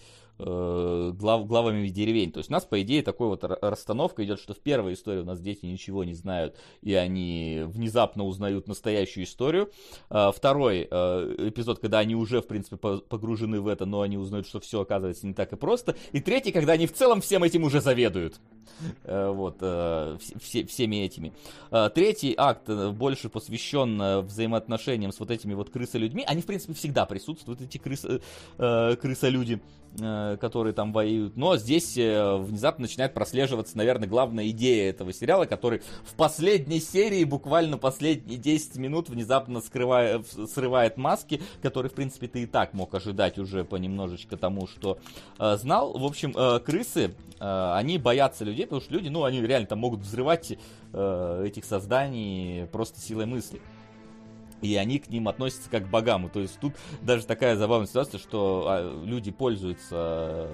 главами деревень. То есть у нас, по идее, такой вот расстановка идет, что в первой истории у нас дети ничего не знают, и они внезапно узнают настоящую историю. Второй эпизод, когда они уже, в принципе, погружены в это, но они узнают, что все оказывается не так и просто. И третий, когда они в целом всем этим уже заведуют. Вот, всеми этими. Третий акт больше посвящен взаимоотношениям с вот этими вот крысолюдьми. Они, в принципе, всегда присутствуют, эти крысолюди, которые там воюют. Но здесь внезапно начинает прослеживаться, наверное, главная идея этого сериала, который в последней серии, буквально последние 10 минут, внезапно срывает маски, которые, в принципе, ты и так мог ожидать уже понемножечко тому, что знал. В общем, крысы, они боятся людей, потому что люди, ну, они реально там могут взрывать этих созданий просто силой мысли. И они к ним относятся как к богам. То есть тут даже такая забавная ситуация, что люди пользуются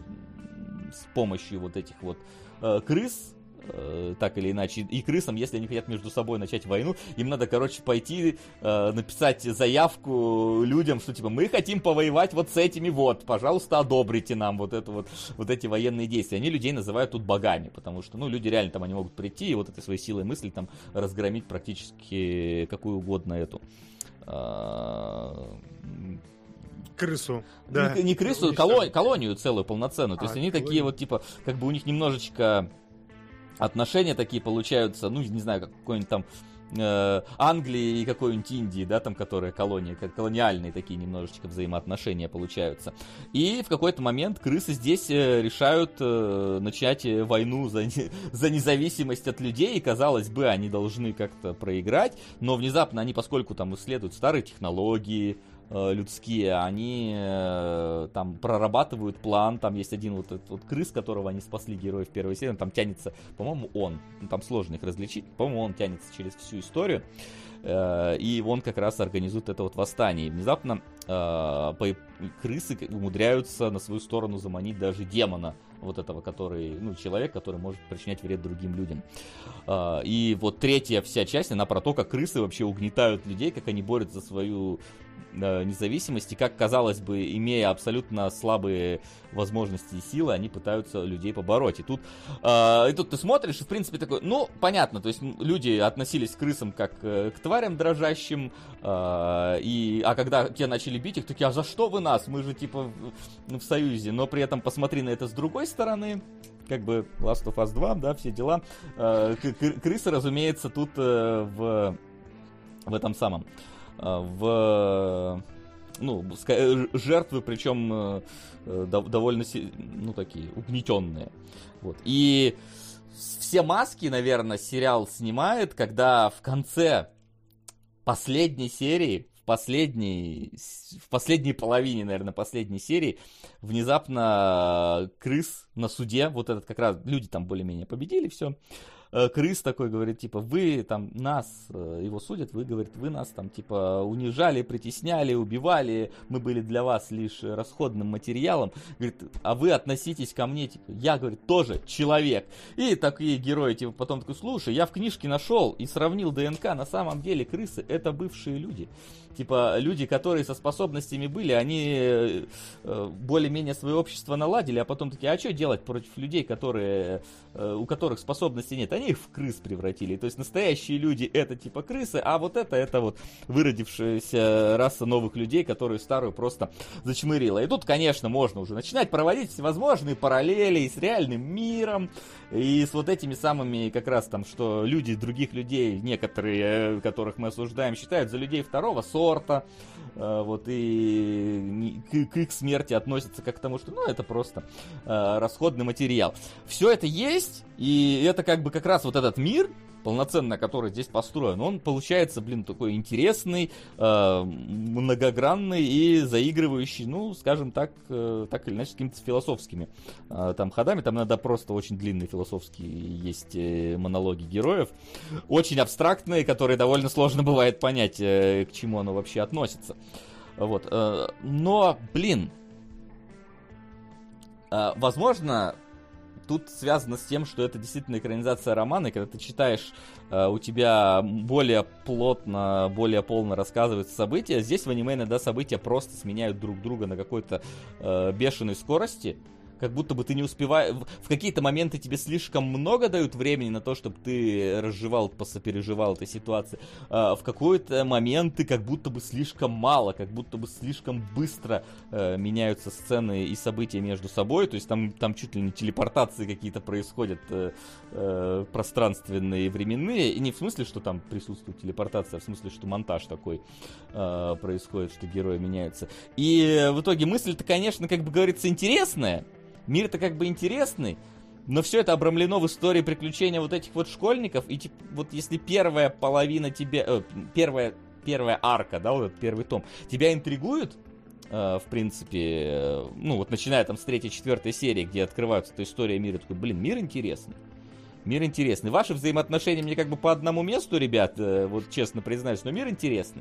с помощью вот этих вот крыс, так или иначе. И крысам, если они хотят между собой начать войну, им надо, короче, пойти написать заявку людям, что типа мы хотим повоевать вот с этими вот, пожалуйста, одобрите нам вот эти военные действия. Они людей называют тут богами, потому что, ну, люди реально там, они могут прийти и вот этой своей силой мысли там разгромить практически какую угодно эту крысу. Да. Не крысу, колонию целую полноценную. То есть они такие вот, типа, как бы у них немножечко отношения такие получаются, ну, не знаю, как какой-нибудь там Англии и какой-нибудь Индии, да, там, которая колония, как колониальные такие немножечко взаимоотношения получаются. И в какой-то момент крысы здесь решают начать войну за независимость от людей, и, казалось бы, они должны как-то проиграть, но внезапно они, поскольку там исследуют старые технологии, людские, они там прорабатывают план, там есть один вот этот вот крыс, которого они спасли, героев первой серии, там тянется, по-моему, он, там сложно их различить, по-моему, он тянется через всю историю, и он как раз организует это вот восстание, и внезапно крысы умудряются на свою сторону заманить даже демона, вот этого, который, ну, человек, который может причинять вред другим людям. И вот третья вся часть, она про то, как крысы вообще угнетают людей, как они борются за свою независимость, и как, казалось бы, имея абсолютно слабые возможности и силы, они пытаются людей побороть. И тут ты смотришь, и в принципе такой, ну, понятно, то есть люди относились к крысам как к тварям дрожащим, а когда те начали бить их, такие, а за что вы нас? Мы же типа в союзе, но при этом посмотри на это с другой стороны, как бы Last of Us 2, да, все дела. Крысы, разумеется, тут в этом самом, жертвы, причем довольно, ну, такие угнетенные. Вот. И все маски, наверное, сериал снимает, когда в конце последней серии, в последней половине, наверное, последней серии, внезапно крыс на суде, вот этот как раз, люди там более-менее победили, все, крыс такой, говорит, типа, вы там нас, его судят, вы, говорит, вы нас там, типа, унижали, притесняли, убивали, мы были для вас лишь расходным материалом, говорит, а вы относитесь ко мне, типа, я, говорит, тоже человек. И такие герои, типа, потом такой, слушай, я в книжке нашел и сравнил ДНК, на самом деле крысы это бывшие люди. Типа, люди, которые со способностями были, они более-менее свое общество наладили, а потом такие, а что делать против людей, у которых способностей нет? Они их в крыс превратили. То есть настоящие люди это типа крысы, а вот это вот выродившаяся раса новых людей, которую старую просто зачмырила. И тут, конечно, можно уже начинать проводить всевозможные параллели и с реальным миром, и с вот этими самыми как раз там, что люди других людей, некоторые, которых мы осуждаем, считают за людей второго сорта, вот, и к их смерти относятся как к тому, что, ну, это просто расходный материал. Все это есть, и это как бы как раз вот этот мир, полноценно, который здесь построен, он получается, такой интересный, многогранный и заигрывающий, ну, скажем так, так или иначе, с какими-то философскими там ходами. Там иногда просто очень длинные философские есть монологи героев, очень абстрактные, которые довольно сложно бывает понять, к чему оно вообще относится. Вот. Но, возможно, тут связано с тем, что это действительно экранизация романа, и когда ты читаешь, у тебя более плотно, более полно рассказываются события. Здесь в аниме иногда события просто сменяют друг друга на какой-то бешеной скорости. Как будто бы ты не успеваешь... В какие-то моменты тебе слишком много дают времени на то, чтобы ты сопереживал этой ситуации. В какой-то момент ты как будто бы слишком мало, как будто бы слишком быстро меняются сцены и события между собой. То есть там чуть ли не телепортации какие-то происходят пространственные и временные. И не в смысле, что там присутствует телепортация, а в смысле, что монтаж такой происходит, что герои меняются. И в итоге мысль-то, конечно, как бы говорится, интересная. Мир-то как бы интересный, но все это обрамлено в истории приключения вот этих вот школьников. И типа, вот если первая половина тебя... Первая арка, да, вот этот первый том, тебя интригует, в принципе, ну вот начиная там с 3-4 серии, где открываются эта история мира, такой, мир интересный. Мир интересный. Ваши взаимоотношения мне как бы по одному месту, ребят, вот честно признаюсь, но мир интересный.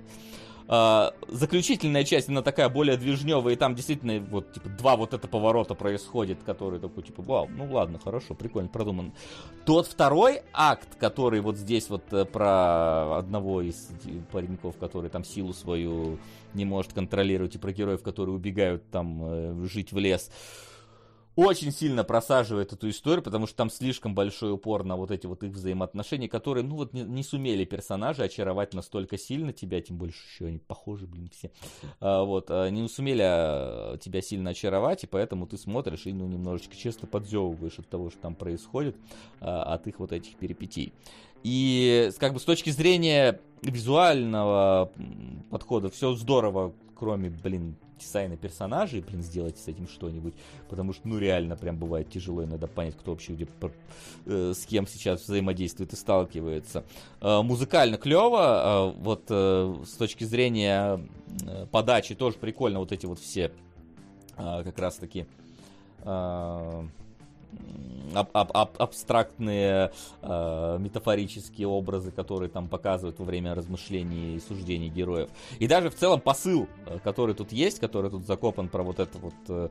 Заключительная часть, она такая более движневая, и там действительно вот типа 2 вот это поворота происходит, который такой типа, вау, ну ладно, хорошо, прикольно, продуман. Тот второй акт, который вот здесь вот про одного из пареньков, который там силу свою не может контролировать, и про героев, которые убегают там жить в лес, очень сильно просаживает эту историю, потому что там слишком большой упор на вот эти вот их взаимоотношения, которые, ну вот, не сумели персонажи очаровать настолько сильно тебя, тем больше еще они похожи, все. Вот, не сумели тебя сильно очаровать, и поэтому ты смотришь и, ну, немножечко честно подзевываешь от того, что там происходит, от их вот этих перипетий. И, как бы, с точки зрения визуального подхода все здорово, кроме, дизайна персонажей, сделайте с этим что-нибудь, потому что, ну, реально, прям бывает тяжело иногда понять, кто вообще с кем сейчас взаимодействует и сталкивается. Музыкально клево, вот с точки зрения подачи тоже прикольно, вот эти вот все как раз-таки абстрактные метафорические образы, которые там показывают во время размышлений и суждений героев. И даже в целом посыл, который тут есть, который тут закопан про вот это вот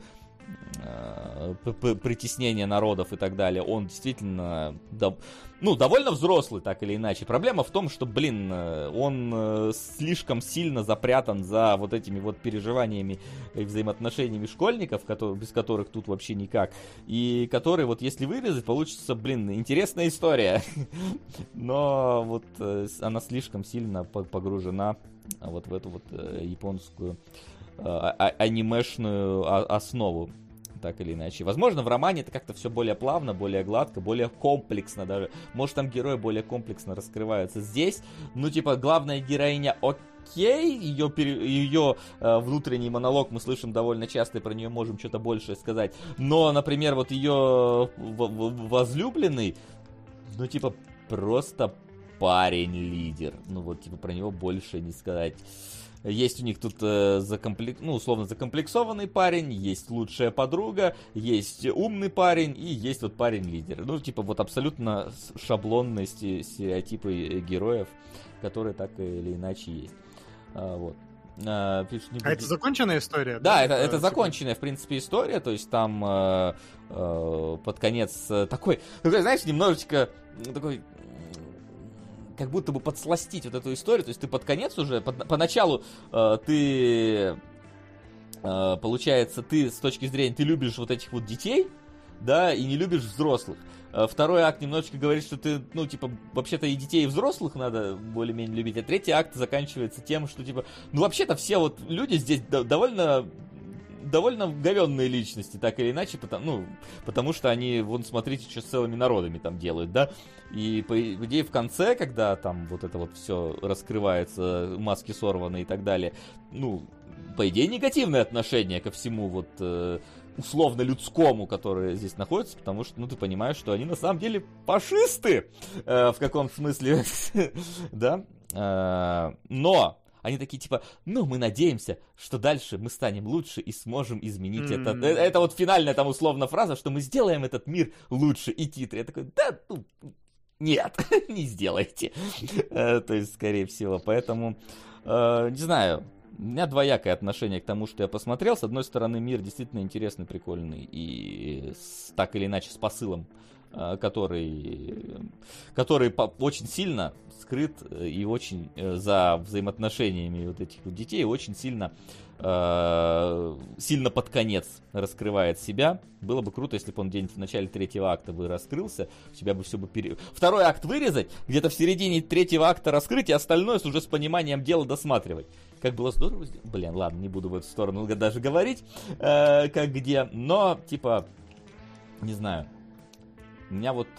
притеснение народов и так далее, он действительно довольно взрослый, так или иначе. Проблема в том, что, он слишком сильно запрятан за вот этими вот переживаниями и взаимоотношениями школьников, без которых тут вообще никак, и которые вот если вырезать, получится, интересная история. Но вот она слишком сильно погружена вот в эту вот японскую анимешную основу, так или иначе. Возможно, в романе это как-то все более плавно, более гладко, более комплексно даже. Может, там герои более комплексно раскрываются. Здесь, главная героиня окей, ее внутренний монолог мы слышим довольно часто, и про нее можем что-то большее сказать. Но, например, вот ее возлюбленный, просто парень-лидер. Ну вот, типа, про него больше не сказать. Есть у них тут условно закомплексованный парень, есть лучшая подруга, есть умный парень и есть вот парень-лидер. Ну, типа, вот абсолютно шаблонные стереотипы героев, которые так или иначе есть. Вот. Пишут, это законченная история? Да, это законченная, в принципе, история. То есть там под конец такой, знаешь, немножечко такой... как будто бы подсластить вот эту историю, то есть ты под конец уже, поначалу ты, получается, ты с точки зрения, ты любишь вот этих вот детей, да, и не любишь взрослых. Второй акт немножечко говорит, что ты, ну, типа, вообще-то и детей, и взрослых надо более-менее любить, а третий акт заканчивается тем, что, типа, ну, вообще-то все вот люди здесь довольно говенные личности, так или иначе, потому что они, вон, смотрите, что с целыми народами там делают, да, и, по идее, в конце, когда там вот это вот все раскрывается, маски сорваны и так далее, ну, по идее, негативное отношение ко всему вот условно-людскому, которое здесь находится, потому что, ну, ты понимаешь, что они на самом деле фашисты в каком-то смысле, да, но... Они такие, типа, ну, мы надеемся, что дальше мы станем лучше и сможем изменить это. Это вот финальная там условно фраза, что мы сделаем этот мир лучше, и титры. Я такой, да, ну, нет, не сделайте. То есть, скорее всего, поэтому, не знаю, у меня двоякое отношение к тому, что я посмотрел. С одной стороны, мир действительно интересный, прикольный, и так или иначе с посылом, который очень сильно скрыт и очень за взаимоотношениями вот этих вот детей очень сильно под конец раскрывает себя. Было бы круто, если бы он где-нибудь в начале третьего акта бы раскрылся, у тебя бы все бы второй акт вырезать, где-то в середине третьего акта раскрыть, и остальное уже с пониманием дела досматривать. Как было здорово сделано. Блин, ладно, не буду в эту сторону даже говорить, как где, но, типа, не знаю. У меня вот...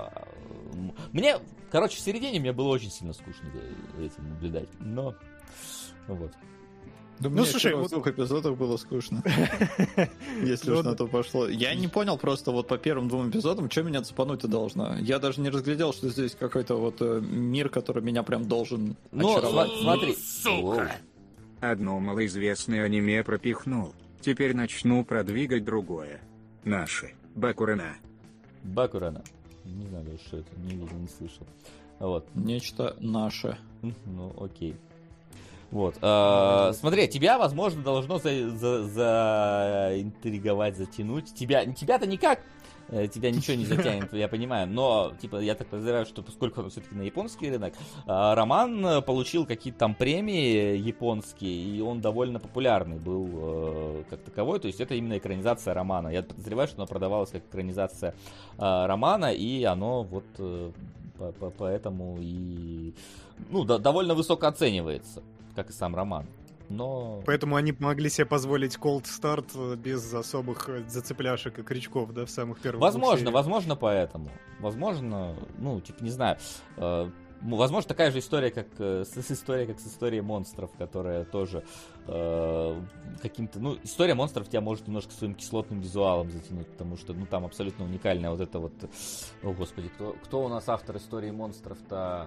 короче, в середине мне было очень сильно скучно этим наблюдать. Но... Вот. Да мне слушай, в 2 эпизодах было скучно. Если уж на то пошло. Я не понял просто вот по первым 2 эпизодам, что меня цепануть-то должно. Я даже не разглядел, что здесь какой-то вот мир, который меня прям должен очаровать. Ну, смотри. Сука! Одно малоизвестное аниме пропихнул. Теперь начну продвигать другое. Наши. Бакурена. Не знаю даже, что это, не видел, не слышал. Вот. Нечто наше. Ну, окей. Вот. Смотри, тебя, возможно, должно заинтриговать, затянуть. Тебя-то никак. Тебя ничего не затянет, я понимаю. Но, типа, я так подозреваю, что поскольку он все-таки на японский рынок, роман получил какие-то там премии японские, и он довольно популярный был как таковой. То есть это именно экранизация романа. Я подозреваю, что оно продавалось как экранизация романа, и оно вот поэтому и довольно высоко оценивается, как и сам роман. Но... Поэтому они могли себе позволить cold start без особых зацепляшек и крючков, да, в самых первых Возможно, поэтому. Возможно, не знаю. Возможно, такая же история, как с историей монстров, которая тоже каким-то... история монстров тебя может немножко своим кислотным визуалом затянуть, потому что, там абсолютно уникальная вот эта вот... О, господи, кто у нас автор истории монстров-то...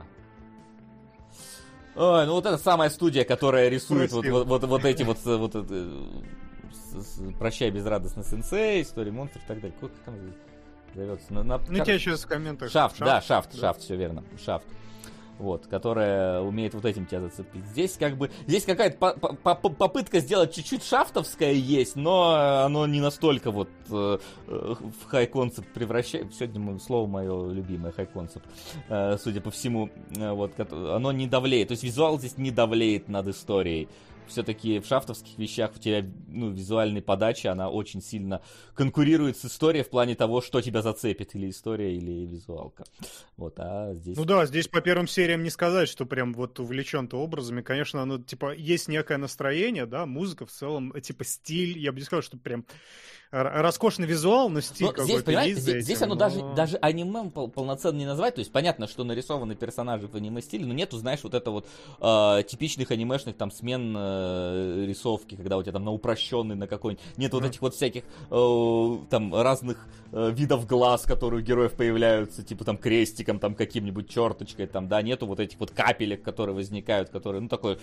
Ой, вот это самая студия, которая рисует вот эти вот «Прощай, безрадостный сенсей», «История монстров» и так далее. Как она зовется? Тебя сейчас в комментах. Шафт, все верно, Шафт. Вот, которая умеет вот этим тебя зацепить. Здесь какая-то попытка сделать чуть-чуть шафтовская есть, но оно не настолько вот в хай-концепт превращает. Сегодня слово мое любимое, хай-концепт, судя по всему. Вот, оно не давлеет, то есть визуал здесь не давлеет над историей. Все-таки в шафтовских вещах у тебя, визуальной подачи, она очень сильно конкурирует с историей в плане того, что тебя зацепит, или история, или визуалка. Вот, а здесь... Здесь по первым сериям не сказать, что прям вот увлечен-то образами. Конечно, оно, есть некое настроение, да, музыка в целом, стиль, я бы не сказал, что прям роскошный визуал, но стиль какой-то есть за этим. Здесь оно даже аниме полноценно не назвать. То есть понятно, что нарисованы персонажи в аниме-стиле, но нету, знаешь, вот это вот типичных анимешных там смен рисовки, когда у тебя там на упрощенный, на какой-нибудь... Нет вот этих вот всяких там разных видов глаз, которые у героев появляются, типа там крестиком, там каким-нибудь черточкой, там, да, нету вот этих вот капелек, которые возникают, которые, ну, такое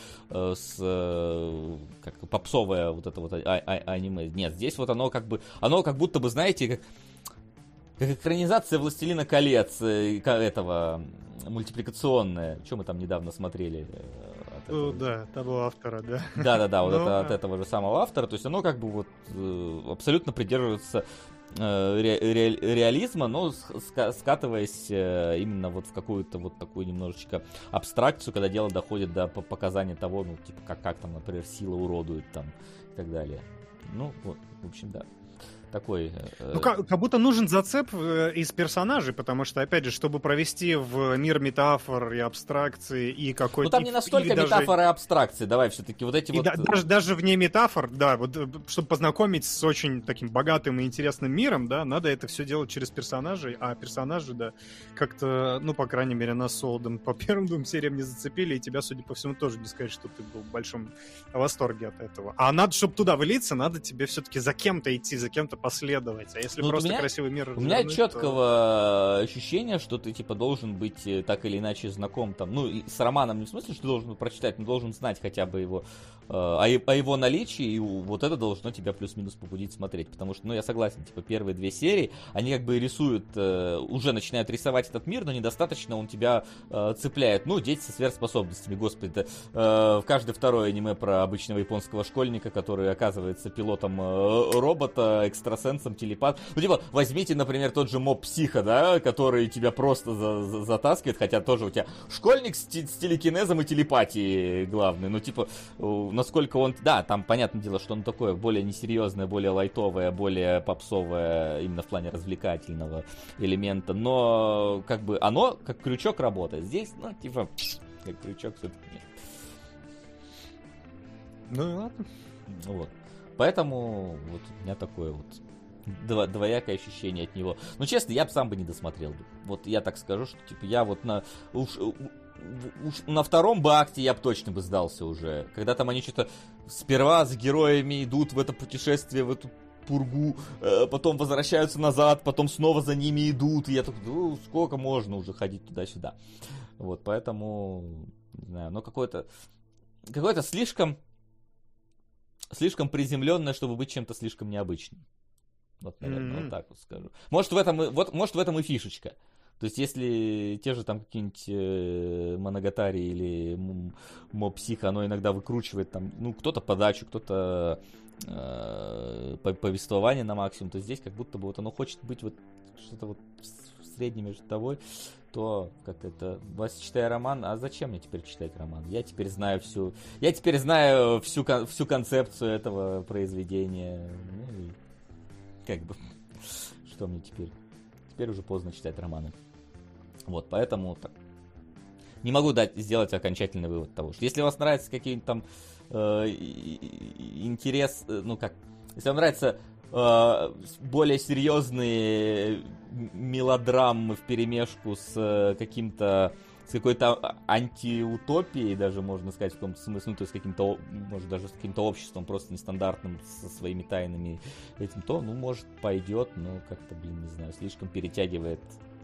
как попсовое вот это вот аниме. Нет, здесь вот оно как будто бы, знаете, как экранизация «Властелина колец» этого мультипликационная. Что мы там недавно смотрели? Да, того автора, да. Да, вот это от этого же самого автора. То есть оно как бы вот абсолютно придерживается реализма, но скатываясь именно вот в какую-то вот такую немножечко абстракцию, когда дело доходит до показания того, ну, типа, как там, например, сила уродует там и так далее. Ну, вот, в общем, да. Такой... Ну, как будто нужен зацеп из персонажей, потому что, опять же, чтобы провести в мир метафор и абстракции и какой-то... Ну, там не настолько метафоры и абстракции, давай все-таки вот эти и вот... Даже вне метафор, да, вот, чтобы познакомить с очень таким богатым и интересным миром, да, надо это все делать через персонажей, а персонажи, да, как-то, ну, по крайней мере, нас с Солодом по первым двум сериям не зацепили, и тебя, судя по всему, тоже не сказать, что ты был в большом восторге от этого. А надо, чтобы туда влиться, надо тебе все-таки за кем-то идти, за кем-то последовать. А если просто красивый мир... У меня четкого ощущения, что ты, типа, должен быть так или иначе знаком там, ну, и с романом не в смысле, что ты должен прочитать, но должен знать хотя бы его, о его наличии, и вот это должно тебя плюс-минус побудить смотреть. Потому что, ну, я согласен, типа, первые две серии, они как бы рисуют, уже начинают рисовать этот мир, но недостаточно он тебя цепляет. Ну, дети со сверхспособностями, господи, в каждое второе аниме про обычного японского школьника, который оказывается пилотом робота, экстрасенсом, телепат. Ну, типа, возьмите, например, тот же моб Психо, да, который тебя просто затаскивает, хотя тоже у тебя школьник с телекинезом и телепатией главный. Ну, типа, насколько он... Да, там, понятное дело, что он такое более несерьезное, более лайтовое, более попсовое, именно в плане развлекательного элемента, но, как бы, оно как крючок работает. Здесь, ну, типа, как крючок все-таки нет. Ну, ладно. Вот. Поэтому вот у меня такое вот двоякое ощущение от него. Но честно, я бы сам бы не досмотрел. Вот я так скажу, что типа я вот уж на втором бы акте я бы точно бы сдался уже. Когда там они что-то сперва с героями идут в это путешествие, в эту пургу, потом возвращаются назад, потом снова за ними идут. И я такой, ну, сколько можно уже ходить туда-сюда. Вот, поэтому, не знаю, но какое-то слишком приземленное, чтобы быть чем-то слишком необычным. Вот, наверное, вот так вот скажу. Может, в этом и фишечка. То есть, если те же там какие-нибудь Моногатари или Моб Психо, оно иногда выкручивает там, ну, кто-то подачу, кто-то повествование на максимум, то здесь как будто бы вот оно хочет быть вот что-то вот среднее между тобой, то как это, Вася, читай роман, а зачем мне теперь читать роман? Я теперь знаю всю концепцию этого произведения. Ну, и как бы, что мне теперь? Теперь уже поздно читать романы. Вот, поэтому так, не могу сделать окончательный вывод того, что если вам нравятся какие-нибудь там интерес, ну как, если вам нравятся более серьезные мелодрамы вперемешку с какой-то антиутопией, даже можно сказать в каком-то смысле, ну, то есть каким-то, может, даже с каким-то обществом просто нестандартным, со своими тайнами этим, то, ну, может, пойдет, но как-то, блин, не знаю, слишком перетягивает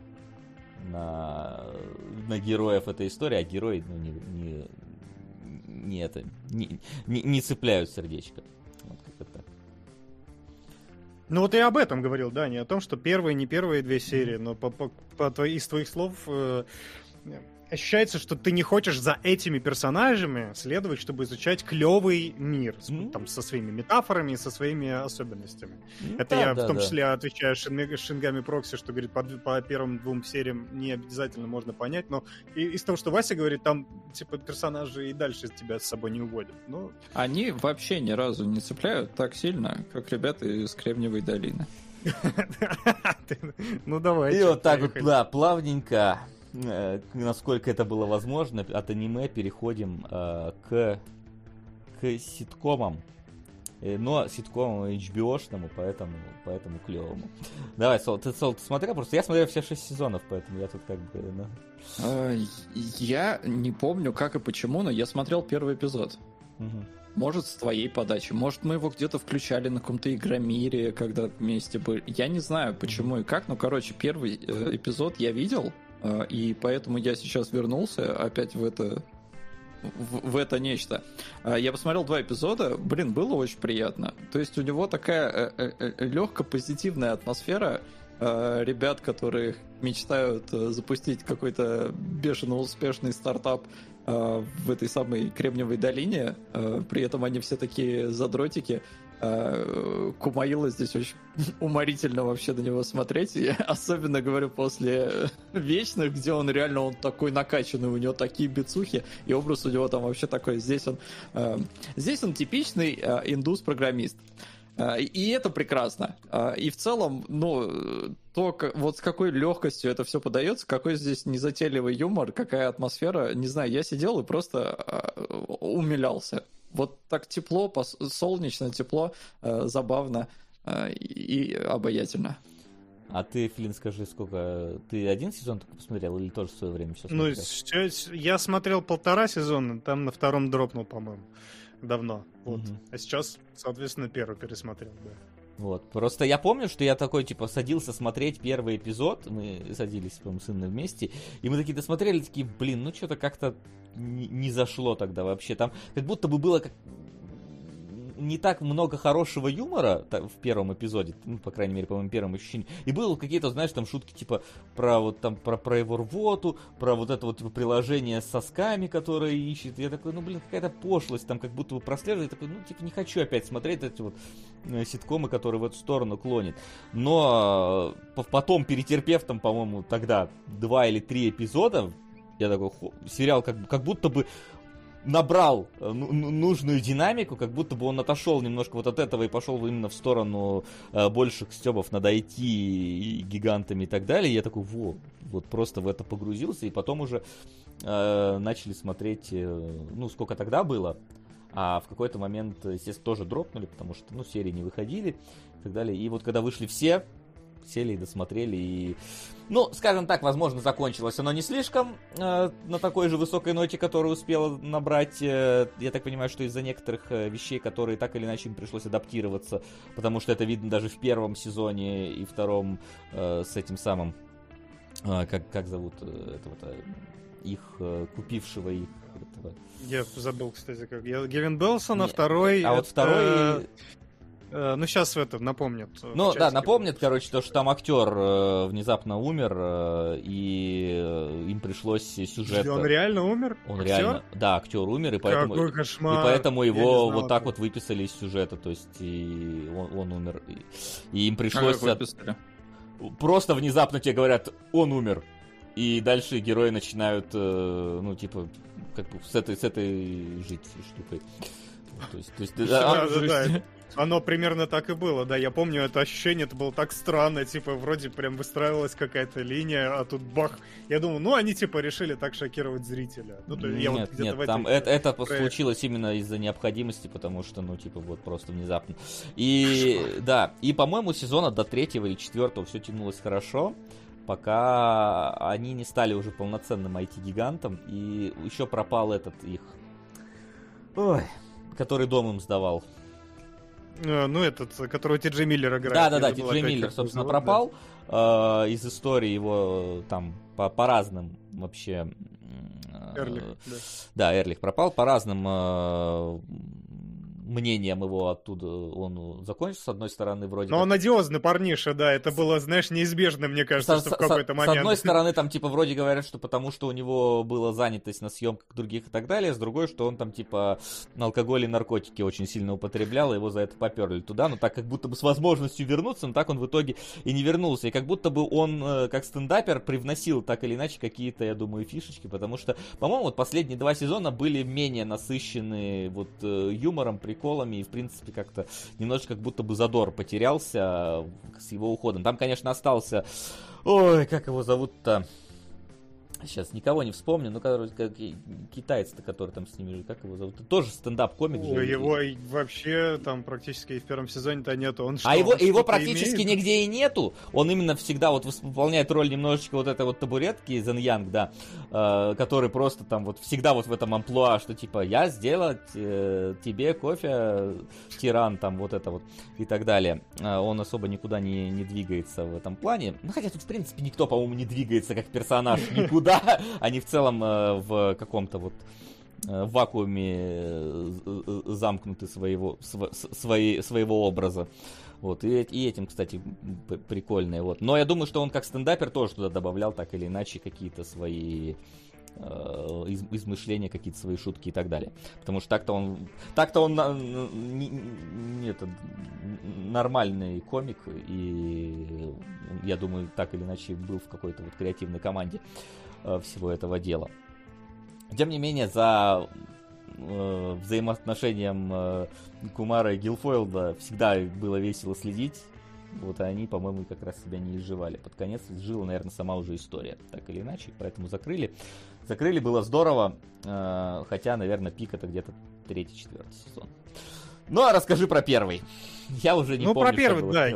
на героев эта история, а герои, ну, не цепляют сердечко. Вот как-то так. Ну вот я об этом говорил, да, не о том, что не первые две серии, но из твоих слов ощущается, что ты не хочешь за этими персонажами следовать, чтобы изучать клевый мир, там, со своими метафорами, со своими особенностями. Это я в том числе отвечаю Шингами Прокси, что говорит, по первым двум сериям не обязательно можно понять, но из того, что Вася говорит, там типа персонажи и дальше тебя с собой не уводят. Но... Они вообще ни разу не цепляют так сильно, как ребята из Кремниевой долины. Ну давай. И вот так вот, да, плавненько, насколько это было возможно, от аниме переходим к ситкомам. но ситкому HBO-шному, поэтому клевому. Давай, Сол, ты смотрел? Просто я смотрел все 6 сезонов, поэтому я тут как бы... Я не помню, как и почему, но я смотрел первый эпизод. Угу. Может, с твоей подачи. Может, мы его где-то включали на каком-то Игромире, когда вместе были. Я не знаю, почему и как, но, короче, первый эпизод я видел, и поэтому я сейчас вернулся опять в это нечто. Я посмотрел 2 эпизода, было очень приятно. То есть у него такая легко позитивная атмосфера ребят, которые мечтают запустить какой-то бешено успешный стартап в этой самой Кремниевой долине. При этом они все такие задротики. Кумаила здесь очень уморительно вообще на него смотреть. Я особенно говорю после Вечных, где он реально он такой накачанный, у него такие бицухи, и образ у него там вообще такой. Здесь он типичный индус-программист. И это прекрасно. И в целом, вот с какой легкостью это все подается, какой здесь незатейливый юмор, какая атмосфера, не знаю, я сидел и просто умилялся. Вот так тепло, солнечно, тепло, забавно и обаятельно. А ты, Флинн, скажи, сколько... Ты один сезон только посмотрел или тоже в свое время все смотрел? Я смотрел 1,5 сезона, там на 2-м дропнул, по-моему, давно. Вот. А сейчас, соответственно, 1 пересмотрел, да. Вот. Просто я помню, что я такой, садился смотреть первый эпизод, мы садились, по-моему, с Инной вместе, и мы такие досмотрели, такие, что-то как-то не зашло тогда вообще. Там как будто бы было не так много хорошего юмора в первом эпизоде, по крайней мере, по моим первым ощущениям. И было какие-то, знаешь, там шутки про его рвоту, про вот это вот приложение с сосками, которое ищет. Я такой, какая-то пошлость, там как будто бы прослеживает. Я такой, не хочу опять смотреть эти вот ситкомы, которые в эту сторону клонят. Но потом, перетерпев там, по-моему, тогда 2 или 3 эпизода, я такой, сериал как будто бы набрал нужную динамику, как будто бы он отошел немножко вот от этого и пошел именно в сторону больших стебов над IT и гигантами и так далее. И я такой, вот просто в это погрузился, и потом уже начали смотреть, сколько тогда было, а в какой-то момент, естественно, тоже дропнули, потому что, серии не выходили и так далее. И вот когда вышли все, сели и досмотрели, и, скажем так, возможно, закончилось оно не слишком на такой же высокой ноте, которую успела набрать. Я так понимаю, что из-за некоторых вещей, которые так или иначе им пришлось адаптироваться, потому что это видно даже в 1 сезоне и 2 с этим самым, как зовут этого-то, их купившего их. Этого. Я забыл, кстати, как. Гевин Белсон, а второй... А вот второй... сейчас напомнят. Напомнят, то, что там актер внезапно умер, и им пришлось сюжет... Он реально умер? Он актер? реально, да, актер умер, и поэтому... Какой кошмар! И поэтому его вот так вот выписали из сюжета, то есть и он умер. И им пришлось... Просто внезапно тебе говорят, он умер. И дальше герои начинают, с этой жить штукой. Да. Оно примерно так и было, да, я помню это ощущение, это было так странно, вроде прям выстраивалась какая-то линия, а тут бах, я думал, они решили так шокировать зрителя. Это случилось именно из-за необходимости, потому что, просто внезапно. И, да, и, по-моему, сезона до 3-го или 4-го все тянулось хорошо, пока они не стали уже полноценным IT-гигантом, и еще пропал этот их, который дом им сдавал. Которого Ти Джей Миллер играет. Да, Ти Джей Миллер, собственно, пропал. Да. Из истории его там по разным вообще... Эрлих, да. Да, Эрлих пропал. По разным мнением его оттуда он закончился, с одной стороны, вроде. Но он одиозный парниша, да, это было, знаешь, неизбежно, мне кажется, что в какой-то момент. С одной стороны, там, вроде говорят, что потому что у него была занятость на съемках других и так далее, с другой, что он там, алкоголь и наркотики очень сильно употреблял, и его за это поперли туда, но так как будто бы с возможностью вернуться, но так он в итоге и не вернулся, и как будто бы он, как стендапер, привносил так или иначе какие-то, я думаю, фишечки, потому что, по-моему, последние 2 сезона были менее насыщены юмором, приколами, и, в принципе, как-то немножечко как будто бы задор потерялся с его уходом. Там, конечно, остался... Ой, как его зовут-то? Сейчас никого не вспомню, ну, который, как китайец-то, который там с ними, как его зовут? Тоже стендап-комик же. Его вообще там практически и в первом сезоне-то нету. Он что, его практически нигде и нету. Он именно всегда вот выполняет роль немножечко вот этой вот табуретки Зен Янг, да, который просто там вот всегда вот в этом амплуа, что типа я сделать тебе кофе, тиран, там вот это вот и так далее. Он особо никуда не двигается в этом плане. Ну, хотя тут, в принципе, никто, по-моему, не двигается как персонаж никуда. Они в целом в каком-то вот вакууме замкнуты своего образа. Вот. И этим, кстати, прикольное. Вот. Но я думаю, что он как стендапер тоже туда добавлял так или иначе какие-то свои измышления, какие-то свои шутки и так далее. Потому что так-то он нормальный комик, и я думаю, так или иначе был в какой-то вот креативной команде всего этого дела. Тем не менее, за взаимоотношением Кумара и Гилфойлда всегда было весело следить. Вот они, по-моему, как раз себя не изживали. Под конец изжила, наверное, сама уже история. Так или иначе, поэтому закрыли. Закрыли, было здорово. Хотя, наверное, пик это где-то 3-4 сезон. Ну, а расскажи про первый. Я уже не помню. Ну, про первый, да.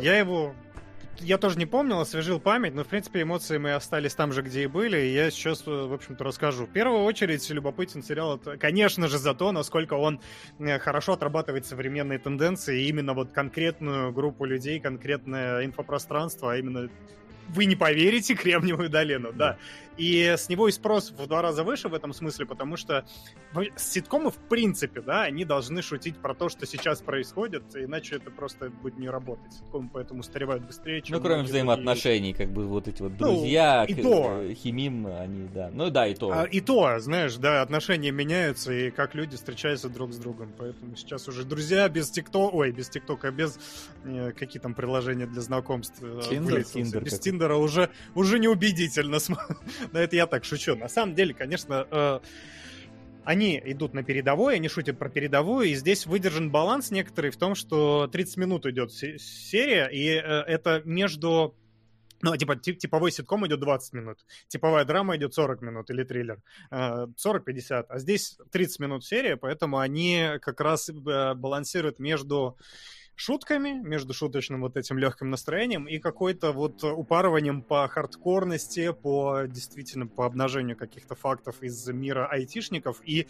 Я тоже не помнил, освежил память, но, в принципе, эмоции мои остались там же, где и были, и я сейчас, в общем-то, расскажу. В первую очередь, любопытен сериал, конечно же, за то, насколько он хорошо отрабатывает современные тенденции, и именно вот конкретную группу людей, конкретное инфопространство, а именно, вы не поверите, Кремниевую долину, да. И с него и спрос в 2 раза выше в этом смысле, потому что ситкомы, в принципе, да, они должны шутить про то, что сейчас происходит, иначе это просто будет не работать. Ситкомы поэтому устаревают быстрее, чем... Ну, кроме взаимоотношений, как бы вот эти вот друзья, химим, они, да. Ну, да, и то. И то, знаешь, да, отношения меняются, и как люди встречаются друг с другом. Поэтому сейчас уже друзья без ТикТока, без какие там приложения для знакомств. Тиндер. Без Тиндера уже неубедительно. Но это я так шучу. На самом деле, конечно, они идут на передовой, они шутят про передовую, и здесь выдержан баланс некоторый в том, что 30 минут идет серия, и это между... Ну, типовой ситком идет 20 минут, типовая драма идет 40 минут, или триллер 40-50, а здесь 30 минут серия, поэтому они как раз балансируют между шутками, между шуточным вот этим легким настроением и какой-то вот упарыванием по хардкорности, действительно по обнажению каких-то фактов из мира айтишников. И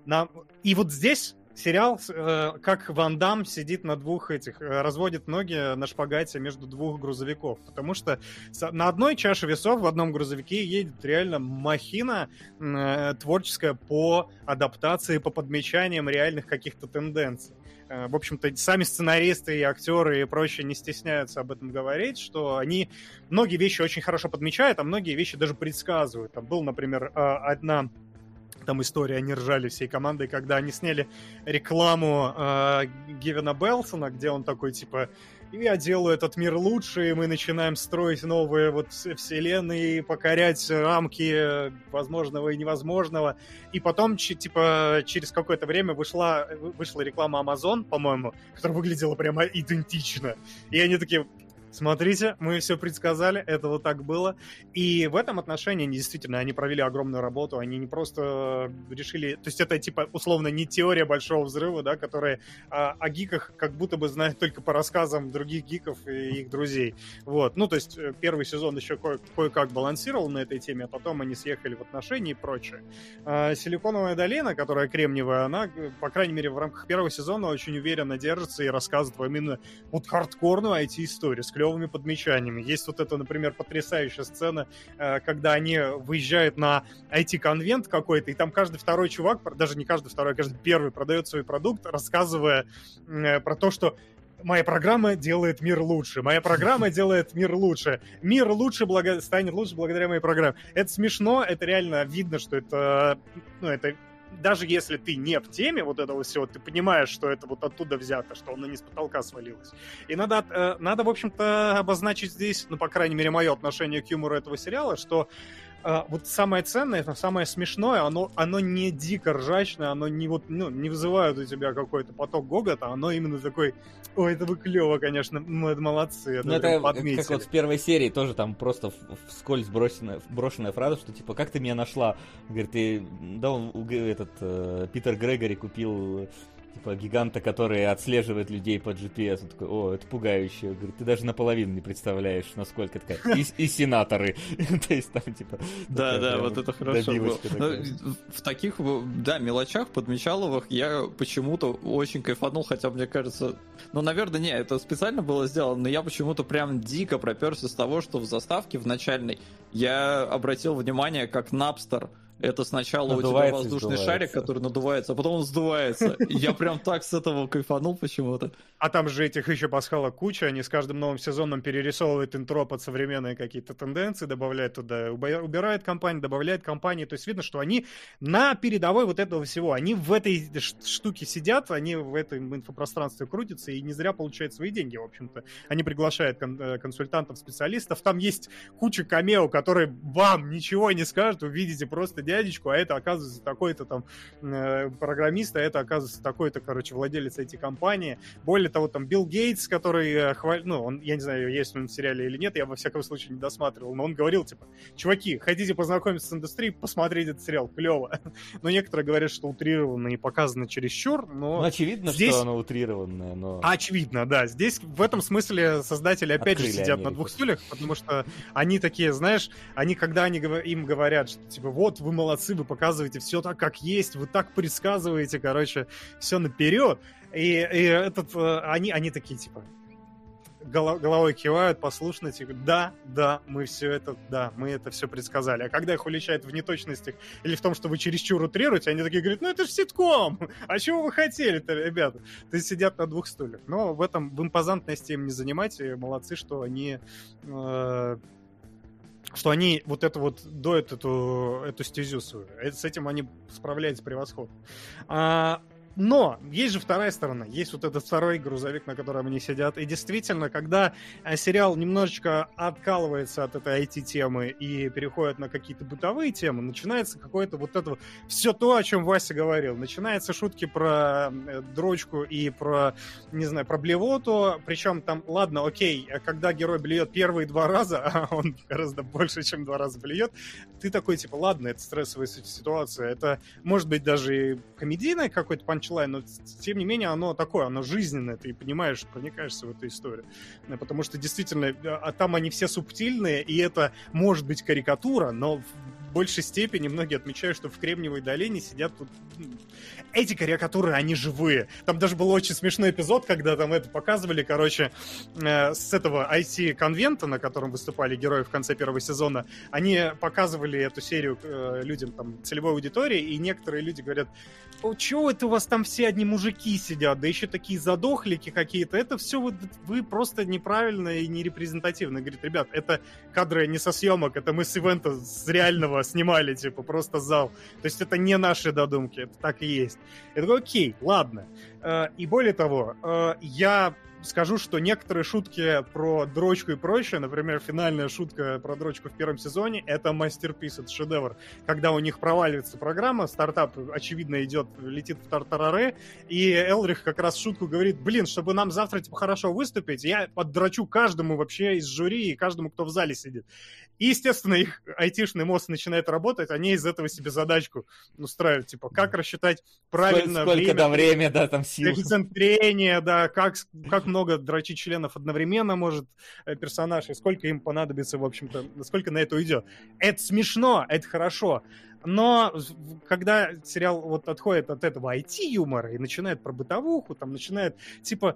вот здесь сериал, как Ван Дамм сидит на разводит ноги на шпагате между 2 грузовиков, потому что на одной чаше весов в одном грузовике едет реально махина творческая по адаптации, по подмечаниям реальных каких-то тенденций. В общем-то, сами сценаристы и актеры и прочие не стесняются об этом говорить, что они многие вещи очень хорошо подмечают, а многие вещи даже предсказывают. Там был, например, одна там история, они ржали всей командой, когда они сняли рекламу Гевина Белсона, где он такой, типа, я делаю этот мир лучше, и мы начинаем строить новые вот вселенные, покорять рамки возможного и невозможного. И потом, типа, через какое-то время вышла реклама Amazon, по-моему, которая выглядела прямо идентично. И они такие... Смотрите, мы все предсказали, это вот так было. И в этом отношении они провели огромную работу, они не просто решили... То есть это, типа, условно, не теория Большого Взрыва, да, которая о гиках как будто бы знает только по рассказам других гиков и их друзей. Вот. Ну, то есть первый сезон еще кое-как балансировал на этой теме, а потом они съехали в отношения и прочее. Силиконовая долина, которая кремниевая, она, по крайней мере, в рамках первого сезона очень уверенно держится и рассказывает вам именно вот хардкорную IT-историю с клевыми подмечаниями. Есть вот эта, например, потрясающая сцена, когда они выезжают на IT-конвент какой-то, и там каждый второй чувак, даже не каждый второй, а каждый первый продает свой продукт, рассказывая про то, что моя программа делает мир лучше. Моя программа делает мир лучше. Мир лучше станет лучше благодаря моей программе. Это смешно, это реально видно, что это даже если ты не в теме вот этого всего, ты понимаешь, что это вот оттуда взято, что оно не с потолка свалилось. И надо, в общем-то, обозначить здесь, ну, по крайней мере, мое отношение к юмору этого сериала, что вот самое ценное, это самое смешное, оно не дико ржачное, оно не вот, ну, не вызывает у тебя какой-то поток гогота, оно именно такой, ой, это вы клево, конечно, мы молодцы, это, это подметили. как вот в первой серии тоже там просто вскользь брошенная фраза, что типа, как ты меня нашла? Говорит, Питер Грегори купил типа гиганта, который отслеживает людей по GPS. Он такой, о, это пугающе. Говорит, ты даже наполовину не представляешь, насколько такая. И сенаторы. То есть там типа... Да, вот это хорошо было. В таких, да, мелочах подмечаловых я почему-то очень кайфанул, хотя мне кажется... Ну, наверное, не, это специально было сделано, но я почему-то прям дико проперся с того, что в заставке в начальной я обратил внимание, как Napster. Это сначала надувается, у тебя воздушный шарик, который надувается, а потом он сдувается. Я прям так с этого кайфанул почему-то. А там же этих еще пасхалок куча, они с каждым новым сезоном перерисовывают интро под современные какие-то тенденции, добавляют туда, убирают компании, добавляют компании. То есть видно, что они на передовой вот этого всего. Они в этой штуке сидят, они в этом инфопространстве крутятся и не зря получают свои деньги, в общем-то. Они приглашают консультантов, специалистов. Там есть куча камео, которые вам ничего не скажут. Вы видите просто дядечку, а это, оказывается, такой-то там программист, а это, оказывается, такой-то, короче, владелец этой компании. Более того, там Билл Гейтс, который, ну, он, я не знаю, есть он в сериале или нет, я, во всяком случае, не досматривал, но он говорил, типа, чуваки, хотите познакомиться с индустрией, посмотрите этот сериал, клево. Но некоторые говорят, что утрированно и показано чересчур, но... Ну, очевидно, здесь... что оно утрированное, но... Очевидно, да. Здесь, в этом смысле, создатели опять же сидят на двух стульях, потому что они такие, знаешь, они, когда им говорят, что, типа, вот, вы молодцы, вы показываете все так, как есть, вы так предсказываете, короче, все наперед. И они такие, типа, головой кивают, послушно, типа, да, мы это все предсказали. А когда их уличают в неточностях или в том, что вы чересчур утрируете, они такие говорят, ну это же ситком, а чего вы хотели-то, ребята? То есть сидят на двух стульях. Но в импозантности им не занимать, и молодцы, что они вот это вот доят эту стезю свою. С этим они справляются превосходно. Но есть же вторая сторона, есть вот этот второй грузовик, на котором они сидят. И действительно, когда сериал немножечко откалывается от этой IT-темы и переходит на какие-то бытовые темы, начинается какое-то вот это все то, о чем Вася говорил. Начинаются шутки про дрочку и про, не знаю, про блевоту. Причем там, ладно, окей, когда герой блюет первые 2 раза, а он гораздо больше, чем 2 раза блюет, ты такой, типа, ладно, это стрессовая ситуация, это может быть даже и комедийный какой-то панчлайн, но тем не менее оно такое, оно жизненное, ты понимаешь, проникаешься в эту историю. Потому что действительно, там они все субтильные, и это может быть карикатура, но в большей степени многие отмечают, что в Кремниевой долине сидят тут... Эти карикатуры, они живые. Там даже был очень смешной эпизод, когда там это показывали, короче, с этого IT-конвента, на котором выступали герои в конце первого сезона, они показывали эту серию людям там целевой аудитории, и некоторые люди говорят, чего это у вас там все одни мужики сидят, да еще такие задохлики какие-то, это все вы просто неправильно и нерепрезентативно. Говорит, ребят, это кадры не со съемок, это мы с ивента, с реального снимали, типа, просто зал. То есть это не наши додумки, это так и есть. Я такой, окей, ладно. И более того, я скажу, что некоторые шутки про дрочку и прочее, например, финальная шутка про дрочку в первом сезоне, это мастерпис, это шедевр. Когда у них проваливается программа, стартап, очевидно, летит в тартарары, и Элрих как раз шутку говорит, блин, чтобы нам завтра типа хорошо выступить, я поддрочу каждому вообще из жюри и каждому, кто в зале сидит. И, естественно, их айтишный мозг начинает работать, они из этого себе задачку устраивают, типа, как рассчитать правильно время, да, там сил. Коэффициент трения, да, как много дрочить членов одновременно может персонаж, и сколько им понадобится, в общем-то, сколько на это уйдет. Это смешно, это хорошо. Но когда сериал вот отходит от этого IT-юмора и начинает про бытовуху, там начинает, типа,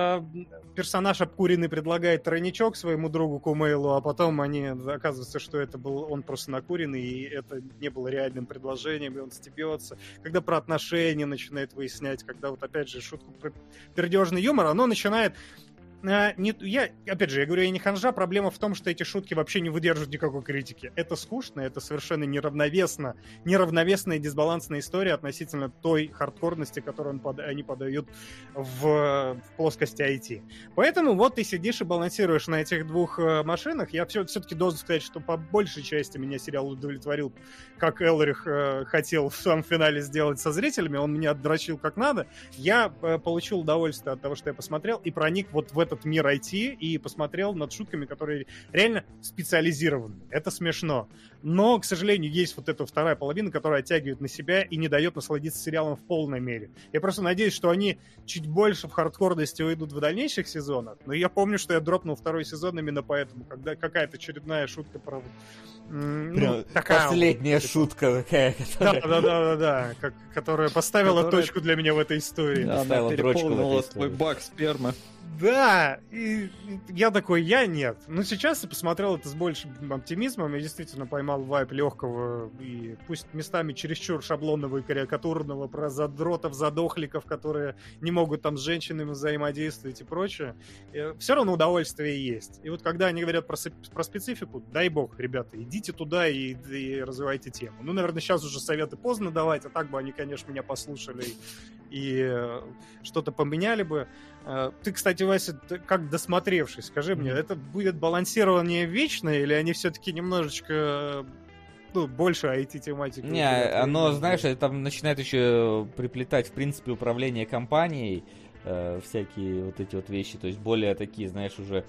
персонаж обкуренный предлагает тройничок своему другу Кумейлу, а потом оказывается, что это был он просто накуренный, и это не было реальным предложением, и он стебется. Когда про отношения начинает выяснять, когда вот опять же шутку про пердежный юмор, оно начинает опять же, я говорю, я не ханжа, проблема в том, что эти шутки вообще не выдерживают никакой критики. Это скучно, это совершенно неравновесная и дисбалансная история относительно той хардкорности, которую они подают в плоскости IT. Поэтому вот ты сидишь и балансируешь на этих двух машинах. Я все-таки должен сказать, что по большей части меня сериал удовлетворил, как Элрих хотел в самом финале сделать со зрителями. Он меня отдрочил как надо. Я получил удовольствие от того, что я посмотрел, и проник вот в этот мир IT и посмотрел над шутками, которые реально специализированы. Это смешно. Но, к сожалению, есть вот эта вторая половина, которая оттягивает на себя и не дает насладиться сериалом в полной мере. Я просто надеюсь, что они чуть больше в хардкорности уйдут в дальнейших сезонах. Но я помню, что я дропнул второй сезон именно поэтому, когда какая-то очередная шутка про... Последняя шутка такая. Да, которая поставила точку для меня в этой истории. Она переполнила свой бак спермы. Да, и я такой, нет. Но сейчас я посмотрел это с большим оптимизмом, я действительно поймал вайб легкого и пусть местами чересчур шаблонного и карикатурного про задротов, задохликов, которые не могут там с женщинами взаимодействовать и прочее. Все равно удовольствие есть. И вот когда они говорят про специфику, дай бог, ребята, идите туда и развивайте тему. Ну, наверное, сейчас уже советы поздно давать, а так бы они, конечно, меня послушали и что-то поменяли бы. Ты, кстати, Вася, как досмотревший, скажи мне, это будет балансирование вечное, или они все-таки немножечко больше IT-тематики? Не, оно, знаешь, там начинает еще приплетать, в принципе, управление компанией, всякие вот эти вот вещи, то есть более такие, знаешь, уже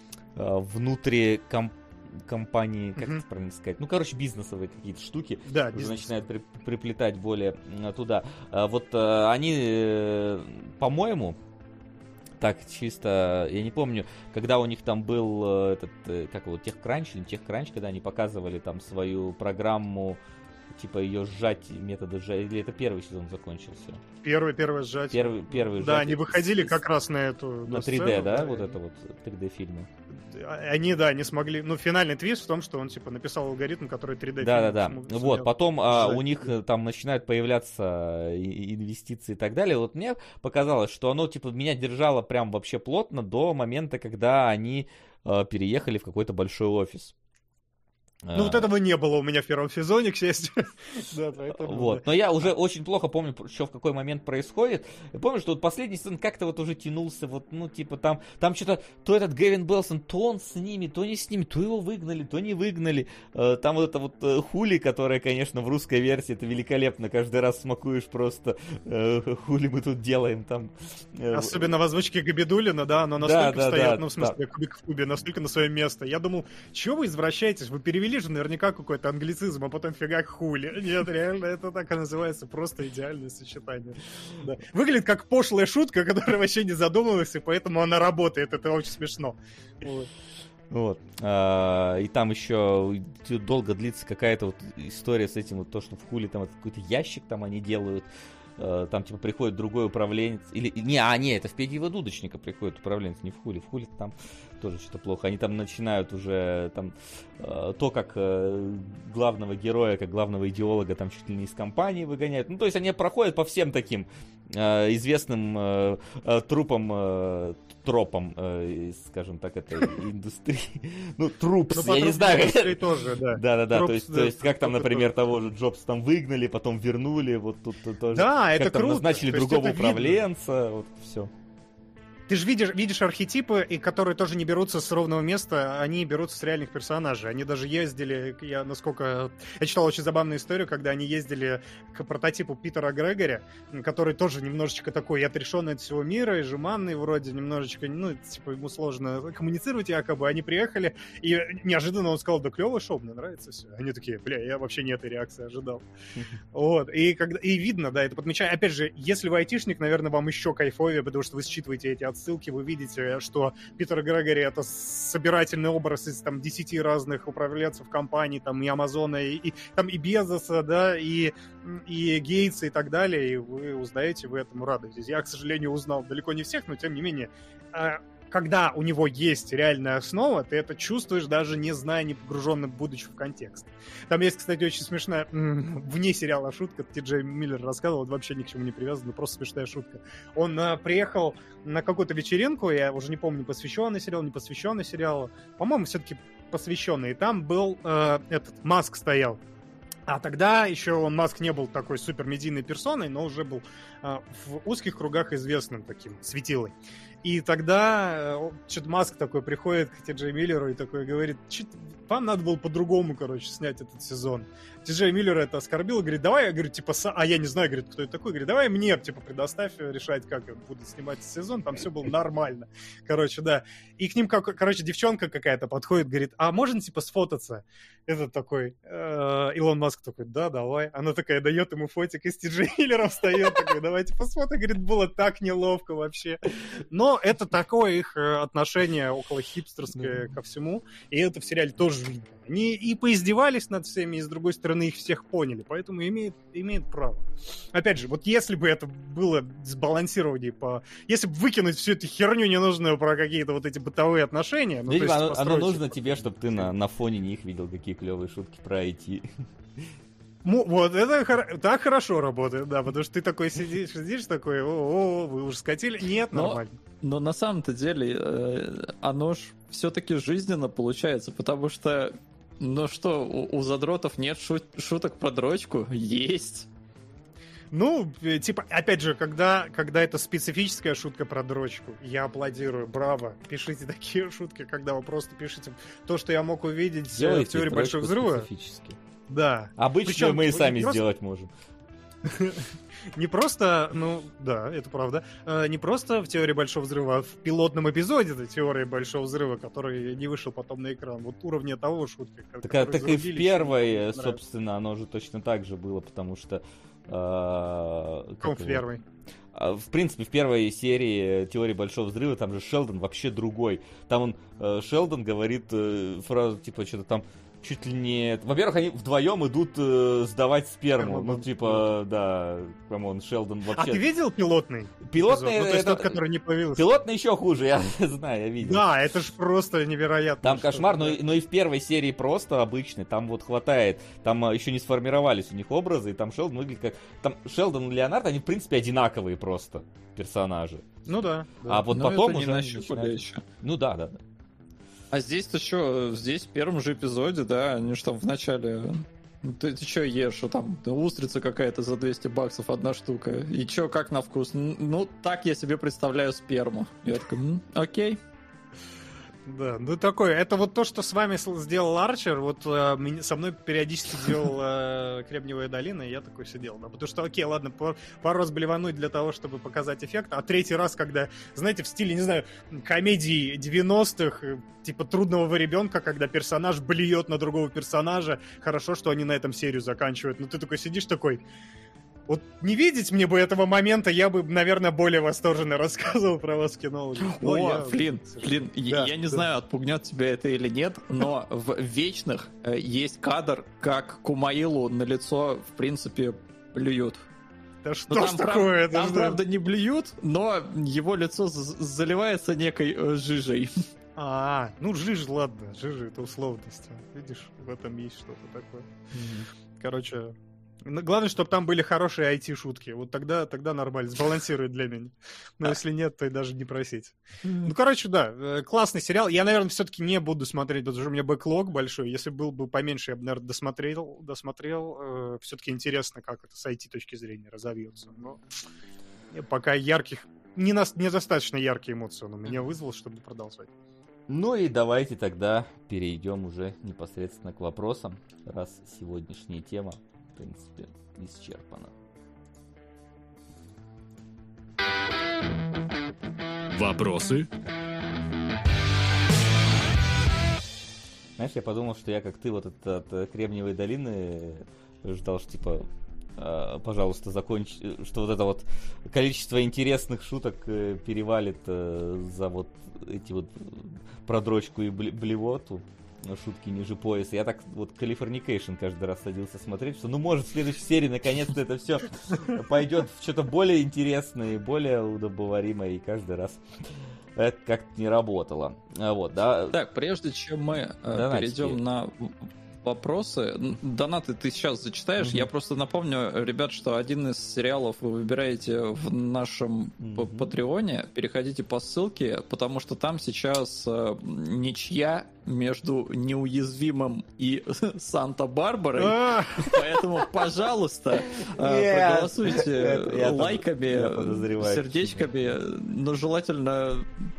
внутри компании, как это правильно сказать, бизнесовые какие-то штуки, да, уже начинают приплетать более туда. Вот они, по-моему, так, чисто, я не помню, когда у них там был техкранч, когда они показывали там свою программу, типа ее сжать, методы сжать, или это первый сезон закончился? Первое сжатие. Первый да, они выходили как раз на эту... На 3D, да? Вот это вот 3D-фильмы. Они, да, не смогли... финальный твист в том, что он, типа, написал алгоритм, который 3D-фильм... Да. Вот, потом у них там начинают появляться инвестиции и так далее. Вот мне показалось, что оно, типа, меня держало прям вообще плотно до момента, когда они переехали в какой-то большой офис. Вот этого не было у меня в первом сезоне, к счастью. Да, поэтому... Вот. Но я уже очень плохо помню, что в какой момент происходит. Я помню, что вот последний сезон как-то вот уже тянулся, там что-то, то этот Гэвин Белсон, то он с ними, то не с ними, то его выгнали, то не выгнали. Там вот это вот Хули, которая, конечно, в русской версии, это великолепно, каждый раз смакуешь просто, Хули мы тут делаем там. Особенно в озвучке Габидуллина, да, оно настолько встает, в смысле, кубик в кубе, настолько на свое место. Я думал, чего вы извращаетесь, вы перевели же наверняка какой-то англицизм, а потом фига Хули. Нет, реально, это так и называется, просто идеальное сочетание. Да. Выглядит как пошлая шутка, которая вообще не задумывалась, и поэтому она работает, это очень смешно. Вот. И там еще долго длится какая-то вот история с этим, вот то, что в Хули там какой-то ящик там они делают, там типа приходит другой управленец, это в Пегги Дудочника приходит управленец, не в Хули там тоже что-то плохо, они там начинают уже там то, как главного героя, как главного идеолога там чуть ли не из компании выгоняют, то есть они проходят по всем таким известным тропам, скажем так, этой индустрии. Трупс, я не знаю. Тоже, да. Да, то есть как там, например, того же Джобса там выгнали, потом вернули, вот тут тоже. Да, это круто. Назначили другого управленца, вот все. Ты же видишь архетипы, и которые тоже не берутся с ровного места, они берутся с реальных персонажей. Они даже ездили, я читал очень забавную историю, когда они ездили к прототипу Питера Грегори, который тоже немножечко такой отрешенный от всего мира и жеманный вроде, немножечко, ему сложно коммуницировать якобы. Они приехали, и неожиданно он сказал, да клевое шоу, мне нравится все. Они такие, я вообще не этой реакции ожидал. Вот, и видно, да, это подмечаю. Опять же, если вы айтишник, наверное, вам еще кайфовее, потому что вы считываете эти отсылки, вы видите, что Питер Грегори — это собирательный образ из там 10 разных управленцев компаний, там и Амазона, и Безоса, да, и Гейтса и так далее, и вы узнаете, вы этому радуетесь. Я, к сожалению, узнал далеко не всех, но тем не менее когда у него есть реальная основа, ты это чувствуешь, даже не зная, не погруженным, будучи в контекст. Там есть, кстати, очень смешная, вне сериала шутка, Ти Джей Миллер рассказывал, вообще ни к чему не привязана, просто смешная шутка. Он приехал на какую-то вечеринку, я уже не помню, посвященный сериал, не посвященный сериалу, по-моему, все-таки посвященный, и там был Маск стоял. А тогда еще Маск не был такой супермедийной персоной, но уже был в узких кругах известным таким светилой. И тогда что-то Маск такой приходит к Ти Джей Миллеру и такой говорит, вам надо было по-другому, снять этот сезон. Ти Джей Миллер это оскорбил, говорит, давай, я говорю, а я не знаю, говорит, кто это такой, говорит, давай мне, предоставь решать, как я буду снимать сезон, там все было нормально. Да. И к ним, девчонка какая-то подходит, говорит, а можно, сфотаться? Этот такой, Илон Маск такой, да, давай. Она такая дает ему фотик, и с Ти Джей Миллером встает, такой, давайте посмотрим, говорит, было так неловко вообще. Но это такое их отношение около хипстерское ко всему, и это в сериале тоже видно. Они и поиздевались над всеми, и с другой стороны их всех поняли, поэтому имеют право. Опять же, вот если бы это было сбалансирование если бы выкинуть всю эту херню ненужную про какие-то вот эти бытовые отношения... Ну, оно нужно тебе, чтобы ты на фоне них видел какие клевые шутки про IT. Вот, это так хорошо работает, да, потому что ты такой сидишь такой, вы уже скатили. Нет, нормально. Но на самом-то деле оно ж все-таки жизненно получается, потому что, у задротов нет шуток про дрочку? Есть. Ну, опять же, когда это специфическая шутка про дрочку, я аплодирую, браво. Пишите такие шутки, когда вы просто пишете то, что я мог увидеть в «Теории Большого Взрыва». Да. Обычно причем, мы и сами сделать можем. Не просто, да, это правда, не просто в «Теории Большого Взрыва», а в пилотном эпизоде «Теории Большого Взрыва», который не вышел потом на экран. Вот уровня того шутки. Так и в первой, собственно, оно же точно так же было, потому что... в первой? В принципе, в первой серии «Теории Большого Взрыва» там же Шелдон вообще другой. Там Шелдон говорит фразу, что-то там чуть ли не... Во-первых, они вдвоем идут сдавать сперму. Да, камон, Шелдон вообще... А ты видел пилотный? Пилотный эпизод? То есть тот, который не появился. Пилотный еще хуже, я знаю, я видел. Да, это ж просто невероятно. Там кошмар, но и в первой серии просто обычный, там вот хватает. Там еще не сформировались у них образы, и там Шелдон выглядит как... Там Шелдон и Леонард, они в принципе одинаковые просто персонажи. Ну да. А вот потом уже... еще. Ну да. А здесь-то что, в первом же эпизоде, да, они же там в начале... Ты что ешь, что там устрица какая-то за $200 одна штука. И что, как на вкус? Так я себе представляю сперму. Я такой, окей. Да, такое. Это вот то, что с вами сделал Арчер, вот со мной периодически делал Кремниевая долина, и я такой сидел, да. Потому что, окей, ладно, пару раз блевануть для того, чтобы показать эффект, а третий раз, когда, знаете, в стиле, не знаю, комедии 90-х, типа «Трудного ребенка», когда персонаж блюет на другого персонажа, хорошо, что они на этом серию заканчивают, но ты такой сидишь такой... Вот не видеть мне бы этого момента, я бы, наверное, более восторженно рассказывал про вас кинологи. Флинн, я не знаю, отпугнет тебя это или нет, но в «Вечных» есть кадр, как Кумаилу на лицо, в принципе, плюют. Да что ж такое? Там, правда, не блюют, но его лицо заливается некой жижей. Жижа, ладно, жижа — это условность. Видишь, в этом есть что-то такое. Короче... Главное, чтобы там были хорошие IT-шутки. Вот тогда нормально, сбалансирует для меня. Но если нет, то и даже не просить. Да, классный сериал. Я, наверное, все-таки не буду смотреть, потому что у меня бэклог большой. Если был бы поменьше, я бы, наверное, досмотрел. Все-таки интересно, как это с IT-точки зрения разовьется. Но пока недостаточно яркие эмоции он у меня вызвал, чтобы продолжать. Ну и давайте тогда перейдем уже непосредственно к вопросам, раз сегодняшняя тема в принципе исчерпано. Вопросы? Знаешь, я подумал, что я как ты вот от Кремниевой долины ждал, что типа пожалуйста, закончи, что вот это вот количество интересных шуток перевалит за вот эти вот про дрочку и блевоту. Шутки ниже пояса. Я так вот Californication каждый раз садился смотреть, что может в следующей серии наконец-то это все пойдет в что-то более интересное и более удобоваримое, и каждый раз это как-то не работало. Вот, да. Так, прежде чем мы перейдем на вопросы, донаты ты сейчас зачитаешь. Я просто напомню, ребят, что один из сериалов вы выбираете в нашем Патреоне. Переходите по ссылке, потому что там сейчас ничья между Неуязвимым и Санта-Барбарой. Поэтому, пожалуйста, проголосуйте лайками, сердечками, но желательно...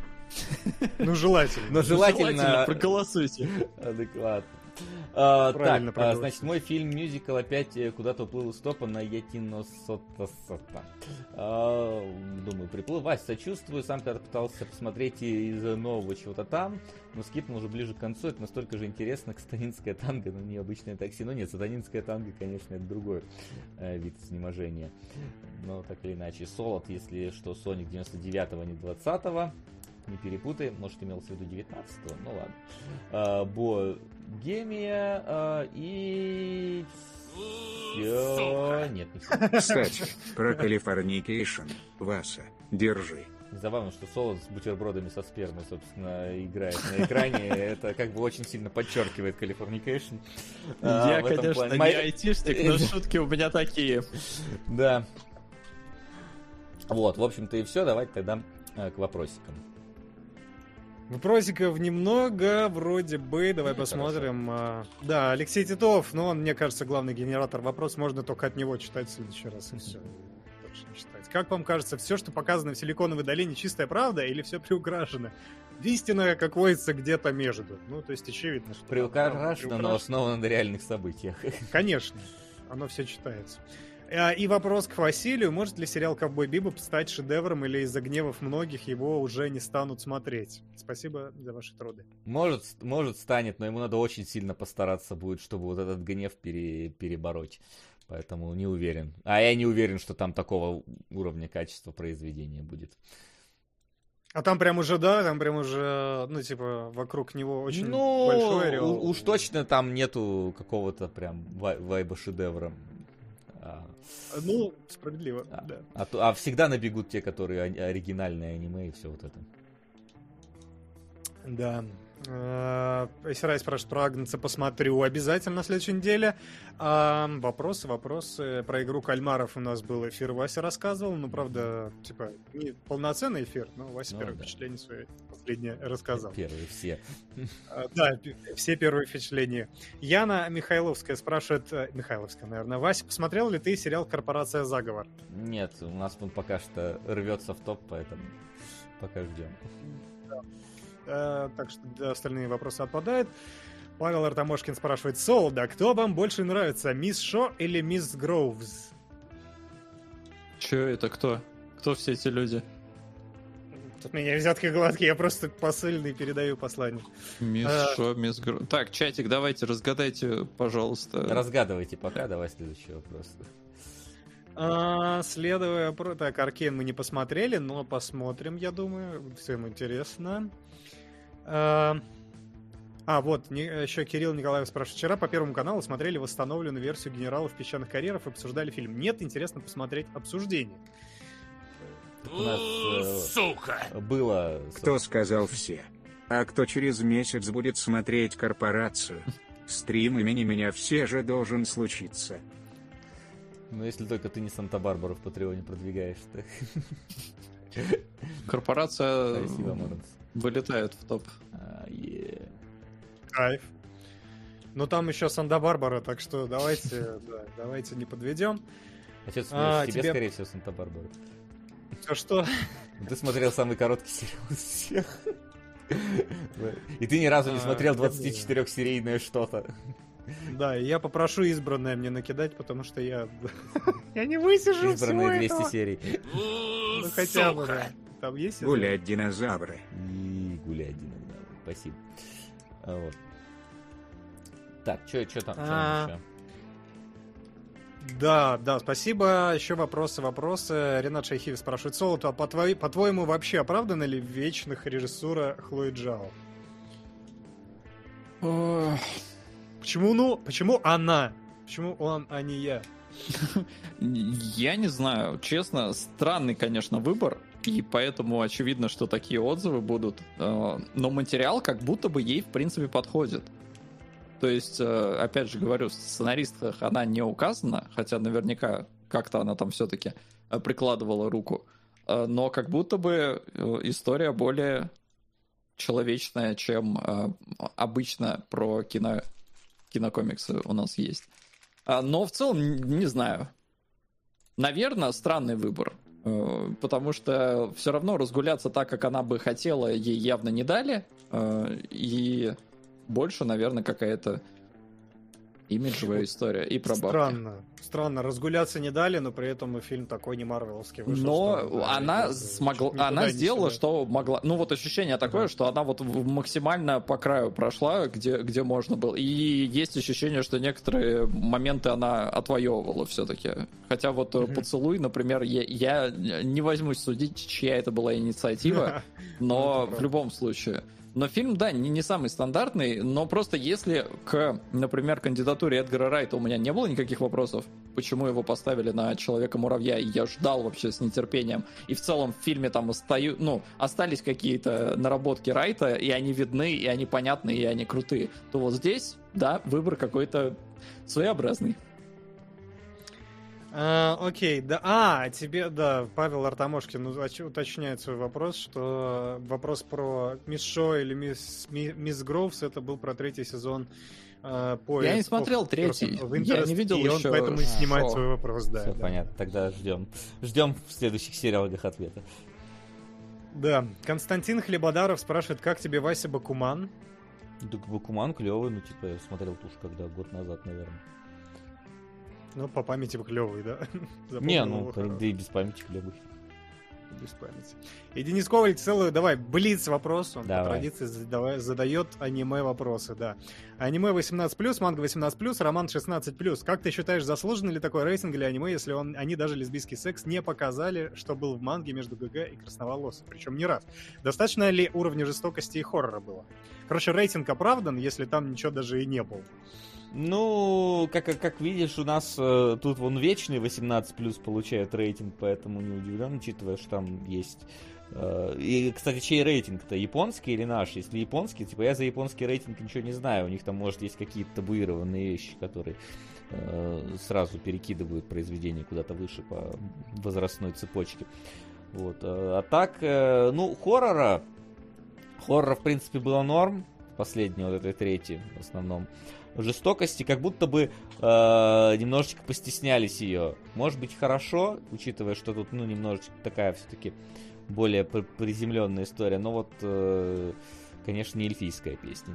желательно проголосуйте. Адекватно. Правильно, так, значит, мой фильм-мюзикл опять куда-то уплыл из топа на Якино Сотосота. Думаю, приплыл. Вась, сочувствую. Сам когда пытался посмотреть из нового чего-то там, но скипнул уже ближе к концу. Это настолько же интересно, как сатанинское танго, но не обычное такси. Ну нет, сатанинское танго, конечно, это другой вид изнеможения. Но так или иначе. Солод, если что, Соник 99-го, не 20-го. Не перепутай, может, имелось в виду 19-го, ну ладно. Богемия и... Все... Нет, не все. Кстати, про Калифорникейшн. Васа, держи. Забавно, что Солод с бутербродами со спермой, собственно, играет на экране. Это как бы очень сильно подчеркивает Калифорникейшн. Я, конечно, не айтишник, но шутки у меня такие. Да. Вот, в общем-то и все. Давайте тогда к вопросикам. Вопросиков немного, вроде бы. Давай посмотрим. Да, Алексей Титов, но он, мне кажется, главный генератор вопросов. Можно только от него читать в следующий раз, и все. Больше не читать. Как вам кажется, все, что показано в Силиконовой долине, чистая правда или все приукрашено? Истина, как водится, где-то между. Ну, то есть очевидно, что... Приукрашено, но основано на реальных событиях. Конечно, оно все читается. И вопрос к Василию. Может ли сериал «Ковбой Бибоп» стать шедевром, или из-за гневов многих его уже не станут смотреть? Спасибо за ваши труды. Может станет, но ему надо очень сильно постараться будет, чтобы вот этот гнев перебороть. Поэтому не уверен. А я не уверен, что там такого уровня качества произведения будет. А там прям уже, ну, типа, вокруг него очень большой ореол. Уж точно там нету какого-то прям вайба шедевра. Ну, справедливо, да. А всегда набегут те, которые оригинальные аниме и все вот это. Да. Исрай спрашивает про Агнца, посмотрю обязательно на следующей неделе. Вопросы. Про игру кальмаров у нас был эфир, Вася рассказывал. Ну, правда, типа, не полноценный эфир, но Вася первое впечатление свои последнее рассказал. Первые все. Да, все первые впечатления. Яна Михайловская спрашивает, Михайловская, наверное, Вася, посмотрел ли ты сериал «Корпорация Заговор»? Нет, у нас он пока что рвется в топ, поэтому пока ждем. Так что остальные вопросы отпадают. Павел Артамошкин спрашивает: Солда, кто вам больше нравится, мисс Шо или мисс Гроувз? Че это кто? Кто все эти люди? Тут меня взятки гладкие, я просто посыльный передаю послание. Мисс Шо, мисс Гроувз. Так, чатик, давайте, разгадайте, пожалуйста. Разгадывайте пока, давай следующий вопрос. Следуя... Так, Аркейн мы не посмотрели, но посмотрим, я думаю. Всем интересно. Вот, еще Кирилл Николаев спрашивает. Вчера по Первому каналу смотрели восстановленную версию «Генералов песчаных карьеров» и обсуждали фильм. Нет, интересно посмотреть обсуждение. У нас было... Кто сказал все? А кто через месяц будет смотреть «Корпорацию»? Стрим имени меня все же должен случиться. Ну, если только ты не Санта-Барбару в Патреоне продвигаешь-то. Корпорация вылетает в топ. Кайф. Ну, там еще Санта-Барбара, так что давайте не подведем. А что ты смотришь? Тебе, скорее всего, Санта-Барбара. Что? Ты смотрел самый короткий сериал из всех. И ты ни разу не смотрел 24-серийное что-то. Да, и я попрошу избранное мне накидать, потому что я не высижу избранные 200 серий. Ну хотя бы, да. Там есть? Гулять динозавры. И гулять динозавры. Спасибо. Вот. Так, что там еще? Да, спасибо. Еще вопросы. Ренат Шайхиев спрашивает: Солод, а по-твоему вообще оправдана ли вечных режиссура Хлои Джао? Почему она? Почему он, а не я? Я не знаю. Честно, странный, конечно, выбор. и поэтому очевидно, что такие отзывы будут. Но материал как будто бы ей, в принципе, подходит. То есть, опять же говорю, в сценаристах она не указана, хотя наверняка как-то она там все-таки прикладывала руку. Но как будто бы история более человечная, чем обычно про кинокомиксы у нас есть. Но в целом, не знаю. Наверное, странный выбор. Потому что все равно разгуляться так, как она бы хотела, ей явно не дали. И больше, наверное, какая-то имиджевая история и про бабки. Странно, разгуляться не дали, но при этом и фильм такой не марвеловский вышел. Но что, да, она смогла, она сделала, что могла. Ну вот ощущение такое, что она вот максимально по краю прошла, где можно было. И есть ощущение, что некоторые моменты она отвоевывала все-таки. Хотя вот «Поцелуй», например, я не возьмусь судить, чья это была инициатива, но в любом случае. Но фильм, да, не самый стандартный, но просто если например, кандидатуре Эдгара Райта у меня не было никаких вопросов, почему его поставили на Человека-муравья, и я ждал вообще с нетерпением, и в целом в фильме там остались какие-то наработки Райта, и они видны, и они понятны, и они крутые, то вот здесь, да, выбор какой-то своеобразный. Окей, да. Тебе, да, Павел Артамошкин уточняет свой вопрос, что вопрос про Мисс Шо или Мисс Гроувс, это был про 3-й сезон поезд. Я не смотрел 3-й, я не видел и еще. Он поэтому и снимает свой вопрос, да. Все понятно, тогда ждем. Ждем в следующих сериалах ответа. Да, Константин Хлебодаров спрашивает, как тебе Вася Бакуман? Да, Бакуман клевый, ну типа я смотрел тоже когда год назад, наверное. Ну, по памяти клевый, да? Не, ну, да и без памяти клевый. Без памяти. И Денис Коваль давай, блиц вопрос. Он давай. По традиции задает аниме-вопросы, да. Аниме 18+, манга 18+, роман 16+. Как ты считаешь, заслуженно ли такой рейтинг для аниме, если они даже лесбийский секс не показали, что был в манге между ГГ и Красноволосым? Причем не раз. Достаточно ли уровня жестокости и хоррора было? Короче, рейтинг оправдан, если там ничего даже и не было. Ну, как видишь, у нас тут вон вечный 18+ получает рейтинг, поэтому не удивлен, учитывая, что там есть... И, кстати, чей рейтинг-то? Японский или наш? Если японский, типа я за японский рейтинг ничего не знаю. У них там, может, есть какие-то табуированные вещи, которые сразу перекидывают произведение куда-то выше по возрастной цепочке. Вот. А так, ну, хоррора, в принципе, было норм. Последний, вот этой 3-й в основном. Жестокости, как будто бы немножечко постеснялись ее. Может быть, хорошо, учитывая, что тут, ну, немножечко такая все-таки более приземленная история. Но вот, конечно, не эльфийская песня.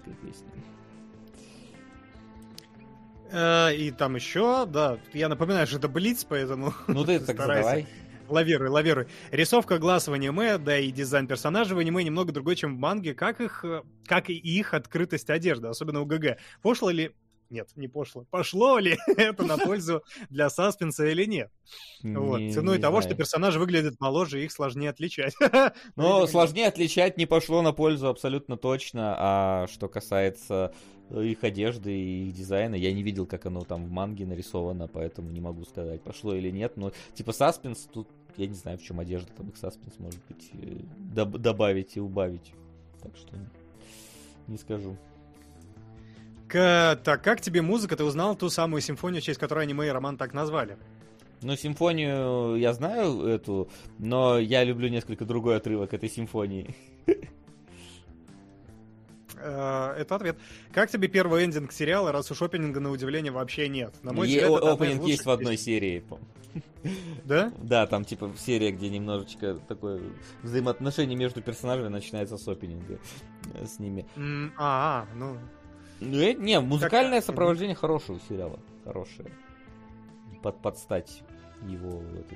И там еще, да, я напоминаю, что это Блиц, поэтому... Ну ты так задавай. Лавируй. Рисовка глаз в аниме, да и дизайн персонажей в аниме немного другой, чем в манге. Как и их открытость одежды, особенно у ГГ. Пошло ли... Нет, не пошло. Пошло ли это на пользу для саспенса или нет? Вот. Ценой того, что персонажи выглядят моложе, их сложнее отличать. Ну, сложнее отличать не пошло на пользу абсолютно точно. А что касается их одежды и их дизайна, я не видел, как оно там в манге нарисовано, поэтому не могу сказать, пошло или нет. Но типа саспенс, тут я не знаю, в чем одежда там их саспенс может быть добавить и убавить. Так что не скажу. Так, как тебе музыка? Ты узнал ту самую симфонию, в честь которой аниме и роман так назвали? Ну, симфонию я знаю эту, но я люблю несколько другой отрывок этой симфонии. Это ответ. Как тебе первый эндинг сериала, раз уж опенинга, на удивление, вообще нет? На мой взгляд, это опенинг есть в одной серии, по-моему. Да? Да, там типа серия, где немножечко такое взаимоотношение между персонажами начинается с опенинга с ними. Ну... Не, музыкальное сопровождение хорошее у сериала. Хорошее. Под стать его этой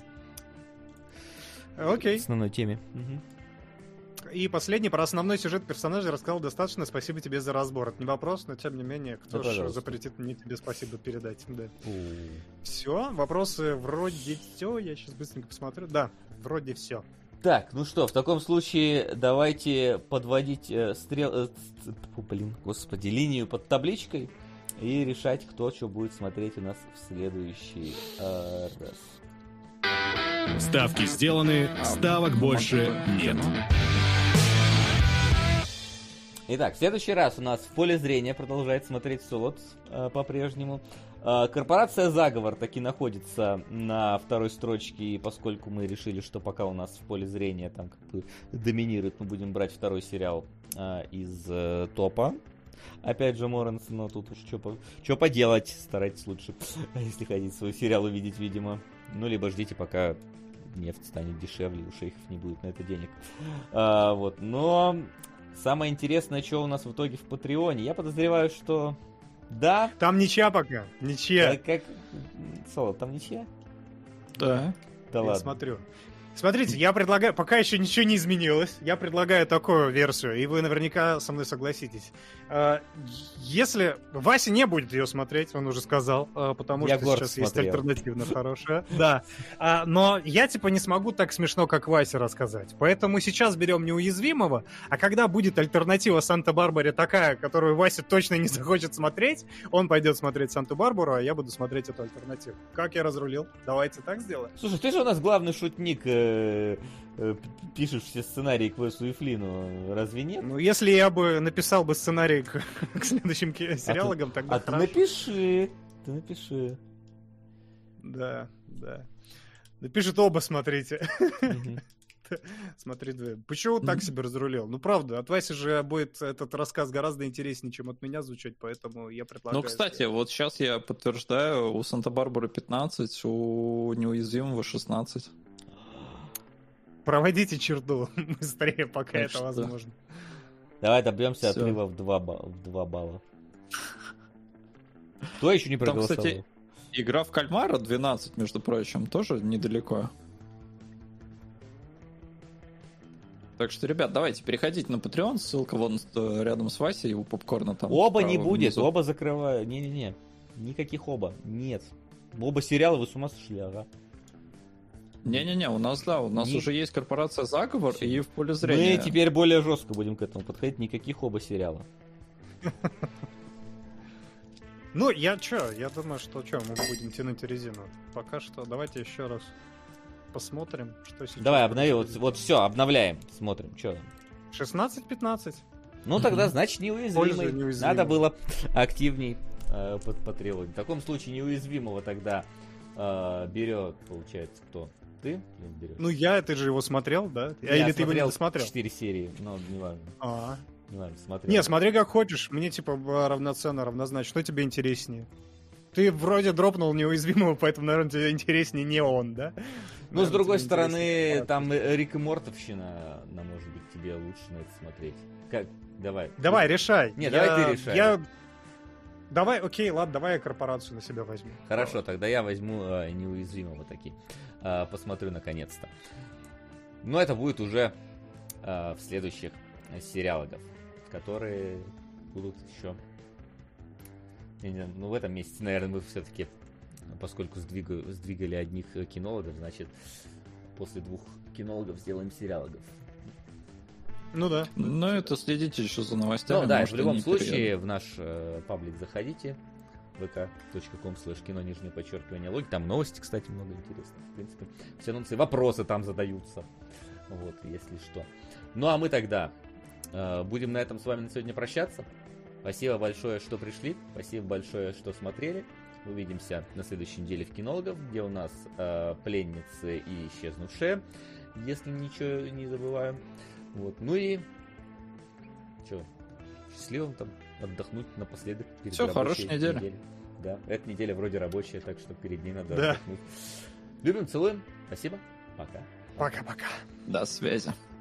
самой Окей. основной теме. И последний, про основной сюжет персонажа рассказал достаточно. Спасибо тебе за разбор. Это не вопрос, но тем не менее, кто же запретит мне тебе спасибо передать. Да. Все, вопросы вроде все. Я сейчас быстренько посмотрю. Да, вроде все. Так, ну что, в таком случае давайте подводить линию под табличкой и решать, кто что будет смотреть у нас в следующий раз. Ставки сделаны, ставок больше нет. Итак, в следующий раз у нас в поле зрения продолжает смотреть Солод по-прежнему. Корпорация Заговор таки находится на второй строчке, и поскольку мы решили, что пока у нас в поле зрения там как бы доминирует, мы будем брать второй сериал из топа. Опять же, Моренс, но тут уж что поделать, старайтесь лучше, если хотите свой сериал увидеть, видимо. Ну, либо ждите, пока нефть станет дешевле, у шейхов не будет на это денег. Вот, но самое интересное, что у нас в итоге в Патреоне, я подозреваю, что да. Там ничья пока, ничья. Как... Солод, там ничья? Да. Да Я ладно. смотрю. Смотрите, я предлагаю, пока еще ничего не изменилось, я предлагаю такую версию, и вы наверняка со мной согласитесь. Если Вася не будет ее смотреть, он уже сказал, потому Я что горд сейчас есть смотрел. альтернативно хорошая. Да. Но я типа не смогу так смешно, как Вася, рассказать. Поэтому сейчас берем неуязвимого, а когда будет альтернатива Санта-Барбаре такая, которую Вася точно не захочет смотреть, он пойдет смотреть Санту-Барбару, а я буду смотреть эту альтернативу. Как я разрулил? Давайте так сделаем. Слушай, ты же у нас главный шутник, пишешь все сценарии к Весу и Флину, разве нет? Ну, если я бы написал бы сценарий к следующим сериалогам, тогда ты хорошо. напиши. Да. Напишет оба, смотрите. Мгм. Смотри, почему так себе разрулил? Ну, правда, от Васи же будет этот рассказ гораздо интереснее, чем от меня звучать, поэтому я предлагаю... Ну, кстати, вот сейчас я подтверждаю, у Санта-Барбары 15, у Неуязвимого 16. Проводите черту быстрее, пока Так это что- возможно. Давай добьемся Всё. отрыва в 2 балла. Кто еще не Там, проголосовал? кстати, игра в кальмара 12, между прочим, тоже недалеко. Так что, ребят, давайте переходите на Patreon, ссылка вон рядом с Васей, у попкорна там. Оба не справа будет, внизу. оба закрываю. Не-не-не, никаких оба, нет. Оба сериала вы с ума сошли, ага. Не-не-не, у нас Не- уже есть корпорация Заговор и в поле Мы зрения. теперь более жестко будем к этому подходить, никаких оба сериала. Ну, я думаю, что мы будем тянуть резину. Пока что давайте еще раз посмотрим, что сейчас. Давай, обнови, происходит. вот все, обновляем, смотрим, что. 16-15. Ну тогда, значит, Пользу неуязвимый. неуязвимого. Надо было активней под Patreon. В таком случае неуязвимого тогда берет, получается, кто? Ты берешь? Ну, ты же его смотрел, да? Я Или ты его не смотрел досмотрел? 4 серии, но неважно. Неважно, смотрел. Не, смотри как хочешь. Мне типа равноценно, равнозначно. Что тебе интереснее? Ты вроде дропнул неуязвимого, поэтому, наверное, тебе интереснее не он, да? Ну, с Наверное, другой тебе стороны, интереснее там Рик и Мортовщина, она может быть тебе лучше на это смотреть. Как? Давай. Давай, решай. Не, давай ты решай. Давай, окей, ладно, давай я корпорацию на себя возьму. Хорошо, тогда я возьму неуязвимого таки. Посмотрю наконец-то. Но это будет уже в следующих сериалах, которые будут еще... Ну, в этом месяце, наверное, мы все-таки, поскольку сдвигали одних кинологов, значит, после 2 кинологов сделаем сериалогов. Ну да. Ну, это следите еще за новостями. Ну да, может, в любом они случае переедут. в наш паблик заходите, vk.com/кино_логи. Там новости, кстати, много интересных. В принципе, все анонсы, вопросы там задаются. Вот, если что. Ну а мы тогда будем на этом с вами на сегодня прощаться. Спасибо большое, что пришли. Спасибо большое, что смотрели. Увидимся на следующей неделе в Кинологов, где у нас пленницы и исчезнувшие, если ничего не забываем. Вот. Ну и что, счастливо там отдохнуть напоследок перед Всё, рабочей хорошей недели. Да, эта неделя вроде рабочая, так что перед ней надо Да. отдохнуть. Любим, целуем. Спасибо. Пока. Пока-пока. До связи.